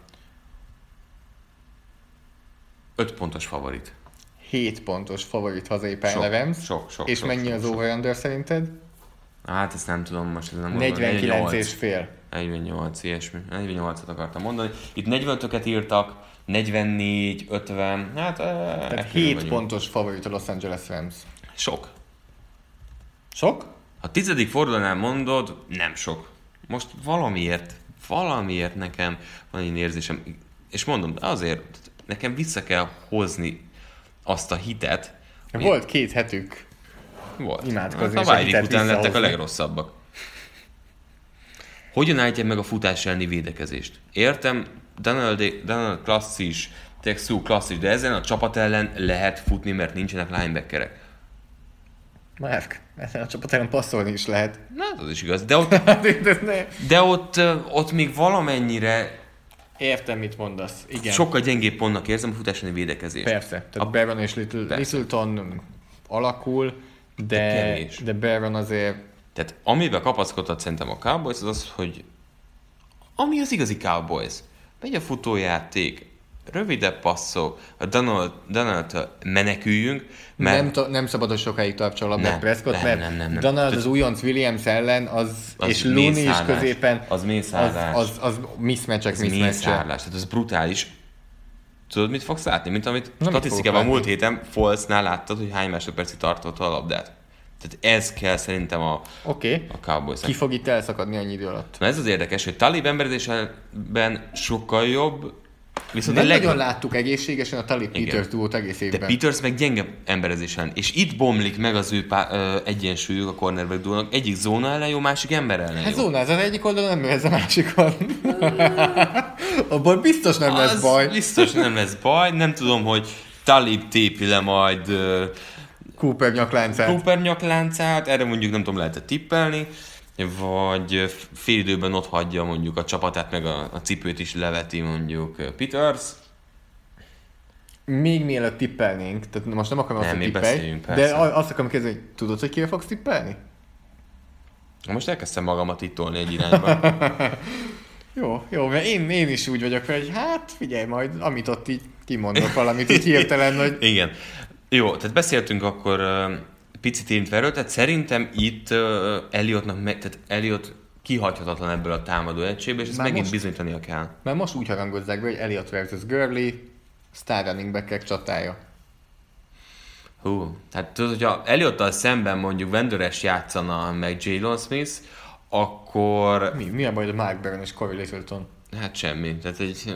öt pontos favorit. hét pontos favorit hazai pályán a Rams. Sok, sok, És sok, mennyi sok, az sok. over-under szerinted? Hát ezt nem tudom most. Ez nem negyvenkilenc és fél. negyvennyolc, ilyesmi. negyvennyolcat akartam mondani. Itt negyvenötöket írtak, negyvennégy, ötven, hát... Tehát hét pontos favorit a Los Angeles Rams. Sok. Sok? Ha tizedik fordulónál mondod, nem sok. Most valamiért, valamiért nekem van egy érzésem, és mondom, azért nekem vissza kell hozni azt a hitet. Volt két hetük. Volt. Imádkozni, Hát és a a bye week hitet után lettek a visszahozni. legrosszabbak. Hogyan állítják meg a futás elleni védekezést? Értem, Donald, Donald klasszis, Texu klasszis, de ezen a csapat ellen lehet futni, mert nincsenek linebackerek. Márk, ezen a csapat ellen passzolni is lehet. Na, az is igaz. De ott, de ott, ott még valamennyire Értem, mit mondasz. Igen. sokkal gyengébb pontnak érzem a futás elleni védekezést. Persze. Tehát A- a Barron és Little, Persze. Littleton alakul, de, De de, kevés. de Barron azért... Tehát amivel kapaszkodhat szerintem a Cowboys, az az, hogy ami az igazi Cowboys. Megy a futójáték, rövidebb passzok, a Donald, Donald-től meneküljünk, mert Nem, to- nem szabad, hogy sokáig tartsa a labdát Nem, Prescott, nem, mert nem, nem, nem. Donald az újonc Williams ellen, az, Az és Looney is mészárlás. középen, Az mészárlás. az, az, az mismatchek ez mismatche. mészárlás, tehát ez brutális. Tudod, mit fogsz látni? Mint amit mit statisztikában fogok múlt héten Foles-nál láttad, hogy hány másodpercig tartotta a labdát. Tehát ez kell szerintem a, Oké. Okay. a Cowboysnak. Ki fog itt elszakadni annyi idő alatt? Na ez az érdekes, hogy Talib emberezésben sokkal jobb, viszont Nem a leg... nagyon láttuk egészségesen a Talib Igen. Peters duót egész De évben. Peters meg gyenge emberezésen. És itt bomlik meg az ő pá- ö, egyensúlyuk a cornerback duónak. Egyik zóna ellen jó, másik ember ellen Hát jó. zónáz az egyik oldalon, nem ez a másikon. Abban biztos nem lesz Az baj. biztos nem lesz baj. Nem tudom, hogy Talib tépi le majd ö, Cooper nyakláncát. Cooper nyakláncát, erre mondjuk nem tudom, lehet tippelni, vagy fél időben ott hagyja mondjuk a csapatát, meg a, a cipőt is leveti mondjuk Peters. Még mielőtt tippelnénk, tehát most nem akarom azt, Nem, hogy még tippelj, beszéljünk, de persze. a- azt akarom kérdezni, hogy tudod, hogy kire fogsz tippelni? Most elkezdtem magamat itt tolni egy irányba. Jó, jó, mert én, én is úgy vagyok, hogy hát figyelj majd, amit ott így kimondok valamit, így hirtelen, hogy Igen. Jó, tehát beszéltünk akkor uh, picit érintve erről, tehát szerintem itt uh, Elliottnak meg, tehát Elliott kihagyhatatlan ebből a támadó egységből, és ezt Már megint most- bizonyítania kell. már most úgy harangozzák be, hogy Elliott versus Gurley, star running back-ek csatája. Hú, tehát tudod, hogyha Elliottal szemben mondjuk Vendores játszana meg Jalen Smith, akkor Mi, mi a baj a Mark Barron és Corey Littleton? hát semmi. Tehát egy...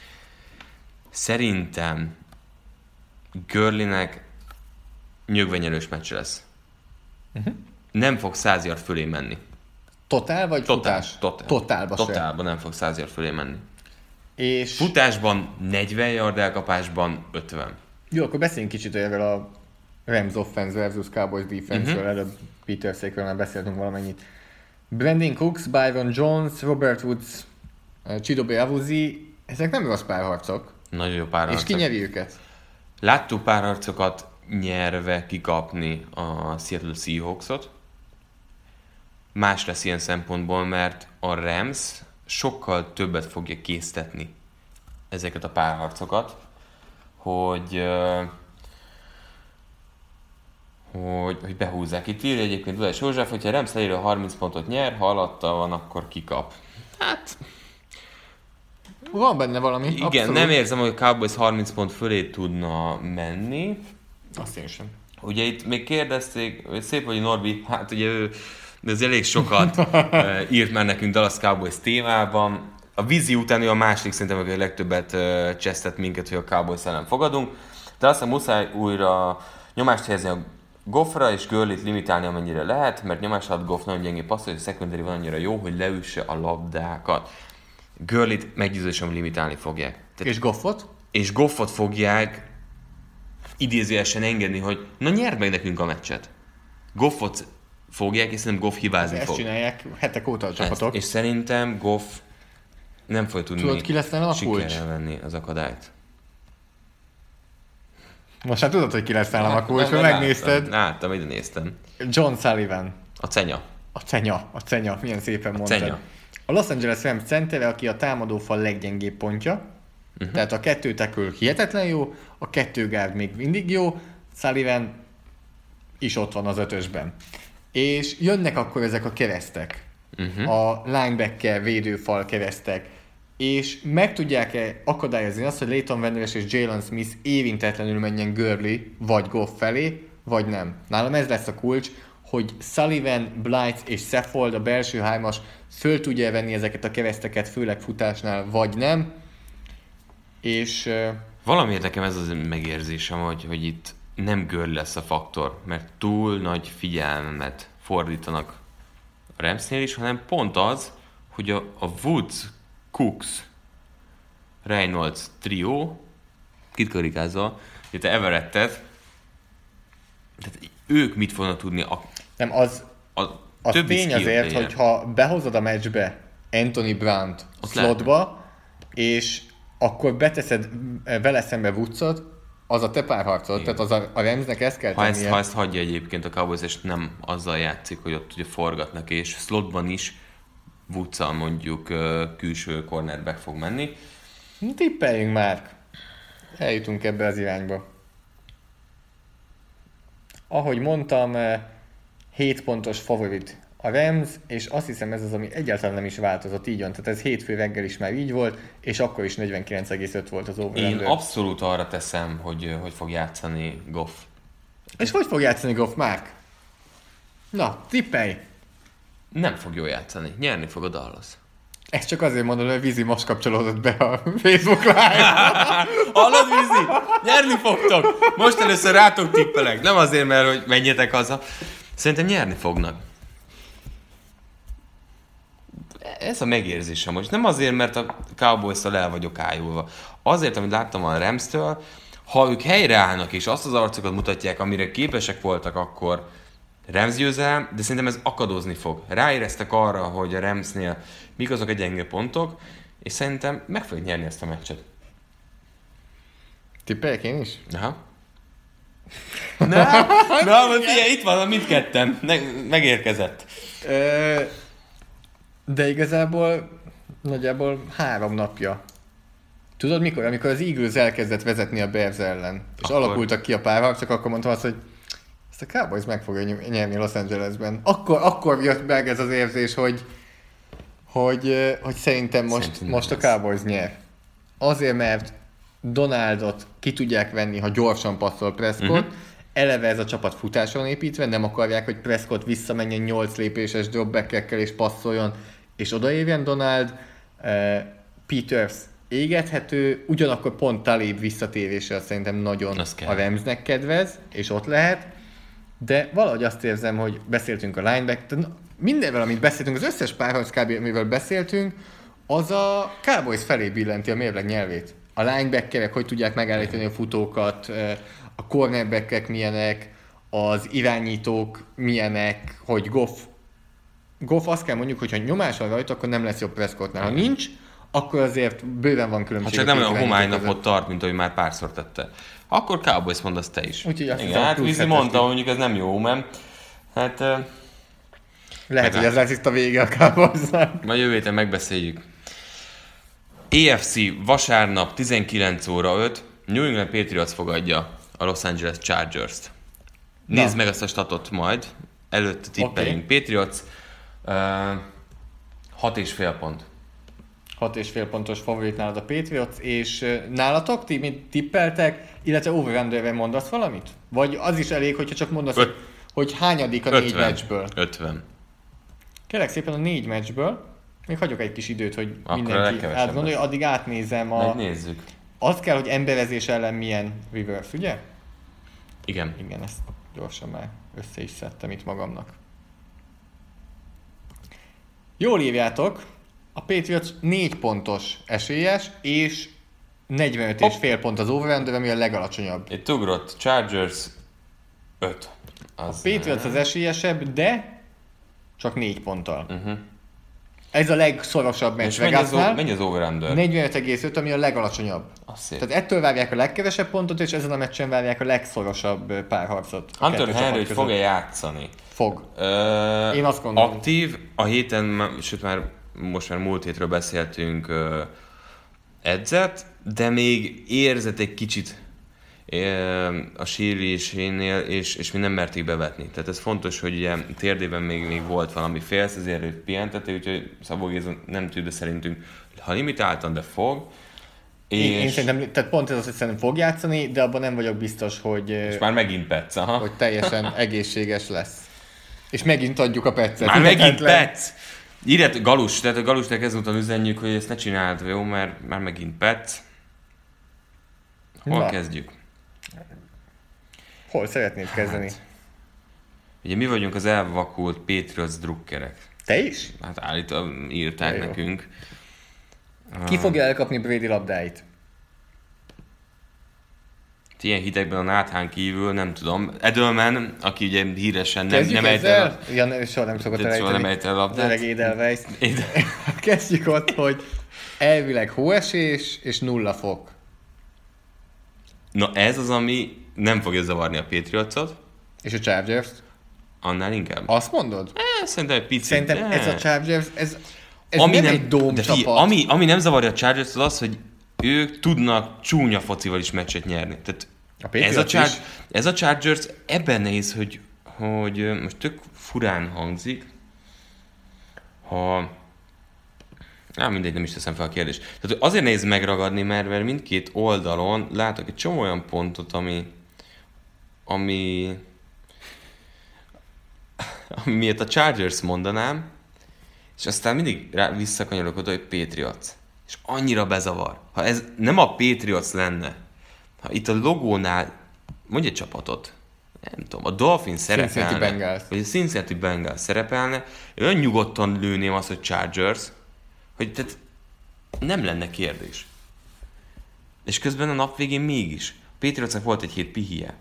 Szerintem Gurleynek nyögvenyelős meccs lesz. Uh-huh. Nem fog száz yard fölé menni. Totál vagy Totál, futás? totál. Totálba se. Totálban nem fog száz yard fölé menni. És Futásban negyven yard, elkapásban ötven. jó, akkor beszéljünk kicsit erről a Rams offense versus Cowboys defense-ről, uh-huh. előbb Petersékről már beszéltünk valamennyit. Brandon Cooks, Byron Jones, Robert Woods, uh, Chidobe Awuzie, ezek nem rossz párharcok. Nagyon jó párharcok. És ki nyeri őket? Láttuk párharcokat nyerve kikapni a Seattle Seahawksot. Más lesz ilyen szempontból, mert a Rams sokkal többet fogja késztetni ezeket a párharcokat, hogy, hogy, hogy behúzzák. Itt írja egyébként Völgy József, hogyha Rams leírja harminc pontot nyer, ha alatta van, akkor kikap. Hát... Van benne valami. Igen, abszolút. nem érzem, hogy a Cowboys harminc pont fölé tudna menni. Azt én sem. Ugye itt még kérdezték, szép vagy Norbi, hát ugye ő de ez elég sokat írt már nekünk Dallas Cowboys témában. A vízi után ő a második szerintem, aki a legtöbbet csesztett minket, hogy a Cowboys ellen fogadunk. De aztán muszáj újra nyomást helyezni a Goffra és Gurleyt limitálni, amennyire lehet, mert nyomás alatt Goff nagyon gyengé passzol, és a secondary van annyira jó, hogy leüsse a labdákat. Gurleyt meggyőződésem limitálni fogják. Tehát, és Goffot? És Goffot fogják idézőesen engedni, hogy na nyerd meg nekünk a meccset. Goffot fogják, és szerintem Goff hibázni ezt fog. Ezt csinálják hetek óta a csapatok. Ezt, és szerintem Goff nem fog tudni tudod, ki lesz nála a kulcs? sikerrel venni az akadályt. Most hát tudod, hogy ki lesz nálam a kulcs, Nem, mert nem megnézted. Láttam, láttam, ide néztem. John Sullivan. A cenya. A cenya, a cenya, milyen szépen mondtad. cenya. A Los Angeles Rams centere, aki a támadófal leggyengébb pontja. Uh-huh. Tehát a kettő tackle hihetetlen jó, a kettő guard még mindig jó, Sullivan is ott van az ötösben. És jönnek akkor ezek a keresztek. Uh-huh. A linebacker védőfal keresztek. És meg tudják-e akadályozni azt, hogy Leighton Van Der Esch és Jalen Smith érintetlenül menjen Gurley vagy Goff felé, vagy nem. Nálam ez lesz a kulcs, hogy Sullivan, Blythe és Saffold, a belső hármas föl tudja venni ezeket a kereszteket, főleg futásnál, vagy nem. És... Uh... Valamiért nekem ez az megérzésem, hogy, hogy itt nem Gurley lesz a faktor, mert túl nagy figyelmet fordítanak a Ramsnél is, hanem pont az, hogy a, a Woods, Cooks, Reynolds trió, kit karikázza, hogy te Everettet, tehát ők mit fognak tudni a, nem, az, a az többi tény azért, player. hogyha behozod a meccsbe Anthony Brown-t slotba, és akkor beteszed vele szembe Woodsot, az a te párharcod, igen. Tehát az a, a Ramsnek ezt kell ha tennie. ezt, ha ezt hagyja egyébként a Cowboys, és nem azzal játszik, hogy ott ugye forgatnak, és slotban is Woodszal mondjuk külső cornerback fog menni. Tippeljünk már. Eljutunk ebbe az irányba. Ahogy mondtam, hét pontos favorit a Rams, és azt hiszem ez az, ami egyáltalán nem is változott, így van. Tehát ez hétfő reggel is már így volt, és akkor is negyvenkilenc egész öt volt az over. Én abszolút arra teszem, hogy hogy fog játszani Goff. És hogy fog játszani Goff, Márk? Na, tippelj! Nem fog jól játszani. Nyerni fog a Dallas. Ezt csak azért mondom, hogy Vizi most kapcsolódott be a Facebook Live-ba. Hallod, Vizi? Nyerni fogtok! Most először rátok tippelek. Nem azért, mert hogy menjetek haza. Szerintem nyerni fognak. Ez a megérzésem most. Nem azért, mert a Cowboys-tól el vagyok ájulva. Azért, amit láttam a Rams-től, ha ők helyreállnak és azt az arcokat mutatják, amire képesek voltak, akkor Rams győzel, de szerintem ez akadozni fog. Ráéreztek arra, hogy a Ramsnél mik azok a gyenge pontok, és szerintem meg fogják nyerni ezt a meccset. Tippeljek én is? Aha. Na, na, na figyelj, itt van mindketten. Ne- megérkezett. Ö, de igazából nagyjából három napja. Tudod mikor? Amikor az Eagles elkezdett vezetni a Bears ellen, és akkor... alakultak ki a párharcok, akkor mondtam azt, hogy ezt a Cowboys meg fogja nyerni Los Angelesben. Akkor, akkor jött meg ez az érzés, hogy, hogy, hogy szerintem most, szerintem most a Cowboys nyer. Azért, mert Donaldot ki tudják venni, ha gyorsan passzol Prescott, uh-huh. Eleve ez a csapat futáson építve, nem akarják, hogy Prescott visszamenjen nyolc lépéses dropback-ekkel és passzoljon, és odaérjen Donald. Uh, Peters égethető, ugyanakkor pont Talib visszatéréssel szerintem nagyon a Ramsnek kedvez, és ott lehet, de valahogy azt érzem, hogy beszéltünk a linebacker, mindenvel, amit beszéltünk, az összes párharc kb. Amivel beszéltünk, az a Cowboys felé billenti a mérleg nyelvét. A linebackerek hogy tudják megállítani a futókat, a cornerbackek milyenek, az irányítók milyenek, hogy Goff, Goff azt kell mondjuk, hogy ha nyomás van rajta, akkor nem lesz jobb Prescottnál. Ha nincs, akkor azért bőven van különbség. Ha csak nem olyan homálynapot tart, mint ahogy már párszor tette. Akkor Cowboys mondasz te is. Úgyhogy azt igen, hát Vizi mondta, hogy mondjuk ez nem jó, mert hát... Uh, lehet, hogy ez lesz itt a vége a Cowboysnak. Majd jövő héten megbeszéljük. á ef cé vasárnap tizenkilenc óra öt New England Patriots fogadja a Los Angeles Chargers-t. Nézd meg azt a statot majd. Előtte tippeljünk. Okay. Patriots uh, hat és fél pont. hat és fél pontos favorit nálad a Patriots, és uh, nálatok, ti mit tippeltek, illetve over-underben mondasz valamit? Vagy az is elég, hogyha csak mondasz, Öt... hogy hányadik a ötven. Négy meccsből? ötven. Kérlek szépen a négy meccsből. Még hagyok egy kis időt, hogy akkor mindenki átgondolja, addig átnézem a... Megnézzük. Az kell, hogy emberezés ellen milyen Rivers, ugye? Igen. Igen, ezt gyorsan már össze is szedtem itt magamnak. Jól írjátok, a Patriots négy pontos esélyes, és negyvenöt és fél pont az over-under, ami a legalacsonyabb. Itt ugrott Chargers öt. Az a Patriots az esélyesebb, de csak négy ponttal. Uh-huh. Ez a legszorosabb meccs Vegasnál. Mennyi az over-under? negyvenöt egész öt, ami a legalacsonyabb. Az Tehát ettől várják a legkevesebb pontot, és ezen a meccsen várják a legszorosabb párharcot. Hunter Henry, hogy fog-e játszani? Fog. Ö, Én azt gondolom. Aktív, a héten, sőt már most már múlt hétről beszéltünk, uh, edzett, de még érzett egy kicsit uh, a sérülésénél, és, és mi nem merték bevetni. Tehát ez fontos, hogy ugye térdében még, még volt valami félsz, ezért őt pihentette, úgyhogy Szabó Géza nem tud, de szerintünk, ha limitáltan, de fog. És... Én, én szerintem, tehát pont ez az, hogy szerintem fog játszani, de abban nem vagyok biztos, hogy... És már megint Petsz, aha. Hogy teljesen egészséges lesz. És megint adjuk a Petszet. Már megint Petsz! Írját Galus, tehát a Galusnak ezúttal üzenjük, hogy ezt ne csináld, jó, mert már megint Petsz. Hol Na. kezdjük? Hol szeretnéd kezdeni? Hát, ugye mi vagyunk az elvakult Patriots drukkerek. Te is? Hát állítólag írták ja, nekünk. Ki fogja elkapni Brady labdáit? Ilyen hidegben a náthán kívül, nem tudom. Edelman, aki ugye híresen nem, nem ejt el... Ja, nem, soha nem szokott elejteni. Soha nem ejt el labdát. Gyereg Edelweiss. Kezdjük ott, hogy elvileg hóesés és nulla fok. Na ez az, ami nem fogja zavarni a Patriotsot. És a Chargers-t? Annál inkább. Azt mondod? É, szerintem egy picit. Szerintem de... ez a Chargers, ez, ez ami nem, nem egy dóm de csapat. Figyelj, ami, ami nem zavarja a Chargers az az, hogy ők tudnak csúnya focival is meccset nyerni. Tehát a ez, a Char- ez a Chargers ebben nehéz, hogy, hogy most tök furán hangzik, ha... Á, mindegy, nem is teszem fel a kérdést. Tehát azért nehéz megragadni, mert, mert mindkét oldalon látok egy csomó olyan pontot, ami ami ami miatt a Chargers mondanám, és aztán mindig rá visszakanyarok oda, hogy Patriots. És annyira bezavar. Ha ez nem a Patriots lenne, ha itt a logónál, mondj egy csapatot, nem tudom, a Dolphins szerepelne, vagy a Cincinnati Bengals szerepelne, olyan nyugodtan lőném azt, hogy Chargers, hogy tehát nem lenne kérdés. És közben a nap végén mégis. Patriotsnak volt egy hét pihije.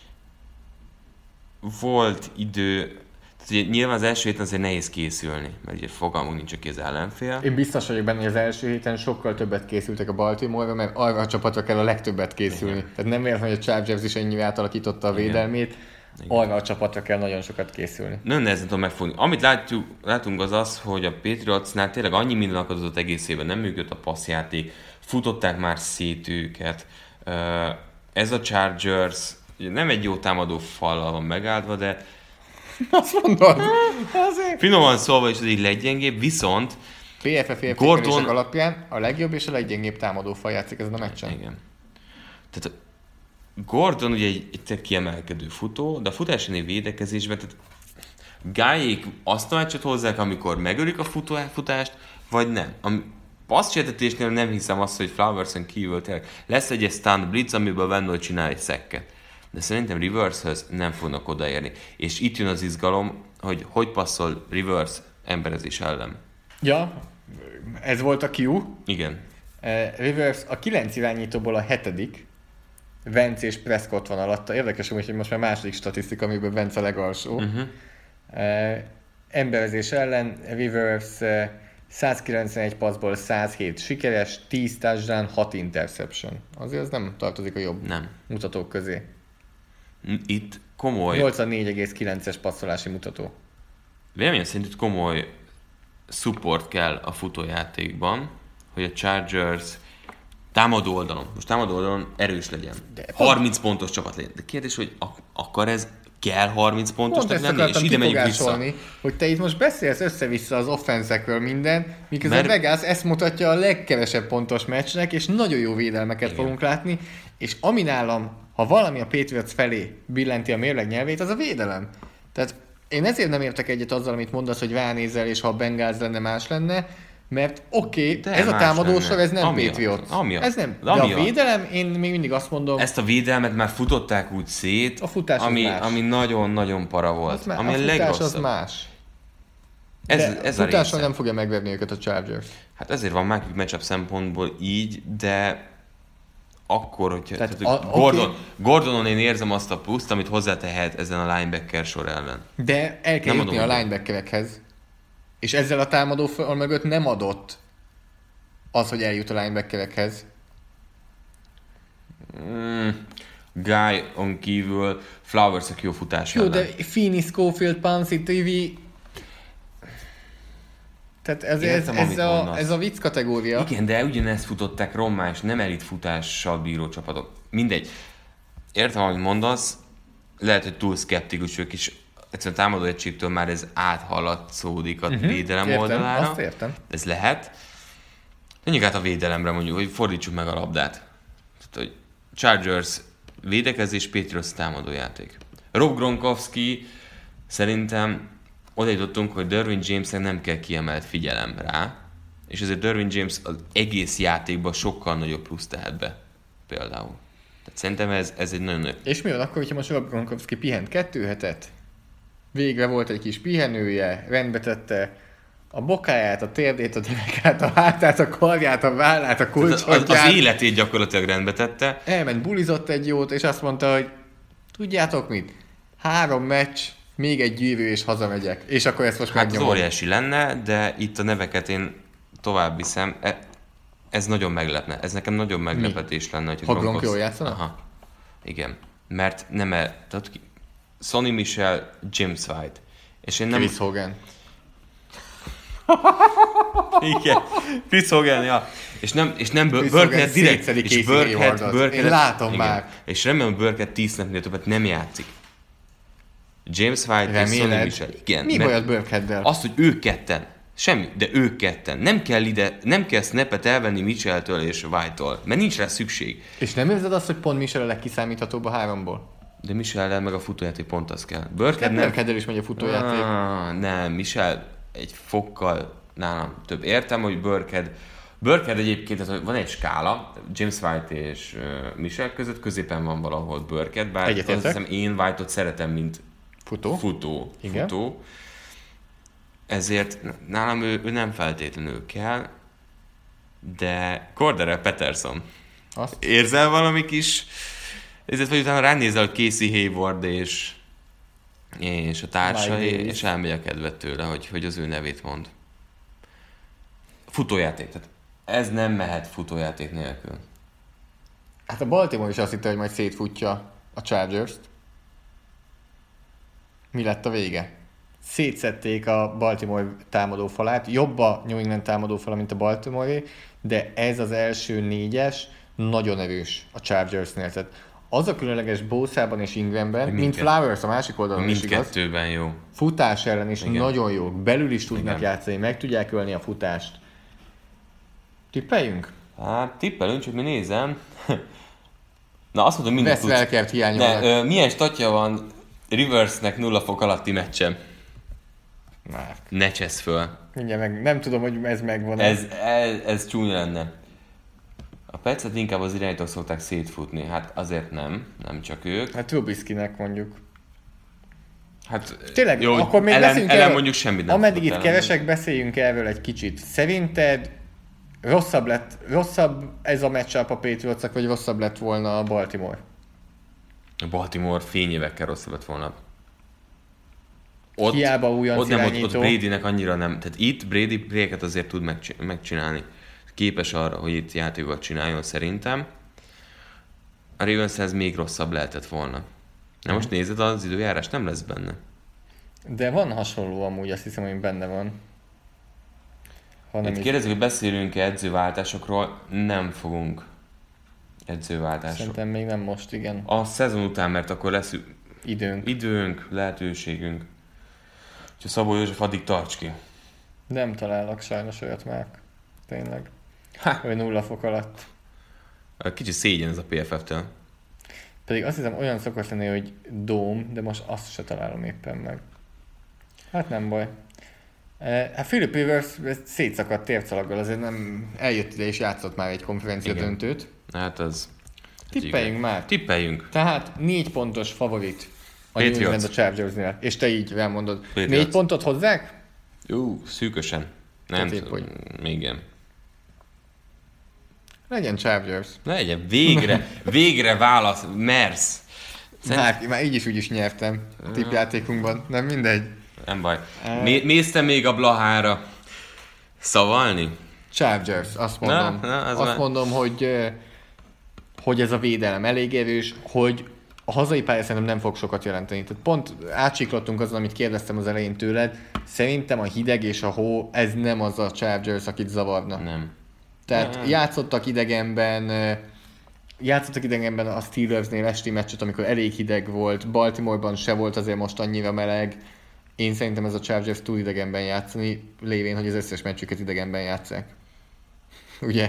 Volt idő, tehát ugye nyilván az első héten azért nehéz készülni, mert ugye fogalmunk nincs, aki az ellenfél. Én biztos vagyok benne, hogy az első héten sokkal többet készültek a Baltimore-ra, mert arra a csapatra kell a legtöbbet készülni. Igen. Tehát nem véletlen, hogy a Chargers is ennyire átalakította a védelmét, igen. Arra a csapatra kell nagyon sokat készülni. Nagyon nehezen tudom megfogni. Amit látjuk, látunk az az, hogy a Patriotsnál tényleg annyi minden akadozott egész évben, nem működött a passzjáték, futották már szét őket. Ez a Chargers nem egy jó támadó fallal van megáldva, de azt mondod? Finoman szólva is az így leggyengébb, viszont pé ef ef értékelések Gordon... alapján a legjobb és a leggyengébb támadó fal játszik ezen a meccsen. Igen. Tehát Gordon ugye egy, egy kiemelkedő futó, de a futási védekezésben, tehát Gályék azt a meccset hozzák, amikor megölik a futó, futást, vagy nem. A passzsértetésnél nem hiszem azt, hogy Flowerson kívül tényleg lesz egy stun blitz, amiből Van csinál egy szekket. De szerintem Rivershöz nem fognak odaérni. És itt jön az izgalom, hogy hogy passzol Rivers emberezés ellen. Ja, ez volt a Q. Igen. Uh, Rivers a kilenc irányítóból a hetedik. Wentz és Prescott van alatta. Érdekes, hogy most már második statisztika, amiben Wentz a legalsó. Uh-huh. Uh, emberezés ellen Rivers uh, százkilencvenegy passzból száz hét sikeres, tíz touchdown, hat interception. Azért ez nem tartozik a jobb nem. mutatók közé. Itt komoly... nyolcvannégy egész kilences passzolási mutató. Véleményem szerint itt komoly support kell a futójátékban, hogy a Chargers támadó oldalon, most támadó oldalon erős legyen. De harminc pontos csapat legyen. De kérdés, hogy ak- akar ez kell harminc Pont pontosnak ezt lenni, és akartam ide megyünk vissza. kifogásolni, hogy te itt most beszélsz össze-vissza az offenzekről minden, miközben Mert- Vegas ezt mutatja a legkevesebb pontos meccsnek, és nagyon jó védelmeket Igen. fogunk látni, és ami nálam, ha valami a Patriots felé billenti a mérleg nyelvét, az a védelem. Tehát én ezért nem értek egyet azzal, amit mondasz, hogy ránézel, és ha a Bengals lenne, más lenne, mert oké, okay, De ez a más támadósor, lenne. ez nem Amiatt, Patriots. amiatt. Ez nem. De Amiatt. a védelem, én még mindig azt mondom, Ezt a védelmet már futották úgy szét, A futás az ami, más. ami nagyon-nagyon para volt. az má- ami a a, futás legrosszabb. az más. Ez, De ez a a futáson része. nem fogja megverni őket a Chargers. Hát ezért van második matchup szempontból így, de akkor, hogyha Tehát tehát, a- hogy Gordon, oké. Gordonon én érzem azt a pluszt, amit hozzátehet ezen a linebacker sor ellen. De el kell Nem jutni a adom, hogy- linebackerekhez. És ezzel a támadó fal mögött nem adott az, hogy eljut a linebackerekhez. Mm, Guy on kívül, Flowers a jó futás Jó, ellen. de Feeney, Schofield, Pouncey, Trivi... Tehát ez, ez, Értem, ez, amit a, mondasz. ez a vicc kategória. Igen, de ugyanezt futották rommá, és nem elit futással bíró csapatok. Mindegy. Értem, amit mondasz, lehet, hogy túl szkeptikus ők is. Egyszerűen támadó egységtől már ez áthaladszódik a uh-huh. védelem Értem, oldalára. azt értem. Ez lehet. Menjünk át a védelemre mondjuk, hogy fordítsuk meg a labdát. Tehát, hogy Chargers védekezés, Patriots támadójáték. Rob Gronkowski szerintem oda jutottunk, hogy Derwin Jamesnek nem kell kiemelt figyelem rá, és ezért Derwin James az egész játékban sokkal nagyobb plusz tehet be. Például. Tehát szerintem ez, ez egy nagyon nagy... És mi van akkor, hogyha most Rob Gronkowski pihent kettő hetet? Végre volt egy kis pihenője, rendbe tette a bokáját, a térdét, a derekát, a hátát, a karját, a vállát, a Az, az, kulcsotját. az életét gyakorlatilag rendbe tette. Elment, bulizott egy jót, és azt mondta, hogy tudjátok mit? Három meccs, még egy gyűrű, és hazamegyek. És akkor ezt most Hát az megnyomom. óriási lenne, de itt a neveket én tovább viszem. E- Ez nagyon meglepne. Ez nekem nagyon meglepetés lenne, hogy Ha Gronk jól játszana? Aha. Igen. Mert nem el... Tehát, ki- Sonny Michel, James White. És én nem... Chris Hogan. Igen. Chris Hogan, ja. És nem, és nem Chris Burkhead Hogan direkt. szétszedi És Casey Burkhead, Haywardot. Burkhead, Én látom igen. már. És remélem, hogy Burkhead tíz snapnél többet nem játszik. James White és Sonny Reméled? Michel. Igen. Mi mert- baj a Burkheaddel? Azt, hogy ők ketten. Semmi, de ők ketten. Nem kell ide, nem kell snappet elvenni Mitchell-től és White-tól, mert nincs rá szükség. És nem érzed azt, hogy pont Michel a legkiszámíthatóbb a háromból? De Michel-el meg a futójáték pont az kell. Hát Burkhead nem... Burkheaddel is megy a futójáték. Ah, nem, Michel egy fokkal nálam több. Értem, hogy Burkhead... Burkhead egyébként, tehát van egy skála, James White és uh, Michel között, középen van valahol Burkhead, bár azt Egyetértek. hiszem én White-ot szeretem, mint Futó. futó. Igen. futó. Ezért nálam ő, ő nem feltétlenül kell, de Cordero Patterson. Azt. Érzel valami kis... Ezért vagy utána ránézel, hogy Casey Hayward és, és a társai, Mike Davis. és elmegy a kedved tőle, hogy, hogy az ő nevét mond. Futójáték. Tehát ez nem mehet futójáték nélkül. Hát a Baltimore is azt hitte, hogy majd szétfutja a Chargers-t. Mi lett a vége? Szétszették a Baltimore támadófalát. Jobb a New England támadófala, mint a Baltimore, de ez az első négyes nagyon erős a Chargersnél. Tehát az a különleges Bosa-ban és Ingramben, mint mindkett- Flowers a másik oldalon is igaz, Mindkettőben jó. futás ellen is Igen. nagyon jó. Belül is tudnak Igen. játszani, meg tudják ölni a futást. Tippeljünk? Hát tippelünk, csak mi nézem. Na azt mondom, mindent Wes tudsz. Welkert hiányolnak. De ö, milyen statja van Riversnek nulla fok alatti meccsen? Már. Ne csesz föl. Mindjárt meg, nem tudom, hogy ez megvan. Ez, ez, ez csúnya lenne. A Petszet inkább az irányítók szokták szétfutni. Hát azért nem, nem csak ők. Hát Trubiskynek mondjuk. Hát Tényleg, jó, akkor még ellen, beszéljünk ellen erről. mondjuk semmit nem Ameddig itt tudott ellen. keresek, beszéljünk erről egy kicsit. Szerinted rosszabb lett, rosszabb ez a matchup a Patriotsnak, vagy rosszabb lett volna a Baltimore? A Baltimore fényévekkel rosszabb lett volna. Ott, Hiába újonc ott nem, ott, ott irányító. Bradynek annyira nem. Tehát itt Brady playeket azért tud megcsi- megcsinálni. Képes arra, hogy itt játékokat csináljon szerintem. A Ravenshez még rosszabb lehetett volna. Na most nézed, az időjárás nem lesz benne. De van hasonló amúgy, azt hiszem, hogy benne van. Ha nem Itt is- kérdezik, hogy beszélünk-e edzőváltásokról, nem fogunk edzőváltásokról. Szerintem még nem most, igen. A szezon után, mert akkor lesz, időnk. Időnk, lehetőségünk. Úgyhogy Szabó József, addig tarts ki. Nem találok sajnos olyat már. Tényleg. Ha. Vagy nulla fok alatt. Kicsit szégyen ez a pé ef ef-től. Pedig azt hiszem olyan szokott lenni, hogy dóm, de most azt se találom éppen meg. Hát nem baj. Hát Philip Rivers szétszakadt tércalaggal, azért nem eljött ide és játszott már egy konferencia Igen. döntőt. Hát az... Tippeljünk már. Tippeljünk. Tehát négy pontos favorit a New Patriots. England a Chargersnél. És te így elmondod. Patriots. Négy pontot hozzák? Jú, szűkösen. Nem Közép, tudom. Igen. Legyen Chargers. Legyen, végre, végre válasz, mersz. Már, már így is úgy is nyertem a tippjátékunkban. Nem mindegy. Nem baj. Mé- mész te még a Blahára szavalni? Chargers, azt mondom. Na, na, az azt már- mondom, hogy, eh, hogy ez a védelem elég erős, hogy a hazai pálya szerintem nem fog sokat jelenteni. Tehát pont átsiklottunk azon, amit kérdeztem az elején tőled. Szerintem a hideg és a hó, ez nem az a Chargers, akit zavarna. Nem. Tehát Nem. játszottak idegenben, eh, játszottak idegenben a Steelersnél esti meccset, amikor elég hideg volt. Baltimoreban se volt azért most annyira meleg. Én szerintem ez a Chargers túl idegenben játszani, lévén, hogy az összes meccsüket idegenben játsszák. Ugye?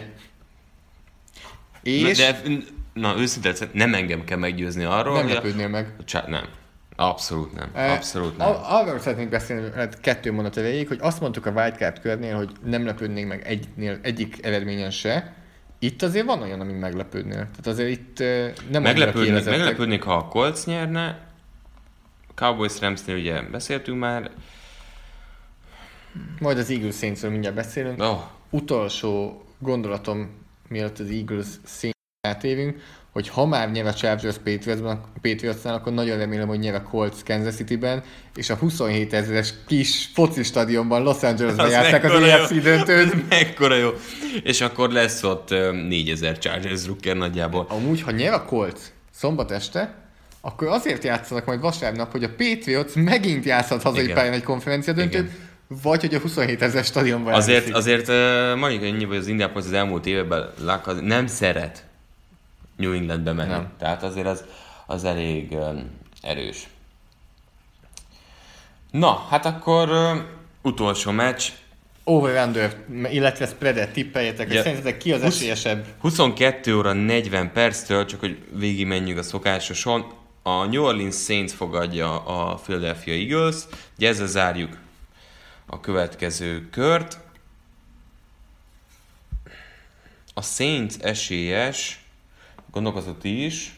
És Na, de, na őszintén, nem engem kell meggyőzni arról, nem hogy a- lepődnél meg. a csá- nem. Abszolút nem. Eh, Abszolút nem. a- Arról szeretnénk beszélni, hát kettő mondat erejéig, hogy azt mondtuk a wildcard körnél, hogy nem lepődnénk meg egyiknél, egyik eredményen se. Itt azért van olyan, amin meglepődnél. Tehát azért itt eh, nem annyira Meglepődnék, kiélezettek. meglepődnék, ha a Colts nyerne. Cowboys Ramsnél ugye beszéltünk már. Majd az Eagles Saintsről mindjárt beszélünk. Oh, Utolsó gondolatom, mielőtt az Eagles Saints átérünk, hogy ha már nyer a Chargers Patriotsban, Patriotsnál, akkor nagyon remélem, hogy nyer a Colts Kansas Cityben, és a huszonhét ezeres kis foci stadionban Los Angelesben az játsszák az mekkora á ef cé döntőt. mekkora jó. És akkor lesz ott um, négyezer Chargers drukker nagyjából. Amúgy, ha nyer a Colts szombat este, akkor azért játszanak majd vasárnap, hogy a Patriots megint játszhat hazai Igen. pályán egy konferencia döntőt, vagy hogy a huszonhét ezeres stadionban Azért, elviszik. azért uh, mondjuk ennyi, hogy az Indianapolis az elmúlt években Luck az nem szeret New Englandbe menni. Nem. Tehát azért az, az elég um, erős. Na, hát akkor uh, utolsó meccs. Over-under, illetve spreadet tippeljetek, hogy Ja. szerintetek ki az Husz- esélyesebb? huszonkettő óra negyven perctől, csak hogy végig menjünk a szokásoson, a New Orleans Saints fogadja a Philadelphia Eagles, ugye ezzel zárjuk a következő kört. A Saints esélyes, gondolkozott is,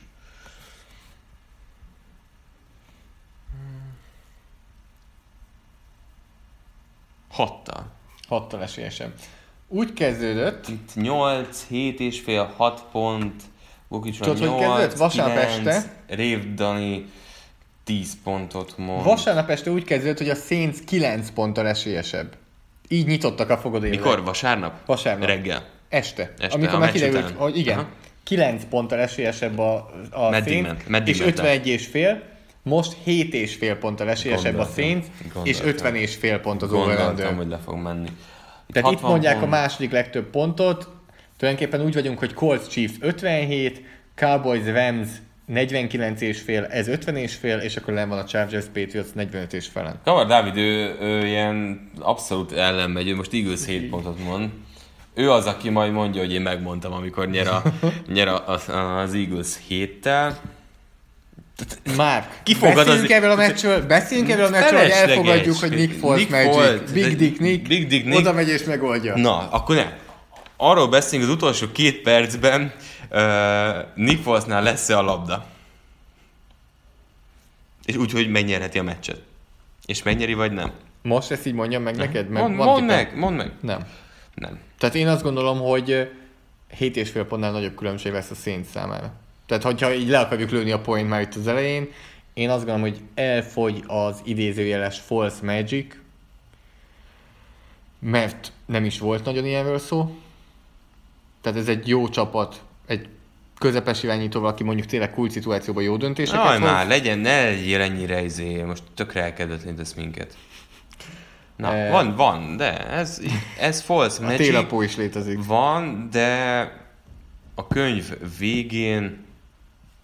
hattal. Hattal esélyesebb. Úgy kezdődött, Itt nyolc, hét és fél, hat pont, Vukicsra Tudod, hogy kezdődött? nyolc, Vasárnap kilenc, este? Rév Dani tíz pontot mond. vasárnap este úgy kezdődött, hogy a Saints kilenc ponttal esélyesebb. Így nyitottak a fogadóévre. Mikor? Vasárnap? Vasárnap. Reggel. Este. Este, Amikor a már meccs kiderült, után. hogy igen, Aha. kilenc ponttal esélyesebb a, a Meddig Saints, ment? Meddig és ment ötvenegy és fél, most hét és fél ponttal esélyesebb a Gondoltam. Saints, és Gondoltam. ötven és fél pont az Gondoltam, over-under. hogy le fog menni. Tehát itt hatvan mondják pont. a második legtöbb pontot. Tulajdonképpen úgy vagyunk, hogy Colts Chiefs ötvenhét, Cowboys Rams negyvenkilenc és fél, ez ötven és fél, és akkor len van a Chargers Patriots negyvenöt és felen. Kavar Dávid, ő, ő ilyen abszolút ellenmegy, ő most Eagles hét pontot mond. Ő az, aki majd mondja, hogy én megmondtam, amikor nyer, a, nyer a, az, az Eagles héttel. Márk, Kifogad beszéljünk az- erről a meccsről, beszéljünk erről a meccsről, hogy Felesleges. elfogadjuk, hogy Nick Foles Nick Magic, Foles, Big Dick Nick, Big Dick Nick. oda megy és megoldja. Na, akkor ne. Arról beszélünk az utolsó két percben, uh, Nick Folesnál lesz-e a labda. És úgy, hogy megnyerheti a meccset. És megnyeri, vagy nem? Most ezt így mondjam meg neked? Mert Mond, van mondd tippem. meg, mondd meg. Nem. Nem. Tehát én azt gondolom, hogy hét és fél pontnál nagyobb különbség lesz a Saints számára. Tehát, hogyha így le akarjuk lőni a point már itt az elején, én azt gondolom, hogy elfogy az idézőjeles false magic, mert nem is volt nagyon ilyenről szó. Tehát ez egy jó csapat, egy közepes irányítóval, aki mondjuk tényleg kult szituációban jó döntéseket Aj, hoz. már, legyen, ne legyél ennyire izé, most tökre elkedvetlenítesz minket. Na, Eh. van, van, de ez, ez false A magic. télapó is létezik. Van, de a könyv végén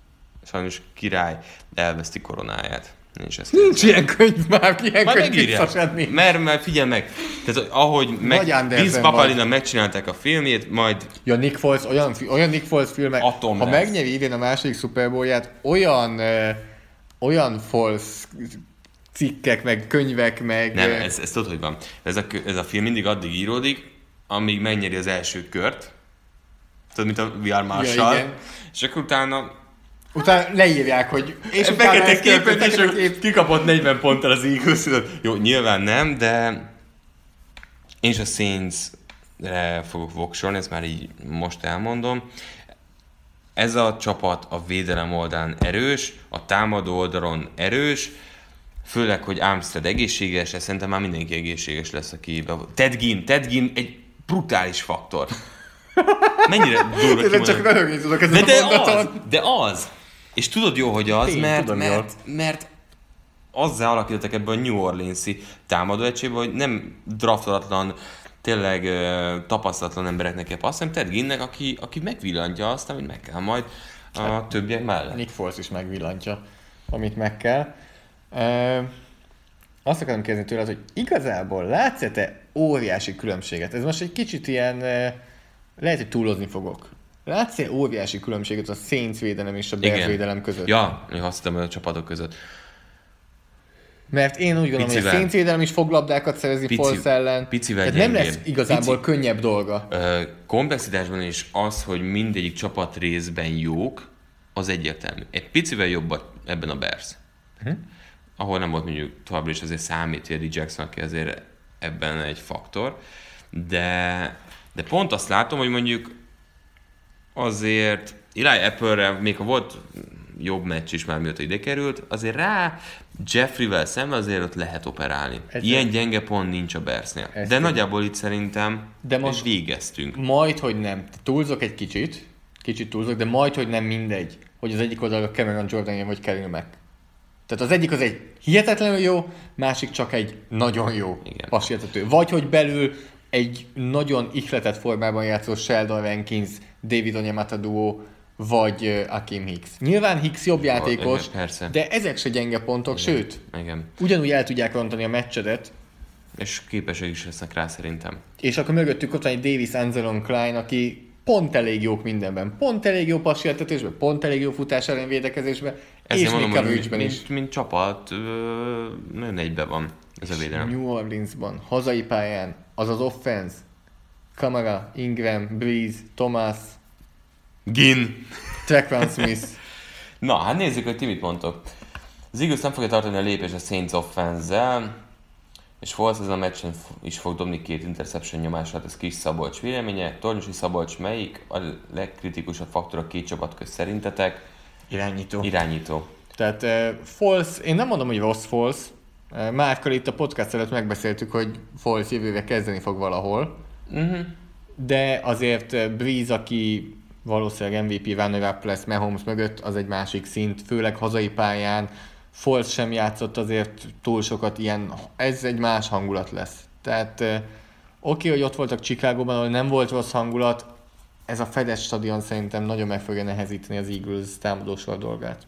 sajnos király elveszti koronáját. Nincs, ezt Nincs ilyen könyv már, ilyen majd könyv visszasedni. Mert, mert figyelj meg, tehát ahogy meg, Vince Papalina megcsinálták a filmjét, majd... Ja, Nick Foles, olyan, olyan Nick Foles filmek, Atom ha lesz. megnyeri idén a második Super Bowl-ját, olyan, ö, olyan Foles cikkek, meg könyvek, meg... Nem, ez, ez tudod, hogy van. Ez a, ez a film mindig addig íródik, amíg megnyeri az első kört. Tudod, mint a We Are Marshall. Ja, és akkor utána... Utána leírják, hogy... És a fekete képet, és kép. Kikapott negyven ponttal az Eagles. Jó, nyilván nem, de én is a Saints-re fogok voksolni, ezt már így most elmondom. Ez a csapat a védelem oldalán erős, a támadó oldalon erős, főleg, hogy Armstead egészséges, ez szerintem már mindenki egészséges lesz, aki... Ted Ginn, Ted Ginn egy brutális faktor. Mennyire durva kimondani. Csak röhögni tudok ezen de, a de mondaton. az, de az! És tudod jó, hogy az, Én mert, tudom mert, mert azzal alakítottak ebben a New Orleans-i támadó egységben, hogy nem draftolatlan, tényleg uh, tapasztalatlan embereknek kell passzolni, Ted Ginnnek, aki, aki megvillantja azt, amit meg kell majd a hát, többiek mellett. Nick Foles is megvillantja, amit meg kell. Uh, azt akarom kérdezni tőled, hogy igazából látsz-e te óriási különbséget? Ez most egy kicsit ilyen, uh, lehet, hogy túlozni fogok. Látsz-e óriási különbséget a Saints védelem és a Bears védelem között? Ja, én azt hittem, hogy a csapatok között. Mert én úgy gondolom, picivel. Hogy a Saints védelem is fog labdákat szerezni Pici, Foles ellen. Picivel tehát nem lesz igazából Pici, könnyebb dolga. Ö, komplexitásban is az, hogy mindegyik csapat részben jók, az egyértelmű. Egy picivel jobb ebben a Bears. Uh-huh. Ahol nem volt mondjuk továbbra is azért számít Eddie Jackson, aki azért ebben egy faktor. De, de pont azt látom, hogy mondjuk azért Eli Apple-re, még ha volt jobb meccs is már mióta ide került, azért rá Jeffrey-vel szemben azért ott lehet operálni. Ez ilyen gyenge pont nincs a Bearsnél. De nem. Nagyjából itt szerintem de most végeztünk. Majd, hogy nem. Túlzok egy kicsit, kicsit túlzok, de majd, hogy nem mindegy, hogy az egyik oldalon Cameron Jordan vagy Khalil Mack. Tehát az egyik az egy hihetetlenül jó, másik csak egy nagyon jó passértető. Vagy hogy belül egy nagyon ihletett formában játszó Sheldon Rankins, David Onyemata duó, vagy uh, Akeem Hicks. Nyilván Hicks jobb játékos, persze. De ezek se gyenge pontok, igen. Sőt, igen. Ugyanúgy el tudják rontani a meccsedet. És képesek is lesznek rá szerintem. És akkor mögöttük ott van egy Davis Anzelon Klein, aki pont elég jók mindenben. Pont elég jó passértetésben, pont elég jó futás ellen védekezésben, és még coverage-ben is. Mint, mint csapat, ö, nagyon egyben van ez a védelem. New Orleansban, hazai pályán, az az offense, Kamara, Ingram, Breeze, Thomas, Ginn, Tre'Quan Smith. Na, hát nézzük, hogy ti mit mondtok. Az Eagles nem fogja tartani a lépést a Saints offense-zel, és Foles ezen a meccsen is fog dobni két interception nyomását, ez Kis Szabolcs véleménye. Tornyosi Szabolcs melyik a legkritikusabb faktor a két csapat közt szerintetek? Irányító. Irányító. Tehát uh, Foles, én nem mondom, hogy rossz Foles. Uh, Márkkal itt a podcast előtt megbeszéltük, hogy Foles jövőre kezdeni fog valahol. Uh-huh. De azért uh, Breeze, aki valószínűleg em vé pé runner-up lesz Mahomes mögött, az egy másik szint, főleg hazai pályán. Foles sem játszott azért túl sokat ilyen, ez egy más hangulat lesz. Tehát uh, oké, okay, hogy ott voltak Chicagóban, ahol nem volt rossz hangulat, ez a fedett stadion szerintem nagyon meg fogja nehezíteni az Eagles támadósor dolgát.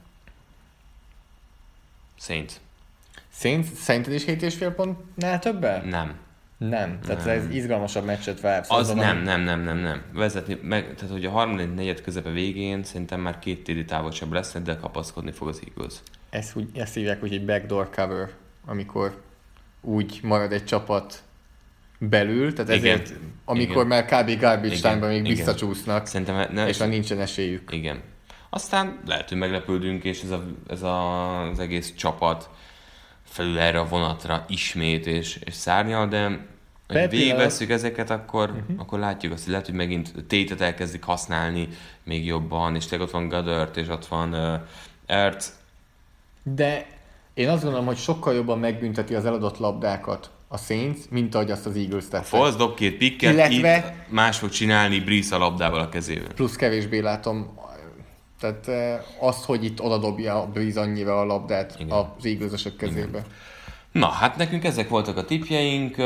Saints. Saints? Szerinted is hét és fél pontnál többel? Nem. Nem. Tehát nem. Ez izgalmasabb meccset vár. Az nem, nem, nem, nem, nem. Vezetni, meg, tehát hogy a harmadik negyed közepe végén szerintem már két té dé távolság lesz, de kapaszkodni fog az Eagles. Ezt, úgy, ezt hívják úgy egy backdoor cover, amikor úgy marad egy csapat belül, tehát ezért, igen. amikor igen. már kb. Garbage time-ban még igen. visszacsúsznak, szerintem, ne, és már nincsen esélyük. Igen. Aztán lehet, hogy meglepődünk, és ez, a, ez a, az egész csapat felül erre a vonatra ismét, és, és szárnyal, de ha végigvesszük ezeket, akkor, uh-huh. akkor látjuk azt, hogy lehet, hogy megint Tate-et elkezdik használni még jobban, és tényleg ott van Goddard, és ott van uh, Ertz. De én azt gondolom, hogy sokkal jobban megbünteti az eladott labdákat a Saints, mint ahogy azt az Eagles tette. Foles dob két pikket, illetve itt más fog csinálni Breeze a labdával a kezével. Plusz kevésbé látom, tehát azt, hogy itt odadobja a Breeze annyira a labdát igen. az Eagles-ösök kezébe. Igen. Na, hát nekünk ezek voltak a tippjeink.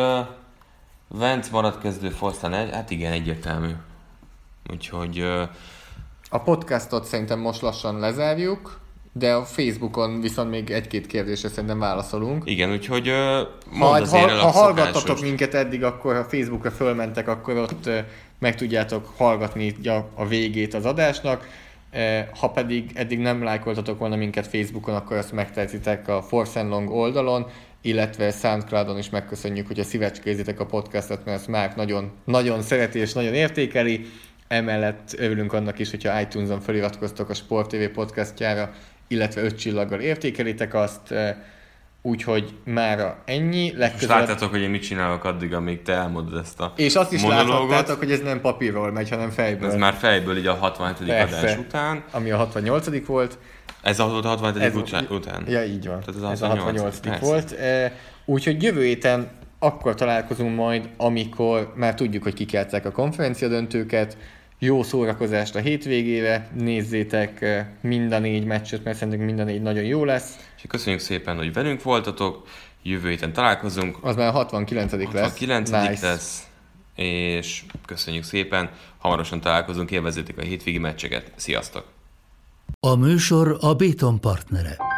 Wentz maradt kezdő, Foles egy, hát igen, egyértelmű. Úgyhogy... A podcastot szerintem most lassan lezárjuk, de a Facebookon viszont még egy-két kérdésre szerintem válaszolunk. Igen, úgyhogy uh, ha, azért ha, el ha a hallgattatok szokásos. minket eddig, akkor ha Facebookra fölmentek, akkor ott uh, meg tudjátok hallgatni a, a végét az adásnak. Uh, ha pedig eddig nem lájkoltatok volna minket Facebookon, akkor azt megtehetitek a Force and Long oldalon, illetve Soundcloudon is megköszönjük, hogyha szívecskézitek a podcastot, mert ezt Márk nagyon, nagyon szereti és nagyon értékeli. Emellett örülünk annak is, hogyha iTunes-on feliratkoztok a Sport té vé podcastjára, illetve öt csillaggal értékelitek azt, úgyhogy mára ennyi. Most Legközelebb... láttátok, hogy én mit csinálok addig, amíg te elmondod ezt a És azt is monológot. láthattátok, hogy ez nem papírról megy, hanem fejből. Ez már fejből így a hatvanhetedik Persze. adás után. Ami a hatvannyolcadik volt. Ez a hatvanhetedik Ez, után, után. Ja, így van. Tehát ez, ez a hatvannyolcadik volt. Úgyhogy jövő héten akkor találkozunk majd, amikor már tudjuk, hogy kikeltek a konferencia döntőket. Jó szórakozást a hétvégére, nézzétek mind a négy meccset, mert szerintem mind a négy nagyon jó lesz. És köszönjük szépen, hogy velünk voltatok, jövő héten találkozunk. Az már a hatvankilencedik lesz. hatvankilencedik Nice. lesz, és köszönjük szépen, hamarosan találkozunk, élvezzétek a hétvégi meccseket, sziasztok! A műsor a Béton partnere.